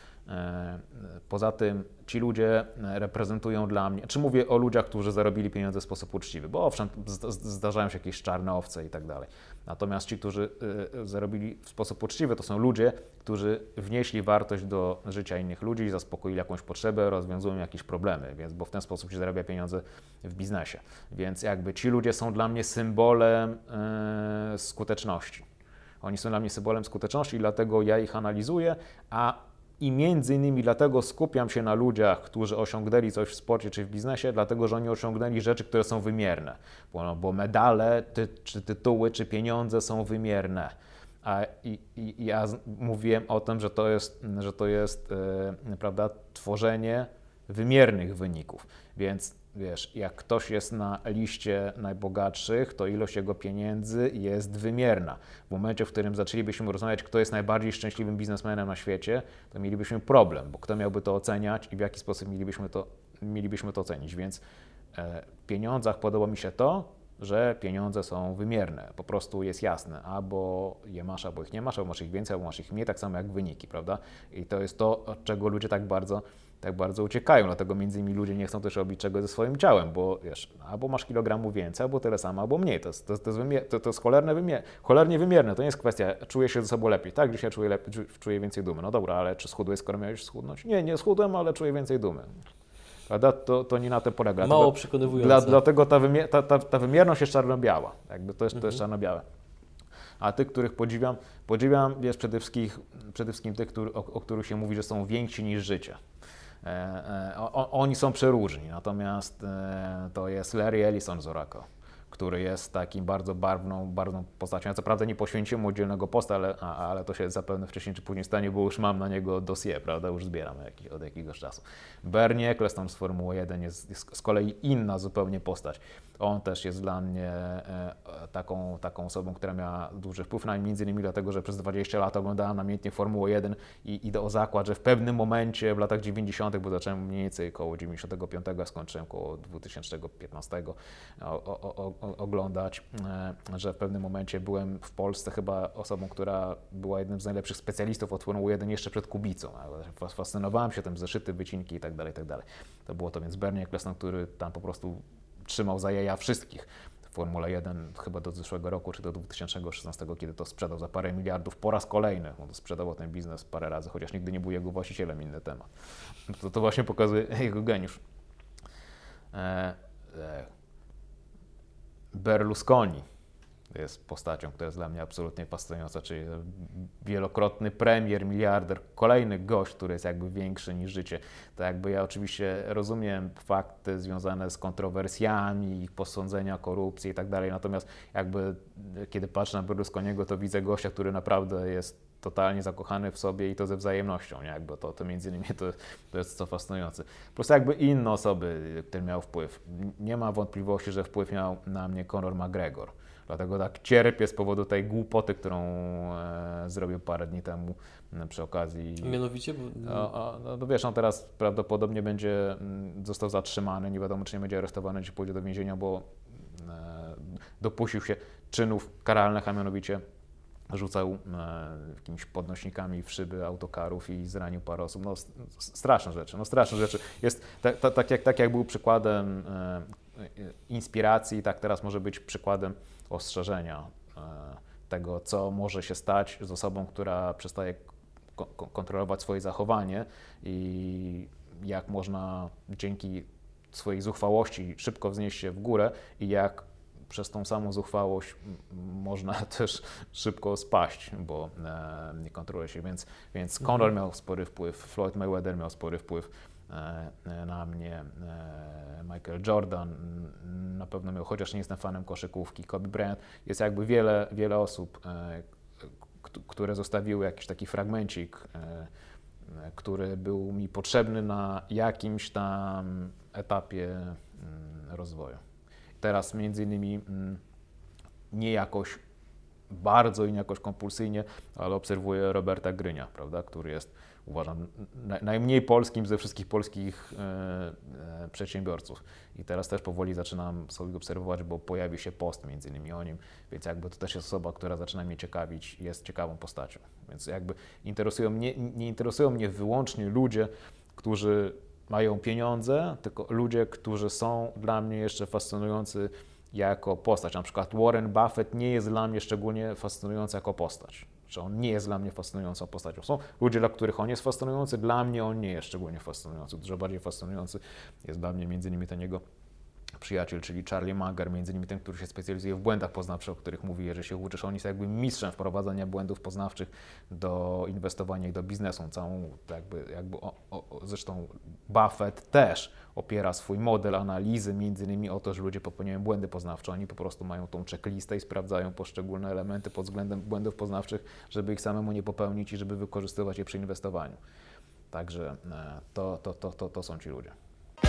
Poza tym ci ludzie reprezentują dla mnie, czy mówię o ludziach, którzy zarobili pieniądze w sposób uczciwy, bo owszem, zdarzają się jakieś czarne owce i tak dalej. Natomiast ci, którzy zarobili w sposób uczciwy, to są ludzie, którzy wnieśli wartość do życia innych ludzi, zaspokoili jakąś potrzebę, rozwiązują jakieś problemy, bo w ten sposób się zarabia pieniądze w biznesie. Więc jakby ci ludzie są dla mnie symbolem skuteczności. Oni są dla mnie symbolem skuteczności i dlatego ja ich analizuję, i między innymi dlatego skupiam się na ludziach, którzy osiągnęli coś w sporcie czy w biznesie, dlatego że oni osiągnęli rzeczy, które są wymierne. Bo medale, czy tytuły, czy pieniądze są wymierne. I ja mówiłem o tym, że to jest prawda, tworzenie wymiernych wyników. Więc wiesz, jak ktoś jest na liście najbogatszych, to ilość jego pieniędzy jest wymierna. W momencie, w którym zaczęlibyśmy rozmawiać, kto jest najbardziej szczęśliwym biznesmenem na świecie, to mielibyśmy problem, bo kto miałby to oceniać i w jaki sposób mielibyśmy to ocenić. Więc w pieniądzach podoba mi się to, że pieniądze są wymierne. Po prostu jest jasne, albo je masz, albo ich nie masz, albo masz ich więcej, albo masz ich mniej, tak samo jak wyniki, prawda? I to jest to, od czego ludzie tak bardzo uciekają, dlatego między innymi ludzie nie chcą też robić czegoś ze swoim ciałem, bo wiesz, albo masz kilogramów więcej, albo tyle samo, albo mniej. To jest cholernie wymierne. To nie jest kwestia, czuję się ze sobą lepiej. Tak, dzisiaj czuję więcej dumy. No dobra, ale czy schudłeś, skoro miałeś schudnąć? Nie schudłem, ale czuję więcej dumy. Prawda? To nie na tym polega. Mało przekonywujące. Dlatego ta wymierność jest czarno-biała. Jakby to jest czarno-białe. A tych, których podziwiam, wiesz, przede wszystkim tych, o których się mówi, że są więksi niż życie. Oni są przeróżni, natomiast to jest Larry Ellison z Oracle, który jest takim bardzo barwną postacią. Ja co prawda nie poświęciłem mu oddzielnego posta, ale to się zapewne wcześniej czy później stanie, bo już mam na niego dossier, prawda, już zbieram od jakiegoś czasu. Bernie Ecclestone z Formuły 1 jest z kolei inna zupełnie postać. On też jest dla mnie taką osobą, która miała duży wpływ na mnie, między innymi dlatego, że przez 20 lat oglądałem namiętnie Formułę 1 i idę o zakład, że w pewnym momencie w latach 90., bo zacząłem mniej więcej koło 95, skończyłem koło 2015 oglądać, że w pewnym momencie byłem w Polsce chyba osobą, która była jednym z najlepszych specjalistów od Formuły 1 jeszcze przed Kubicą. Fascynowałem się tym, zeszyty, wycinki i tak dalej, tak dalej. To było to więc Bernie Ecclestone, który tam po prostu trzymał za jaja wszystkich w Formule 1 chyba do zeszłego roku, czy do 2016, kiedy to sprzedał za parę miliardów po raz kolejny. On sprzedawał ten biznes parę razy, chociaż nigdy nie był jego właścicielem, inny temat. To właśnie pokazuje jego geniusz. Berlusconi jest postacią, która jest dla mnie absolutnie fascynująca, czyli wielokrotny premier, miliarder, kolejny gość, który jest jakby większy niż życie. To jakby ja oczywiście rozumiem fakty związane z kontrowersjami, ich posądzenia, korupcji i tak dalej, natomiast jakby kiedy patrzę na Berlusconiego, to widzę gościa, który naprawdę jest totalnie zakochany w sobie i to ze wzajemnością, nie? Jakby to między innymi to jest co fascynujące. Plus jakby inne osoby, które miał wpływ. Nie ma wątpliwości, że wpływ miał na mnie Conor McGregor. Dlatego tak cierpię z powodu tej głupoty, którą zrobił parę dni temu przy okazji. Mianowicie? No wiesz, on teraz prawdopodobnie został zatrzymany, nie wiadomo czy nie będzie aresztowany, czy pójdzie do więzienia, bo dopuścił się czynów karalnych, a mianowicie rzucał jakimiś podnośnikami w szyby autokarów i zranił parę osób. No straszne rzeczy. Jest tak jak był przykładem inspiracji, tak teraz może być przykładem ostrzeżenia tego, co może się stać z osobą, która przestaje kontrolować swoje zachowanie i jak można dzięki swojej zuchwałości szybko wznieść się w górę i jak przez tą samą zuchwałość można też szybko spaść, bo nie kontroluje się. Więc Conor miał spory wpływ, Floyd Mayweather miał spory wpływ na mnie, Michael Jordan na pewno miał, chociaż nie jestem fanem koszykówki, Kobe Bryant. Jest jakby wiele osób, które zostawiły jakiś taki fragmencik, który był mi potrzebny na jakimś tam etapie rozwoju. Teraz między innymi nie jakoś bardzo i nie jakoś kompulsyjnie, ale obserwuję Roberta Grynia, prawda, który jest, uważam, najmniej polskim ze wszystkich polskich przedsiębiorców. I teraz też powoli zaczynam sobie obserwować, bo pojawi się post między innymi o nim, więc jakby to też jest osoba, która zaczyna mnie ciekawić, jest ciekawą postacią. Więc jakby nie interesują mnie wyłącznie ludzie, którzy mają pieniądze, tylko ludzie, którzy są dla mnie jeszcze fascynujący jako postać. Na przykład Warren Buffett nie jest dla mnie szczególnie fascynujący jako postać. Że on nie jest dla mnie fascynującą postacią. Są ludzie, dla których on jest fascynujący, dla mnie on nie jest szczególnie fascynujący. Dużo bardziej fascynujący jest dla mnie m.in. ten jego przyjaciel, czyli Charlie Munger, między innymi ten, który się specjalizuje w błędach poznawczych, o których mówi Jerzy Siechowicz. On jest jakby mistrzem wprowadzania błędów poznawczych do inwestowania i do biznesu. Zresztą Buffett też opiera swój model analizy między innymi o to, że ludzie popełniają błędy poznawcze. Oni po prostu mają tą checklistę i sprawdzają poszczególne elementy pod względem błędów poznawczych, żeby ich samemu nie popełnić i żeby wykorzystywać je przy inwestowaniu. Także to są ci ludzie.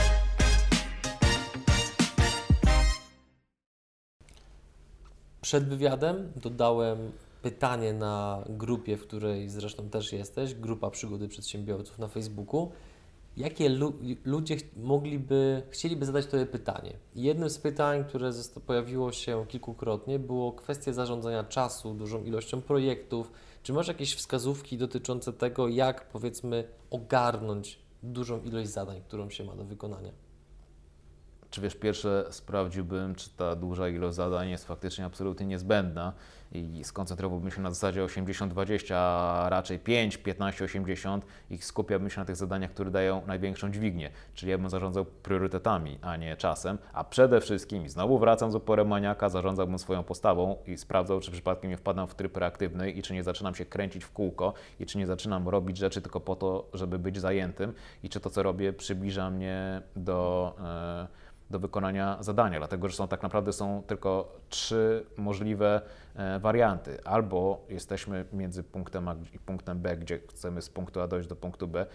Przed wywiadem dodałem pytanie na grupie, w której zresztą też jesteś, grupa Przygody Przedsiębiorców na Facebooku. Jakie ludzie chcieliby zadać Tobie pytanie? I jednym z pytań, które pojawiło się kilkukrotnie, było kwestia zarządzania czasu, dużą ilością projektów. Czy masz jakieś wskazówki dotyczące tego, jak powiedzmy ogarnąć dużą ilość zadań, którą się ma do wykonania? Czy wiesz, pierwsze sprawdziłbym, czy ta duża ilość zadań jest faktycznie absolutnie niezbędna i skoncentrowałbym się na zasadzie 80-20, a raczej 5-15-80 i skupiałbym się na tych zadaniach, które dają największą dźwignię. Czyli ja bym zarządzał priorytetami, a nie czasem, a przede wszystkim, i znowu wracam z uporem maniaka, zarządzałbym swoją postawą i sprawdzał, czy przypadkiem nie wpadam w tryb reaktywny i czy nie zaczynam się kręcić w kółko i czy nie zaczynam robić rzeczy tylko po to, żeby być zajętym i czy to, co robię, przybliża mnie do wykonania zadania, dlatego że tak naprawdę są tylko 3 możliwe warianty. Albo jesteśmy między punktem A i punktem B, gdzie chcemy z punktu A dojść do punktu B.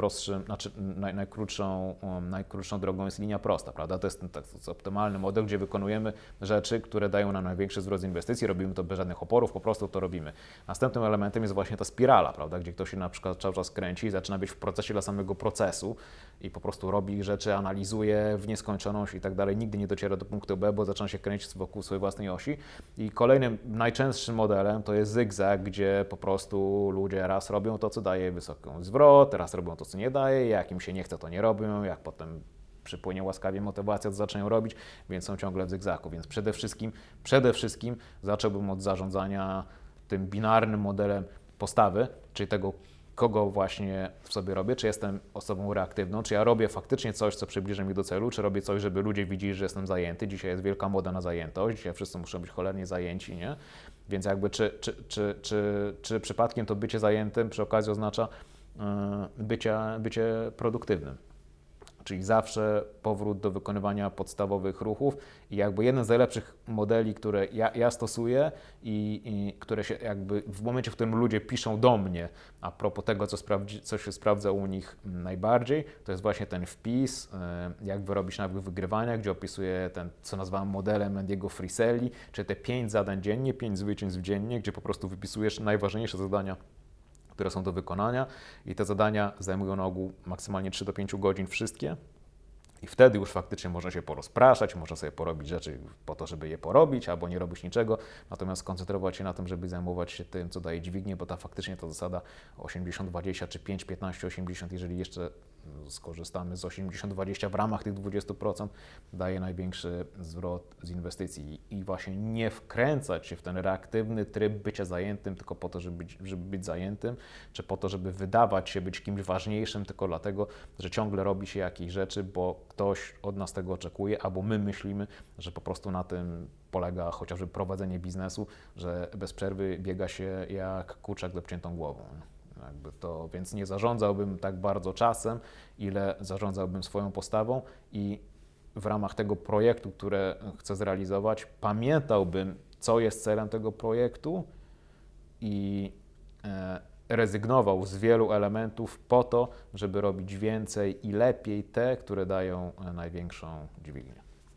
Najkrótszą drogą jest linia prosta, prawda? To jest ten optymalny model, gdzie wykonujemy rzeczy, które dają nam największy wzrost inwestycji, robimy to bez żadnych oporów, po prostu to robimy. Następnym elementem jest właśnie ta spirala, prawda? Gdzie ktoś się na przykład cały czas kręci i zaczyna być w procesie dla samego procesu i po prostu robi rzeczy, analizuje w nieskończoność i tak dalej, nigdy nie dociera do punktu B, bo zaczyna się kręcić wokół swojej własnej osi. I kolejnym, najczęstszym modelem to jest zygzak, gdzie po prostu ludzie raz robią to, co daje wysoki zwrot, raz robią to, co nie daje, jak im się nie chce, to nie robią, jak potem przypłynie łaskawie motywacja, to zaczynają robić, więc są ciągle w zygzaku. Więc przede wszystkim zacząłbym od zarządzania tym binarnym modelem postawy, czyli tego, kogo właśnie w sobie robię, czy jestem osobą reaktywną, czy ja robię faktycznie coś, co przybliży mnie do celu, czy robię coś, żeby ludzie widzieli, że jestem zajęty. Dzisiaj jest wielka moda na zajętość, dzisiaj wszyscy muszą być cholernie zajęci, nie? Więc jakby czy przypadkiem to bycie zajętym przy okazji oznacza bycie produktywnym. Czyli zawsze powrót do wykonywania podstawowych ruchów i jakby jeden z najlepszych modeli, które ja stosuję i które się jakby w momencie, w którym ludzie piszą do mnie a propos tego, co się sprawdza u nich najbardziej, to jest właśnie ten wpis, jak wyrobić nawyk wygrywania, gdzie opisuję ten, co nazywam modelem Andiego Friselli, czyli te 5 zadań dziennie, 5 zwycięstw dziennie, gdzie po prostu wypisujesz najważniejsze zadania, które są do wykonania i te zadania zajmują na ogół maksymalnie 3 do 5 godzin wszystkie i wtedy już faktycznie można się porozpraszać, można sobie porobić rzeczy po to, żeby je porobić albo nie robić niczego, natomiast skoncentrować się na tym, żeby zajmować się tym, co daje dźwignię, bo faktycznie ta zasada 80-20 czy 5-15-80, jeżeli jeszcze skorzystamy z 80-20 w ramach tych 20%, daje największy zwrot z inwestycji i właśnie nie wkręcać się w ten reaktywny tryb bycia zajętym tylko po to, żeby być zajętym, czy po to, żeby wydawać się być kimś ważniejszym tylko dlatego, że ciągle robi się jakieś rzeczy, bo ktoś od nas tego oczekuje, albo my myślimy, że po prostu na tym polega chociażby prowadzenie biznesu, że bez przerwy biega się jak kurczak z obciętą głową. Więc nie zarządzałbym tak bardzo czasem, ile zarządzałbym swoją postawą i w ramach tego projektu, który chcę zrealizować, pamiętałbym, co jest celem tego projektu i rezygnował z wielu elementów po to, żeby robić więcej i lepiej te, które dają największą dźwignię.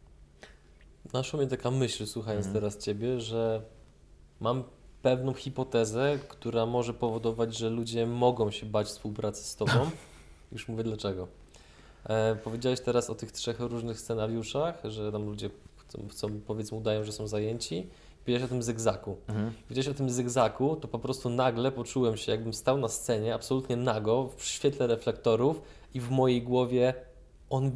Naszła mnie taka myśl, słuchając teraz Ciebie, że mam pewną hipotezę, która może powodować, że ludzie mogą się bać współpracy z Tobą. Już mówię dlaczego. Powiedziałeś teraz o tych 3 różnych scenariuszach, że tam ludzie chcą powiedzmy udają, że są zajęci. Powiedziałeś o tym zygzaku. Powiedziałeś o tym zygzaku, to po prostu nagle poczułem się, jakbym stał na scenie, absolutnie nago, w świetle reflektorów i w mojej głowie on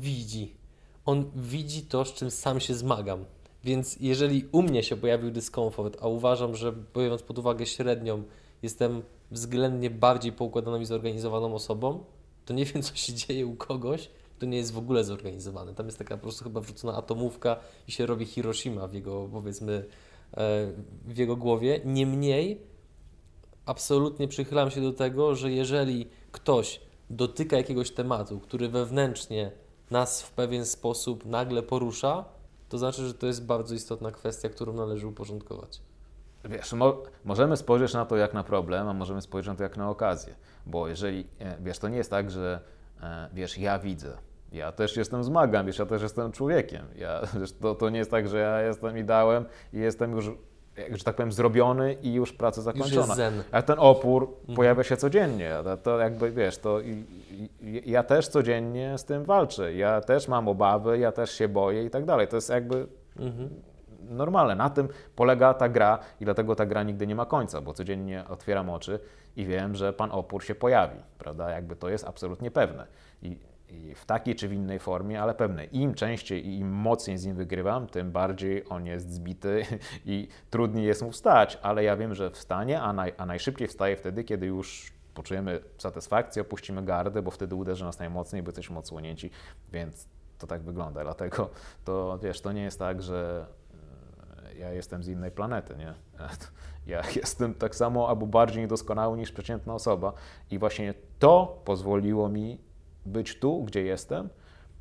widzi to, z czym sam się zmagam. Więc jeżeli u mnie się pojawił dyskomfort, a uważam, że biorąc pod uwagę średnią, jestem względnie bardziej poukładaną i zorganizowaną osobą, to nie wiem, co się dzieje u kogoś, kto nie jest w ogóle zorganizowany. Tam jest taka po prostu chyba wrzucona atomówka i się robi Hiroshima w jego, powiedzmy, w jego głowie. Niemniej absolutnie przychylam się do tego, że jeżeli ktoś dotyka jakiegoś tematu, który wewnętrznie nas w pewien sposób nagle porusza, to znaczy, że to jest bardzo istotna kwestia, którą należy uporządkować. Wiesz, możemy spojrzeć na to jak na problem, a możemy spojrzeć na to jak na okazję. Bo jeżeli, wiesz, to nie jest tak, że wiesz, ja widzę. Ja też jestem zmagam, wiesz, ja też jestem człowiekiem. To nie jest tak, że ja jestem ideałem i jestem już, że tak powiem, zrobiony i już praca zakończona. Już jest zen. A ten opór pojawia się codziennie. To jakby, wiesz, ja też codziennie z tym walczę. Ja też mam obawy, ja też się boję i tak dalej. To jest jakby normalne. Na tym polega ta gra i dlatego ta gra nigdy nie ma końca, bo codziennie otwieram oczy i wiem, że pan opór się pojawi, prawda? Jakby to jest absolutnie pewne. I w takiej czy w innej formie, ale pewne. Im częściej i im mocniej z nim wygrywam, tym bardziej on jest zbity i trudniej jest mu wstać, ale ja wiem, że wstanie, a najszybciej wstaje wtedy, kiedy już poczujemy satysfakcję, opuścimy gardę, bo wtedy uderzy nas najmocniej, bo jesteśmy odsłonięci, więc to tak wygląda. Dlatego to, wiesz, to nie jest tak, że ja jestem z innej planety, nie? Ja jestem tak samo albo bardziej niedoskonały niż przeciętna osoba i właśnie to pozwoliło mi być tu, gdzie jestem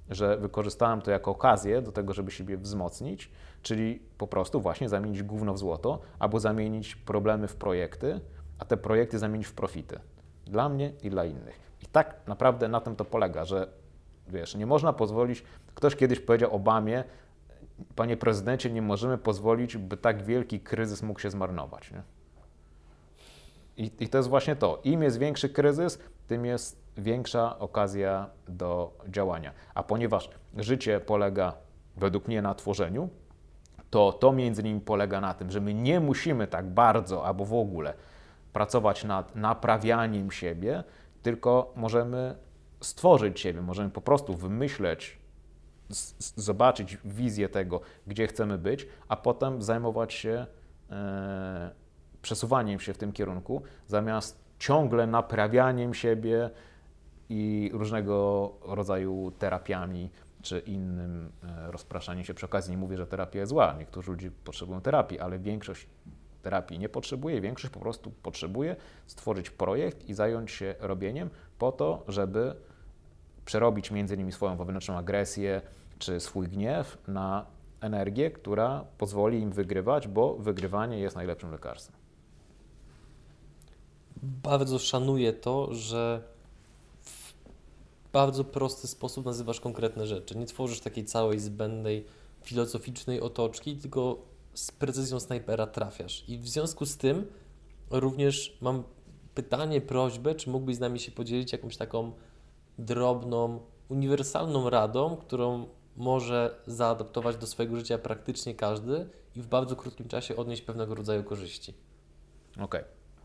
że wykorzystałem to jako okazję do tego, żeby siebie wzmocnić, czyli po prostu właśnie zamienić gówno w złoto, albo zamienić problemy w projekty, a te projekty zamienić w profity. Dla mnie i dla innych. I tak naprawdę na tym to polega, że wiesz, nie można pozwolić, ktoś kiedyś powiedział Obamie, panie prezydencie, nie możemy pozwolić, by tak wielki kryzys mógł się zmarnować. Nie? I to jest właśnie to. Im jest większy kryzys, tym jest większa okazja do działania. A ponieważ życie polega według mnie na tworzeniu, to między innymi polega na tym, że my nie musimy tak bardzo albo w ogóle pracować nad naprawianiem siebie, tylko możemy stworzyć siebie, możemy po prostu wymyśleć, zobaczyć wizję tego, gdzie chcemy być, a potem zajmować się przesuwaniem się w tym kierunku, zamiast ciągle naprawianiem siebie i różnego rodzaju terapiami czy innym rozpraszaniem się. Przy okazji nie mówię, że terapia jest zła. Niektórzy ludzie potrzebują terapii, ale większość terapii nie potrzebuje, większość po prostu potrzebuje stworzyć projekt i zająć się robieniem po to, żeby przerobić między innymi swoją wewnętrzną agresję czy swój gniew na energię, która pozwoli im wygrywać, bo wygrywanie jest najlepszym lekarstwem. Bardzo szanuję to, że w bardzo prosty sposób nazywasz konkretne rzeczy. Nie tworzysz takiej całej zbędnej, filozoficznej otoczki, tylko z precyzją snajpera trafiasz. I w związku z tym również mam pytanie, prośbę, czy mógłbyś z nami się podzielić jakąś taką drobną, uniwersalną radą, którą może zaadaptować do swojego życia praktycznie każdy i w bardzo krótkim czasie odnieść pewnego rodzaju korzyści. Okej.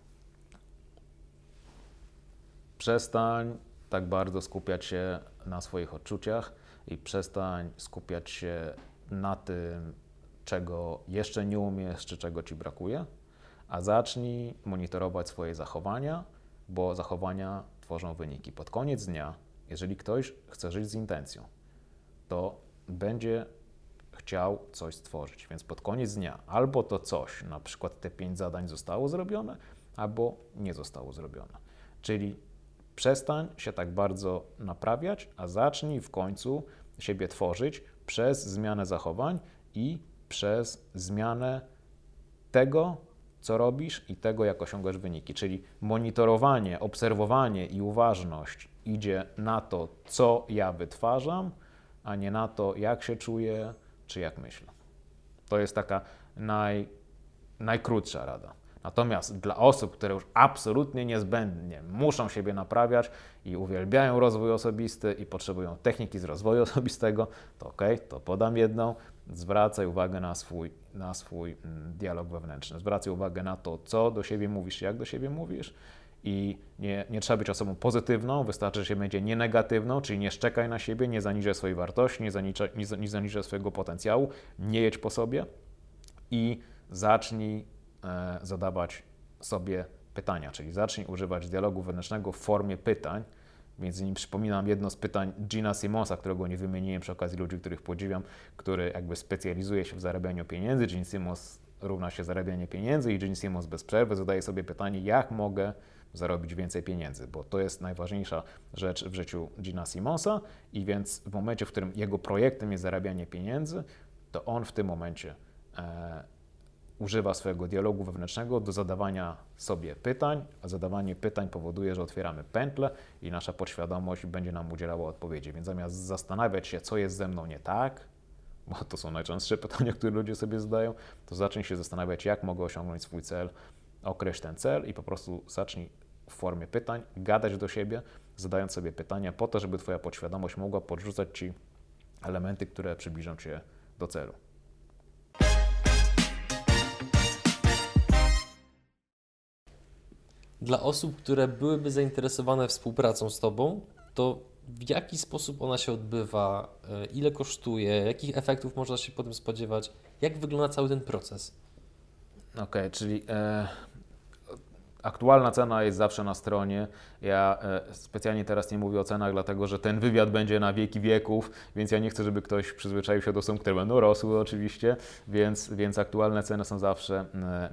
Przestań tak bardzo skupiać się na swoich odczuciach i przestań skupiać się na tym, czego jeszcze nie umiesz, czy czego ci brakuje, a zacznij monitorować swoje zachowania, bo zachowania tworzą wyniki. Pod koniec dnia, jeżeli ktoś chce żyć z intencją, to będzie chciał coś stworzyć. Więc pod koniec dnia albo to coś, na przykład te 5 zadań zostało zrobione, albo nie zostało zrobione. Czyli przestań się tak bardzo naprawiać, a zacznij w końcu siebie tworzyć przez zmianę zachowań i przez zmianę tego, co robisz i tego, jak osiągasz wyniki. Czyli monitorowanie, obserwowanie i uważność idzie na to, co ja wytwarzam, a nie na to, jak się czuję, czy jak myślę. To jest taka najkrótsza rada. Natomiast dla osób, które już absolutnie niezbędnie muszą siebie naprawiać i uwielbiają rozwój osobisty i potrzebują techniki z rozwoju osobistego, to okej, to podam jedną. Zwracaj uwagę na swój dialog wewnętrzny. Zwracaj uwagę na to, co do siebie mówisz, jak do siebie mówisz. I nie trzeba być osobą pozytywną, wystarczy, że się będzie nie negatywną, czyli nie szczekaj na siebie, nie zaniżaj swojej wartości, nie zaniżaj swojego potencjału, nie jedź po sobie i zacznij zadawać sobie pytania, czyli zacznij używać dialogu wewnętrznego w formie pytań. Między innymi przypominam jedno z pytań Gina Simonsa, którego nie wymieniłem przy okazji ludzi, których podziwiam, który jakby specjalizuje się w zarabianiu pieniędzy. Gene Simons równa się zarabianie pieniędzy i Gene Simons bez przerwy zadaje sobie pytanie, jak mogę zarobić więcej pieniędzy, bo to jest najważniejsza rzecz w życiu Gina Simonsa i więc w momencie, w którym jego projektem jest zarabianie pieniędzy, to on w tym momencie używa swojego dialogu wewnętrznego do zadawania sobie pytań, a zadawanie pytań powoduje, że otwieramy pętlę i nasza podświadomość będzie nam udzielała odpowiedzi. Więc zamiast zastanawiać się, co jest ze mną nie tak, bo to są najczęstsze pytania, które ludzie sobie zadają, to zacznij się zastanawiać, jak mogę osiągnąć swój cel, określ ten cel i po prostu zacznij w formie pytań gadać do siebie, zadając sobie pytania po to, żeby twoja podświadomość mogła podrzucać ci elementy, które przybliżą cię do celu. Dla osób, które byłyby zainteresowane współpracą z Tobą, to w jaki sposób ona się odbywa, ile kosztuje, jakich efektów można się po tym spodziewać, jak wygląda cały ten proces? Okej, czyli Aktualna cena jest zawsze na stronie. Ja specjalnie teraz nie mówię o cenach, dlatego że ten wywiad będzie na wieki wieków, więc ja nie chcę, żeby ktoś przyzwyczaił się do sum, które będą rosły oczywiście, więc aktualne ceny są zawsze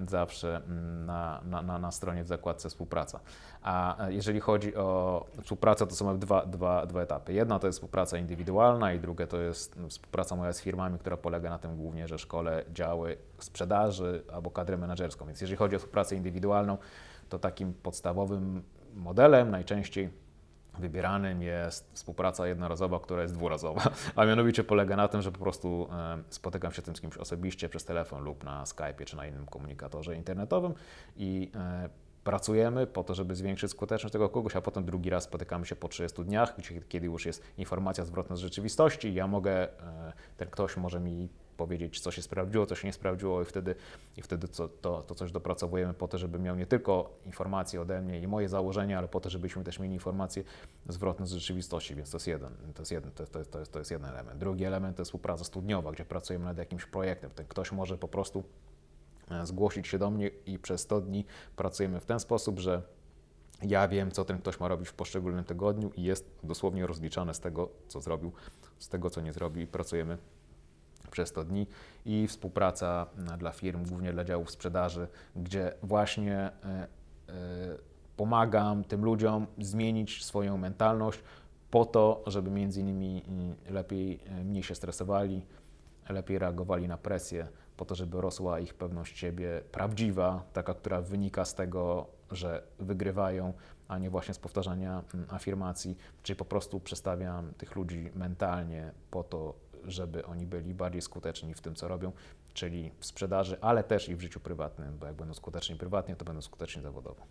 na stronie w zakładce współpraca. A jeżeli chodzi o współpracę, to są dwa etapy. Jedna to jest współpraca indywidualna i drugie to jest współpraca moja z firmami, która polega na tym głównie, że szkolę działy sprzedaży albo kadrę menedżerską. Więc jeżeli chodzi o współpracę indywidualną, to takim podstawowym modelem najczęściej wybieranym jest współpraca jednorazowa, która jest dwurazowa, a mianowicie polega na tym, że po prostu spotykam się z kimś osobiście przez telefon lub na Skype'ie czy na innym komunikatorze internetowym i pracujemy po to, żeby zwiększyć skuteczność tego kogoś, a potem drugi raz spotykamy się po 30 dniach, kiedy już jest informacja zwrotna z rzeczywistości i ja mogę, ten ktoś może mi powiedzieć, co się sprawdziło, co się nie sprawdziło i wtedy to coś dopracowujemy po to, żeby miał nie tylko informacje ode mnie i moje założenia, ale po to, żebyśmy też mieli informacje zwrotne z rzeczywistości, więc to jest jeden element. Drugi element to jest współpraca studniowa, gdzie pracujemy nad jakimś projektem. Ten ktoś może po prostu zgłosić się do mnie i przez 100 dni pracujemy w ten sposób, że ja wiem, co ten ktoś ma robić w poszczególnym tygodniu i jest dosłownie rozliczane z tego, co zrobił, z tego, co nie zrobił i pracujemy przez 100 dni i współpraca dla firm, głównie dla działów sprzedaży, gdzie właśnie pomagam tym ludziom zmienić swoją mentalność po to, żeby między innymi mniej się stresowali, lepiej reagowali na presję, po to, żeby rosła ich pewność siebie prawdziwa, taka, która wynika z tego, że wygrywają, a nie właśnie z powtarzania afirmacji, czyli po prostu przestawiam tych ludzi mentalnie po to, żeby oni byli bardziej skuteczni w tym, co robią, czyli w sprzedaży, ale też i w życiu prywatnym, bo jak będą skuteczni prywatnie, to będą skuteczni zawodowo.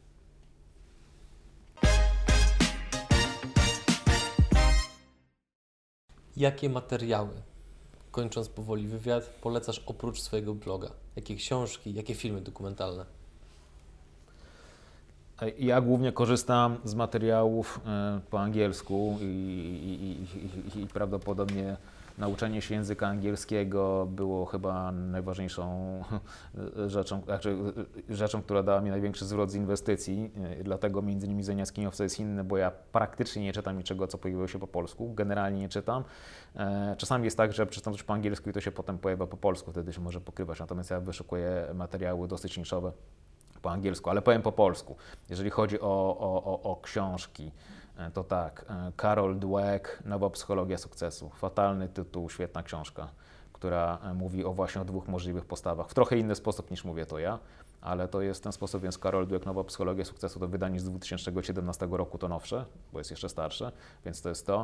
Jakie materiały, kończąc powoli wywiad, polecasz oprócz swojego bloga? Jakie książki, jakie filmy dokumentalne? Ja głównie korzystam z materiałów po angielsku i prawdopodobnie nauczenie się języka angielskiego było chyba najważniejszą rzeczą, która dała mi największy zwrot z inwestycji. Dlatego między innymi Zenia Skiniowca jest inny, bo ja praktycznie nie czytam niczego, co pojawiło się po polsku. Generalnie nie czytam. Czasami jest tak, że przeczytam coś po angielsku i to się potem pojawia po polsku, wtedy się może pokrywać. Natomiast ja wyszukuję materiały dosyć niszowe po angielsku, ale powiem po polsku. Jeżeli chodzi o książki, to tak, Carol Dweck, Nowa psychologia sukcesu. Fatalny tytuł, świetna książka, która mówi właśnie o dwóch możliwych postawach. W trochę inny sposób niż mówię to ja, ale to jest ten sposób, więc Carol Dweck, Nowa psychologia sukcesu, to wydanie z 2017 roku, to nowsze, bo jest jeszcze starsze, więc to jest to.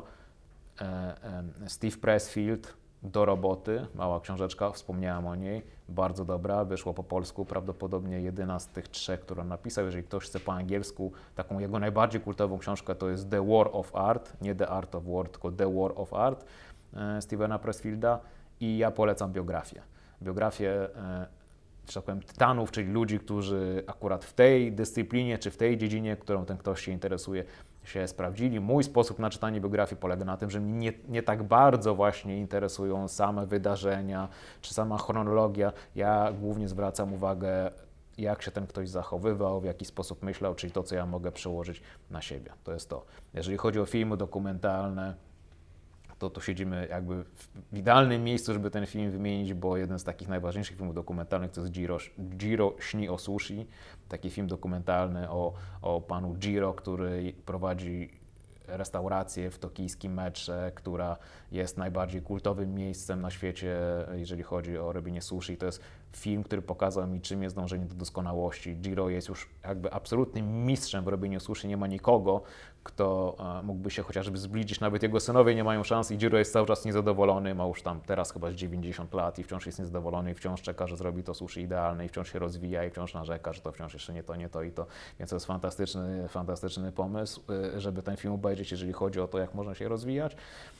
Steve Pressfield, Do roboty, mała książeczka, wspomniałem o niej, bardzo dobra, wyszło po polsku, prawdopodobnie jedyna z tych trzech, którą napisał. Jeżeli ktoś chce po angielsku, taką jego najbardziej kultową książkę to jest The War of Art, nie The Art of War, tylko The War of Art Stevena Pressfielda i ja polecam biografię. Biografię, że tak powiem, tytanów, czyli ludzi, którzy akurat w tej dyscyplinie czy w tej dziedzinie, którą ten ktoś się interesuje, się sprawdzili. Mój sposób na czytanie biografii polega na tym, że mnie nie tak bardzo właśnie interesują same wydarzenia czy sama chronologia. Ja głównie zwracam uwagę, jak się ten ktoś zachowywał, w jaki sposób myślał, czyli to, co ja mogę przełożyć na siebie. To jest to. Jeżeli chodzi o filmy dokumentalne, to siedzimy jakby w idealnym miejscu, żeby ten film wymienić, bo jeden z takich najważniejszych filmów dokumentalnych to jest Jiro śni o sushi. Taki film dokumentalny o panu Jiro, który prowadzi restaurację w tokijskim metrze, która jest najbardziej kultowym miejscem na świecie, jeżeli chodzi o robienie sushi. To jest film, który pokazał mi, czym jest dążenie do doskonałości. Jiro jest już jakby absolutnym mistrzem w robieniu sushi. Nie ma nikogo, kto mógłby się chociażby zbliżyć. Nawet jego synowie nie mają szans i Jiro jest cały czas niezadowolony. Ma już tam teraz chyba 90 lat i wciąż jest niezadowolony i wciąż czeka, że zrobi to sushi idealne i wciąż się rozwija i wciąż narzeka, że to wciąż jeszcze nie to i to. Więc to jest fantastyczny pomysł, żeby ten film obejrzeć, jeżeli chodzi o to, jak można się rozwijać.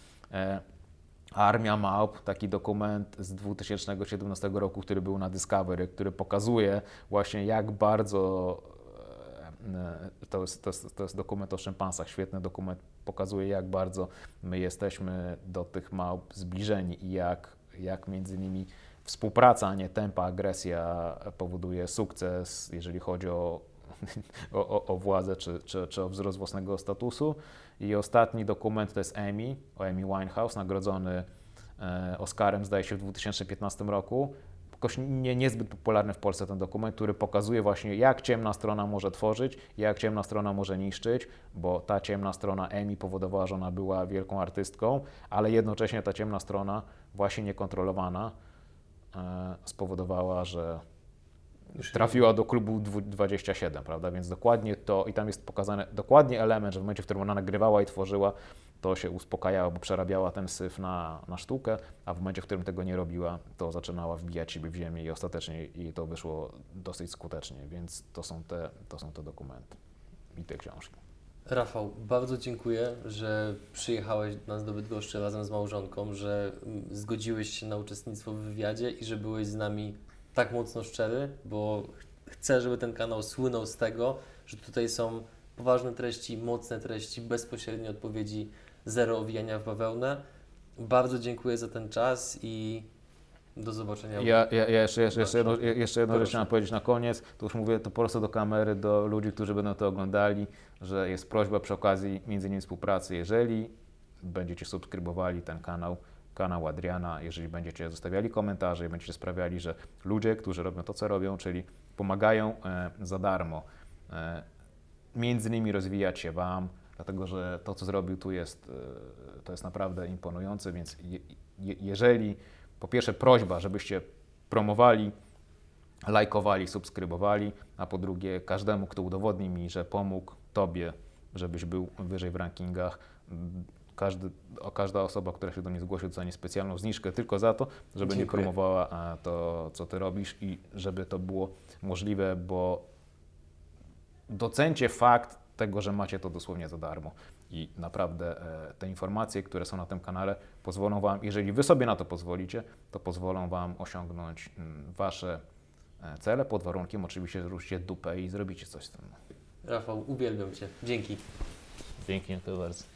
Armia Małp, taki dokument z 2017 roku, który był na Discovery, który pokazuje właśnie, jak bardzo to jest dokument o szympansach, świetny dokument, pokazuje, jak bardzo my jesteśmy do tych małp zbliżeni i jak między nimi współpraca, a nie tępa agresja powoduje sukces, jeżeli chodzi o o władzę czy o wzrost własnego statusu. I ostatni dokument to jest Amy Winehouse, nagrodzony Oscarem, zdaje się, w 2015 roku. Jakoś niezbyt popularny w Polsce ten dokument, który pokazuje właśnie, jak ciemna strona może tworzyć, jak ciemna strona może niszczyć, bo ta ciemna strona Amy powodowała, że ona była wielką artystką, ale jednocześnie ta ciemna strona, właśnie niekontrolowana, spowodowała, że trafiła do klubu 27, prawda? Więc dokładnie to, i tam jest pokazany dokładnie element, że w momencie, w którym ona nagrywała i tworzyła, to się uspokajała, bo przerabiała ten syf na sztukę, a w momencie, w którym tego nie robiła, to zaczynała wbijać siebie w ziemię i ostatecznie jej to wyszło dosyć skutecznie, więc to są te dokumenty i te książki. Rafał, bardzo dziękuję, że przyjechałeś do nas do Bydgoszczy razem z małżonką, że zgodziłeś się na uczestnictwo w wywiadzie i że byłeś z nami tak mocno szczery, bo chcę, żeby ten kanał słynął z tego, że tutaj są poważne treści, mocne treści, bezpośrednie odpowiedzi, zero owijania w bawełnę. Bardzo dziękuję za ten czas i do zobaczenia. Ja jeszcze jedną rzecz chciałem powiedzieć na koniec. To już mówię to po prostu do kamery, do ludzi, którzy będą to oglądali, że jest prośba przy okazji między innymi współpracy. Jeżeli będziecie subskrybowali ten kanał Adriana, jeżeli będziecie zostawiali komentarze i będziecie sprawiali, że ludzie, którzy robią to, co robią, czyli pomagają za darmo, między innymi rozwijać się Wam, dlatego że to, co zrobił tu to jest naprawdę imponujące, więc jeżeli po pierwsze prośba, żebyście promowali, lajkowali, subskrybowali, a po drugie każdemu, kto udowodni mi, że pomógł Tobie, żebyś był wyżej w rankingach, każda osoba, która się do mnie zgłosi, dostanie specjalną zniżkę tylko za to, żeby nie promowała to, co Ty robisz i żeby to było możliwe, bo docencie fakt tego, że macie to dosłownie za darmo. I naprawdę te informacje, które są na tym kanale, pozwolą Wam, jeżeli Wy sobie na to pozwolicie, to pozwolą Wam osiągnąć Wasze cele, pod warunkiem oczywiście, że ruszycie dupę i zrobicie coś z tym. Rafał, uwielbiam Cię. Dzięki. Dzięki bardzo.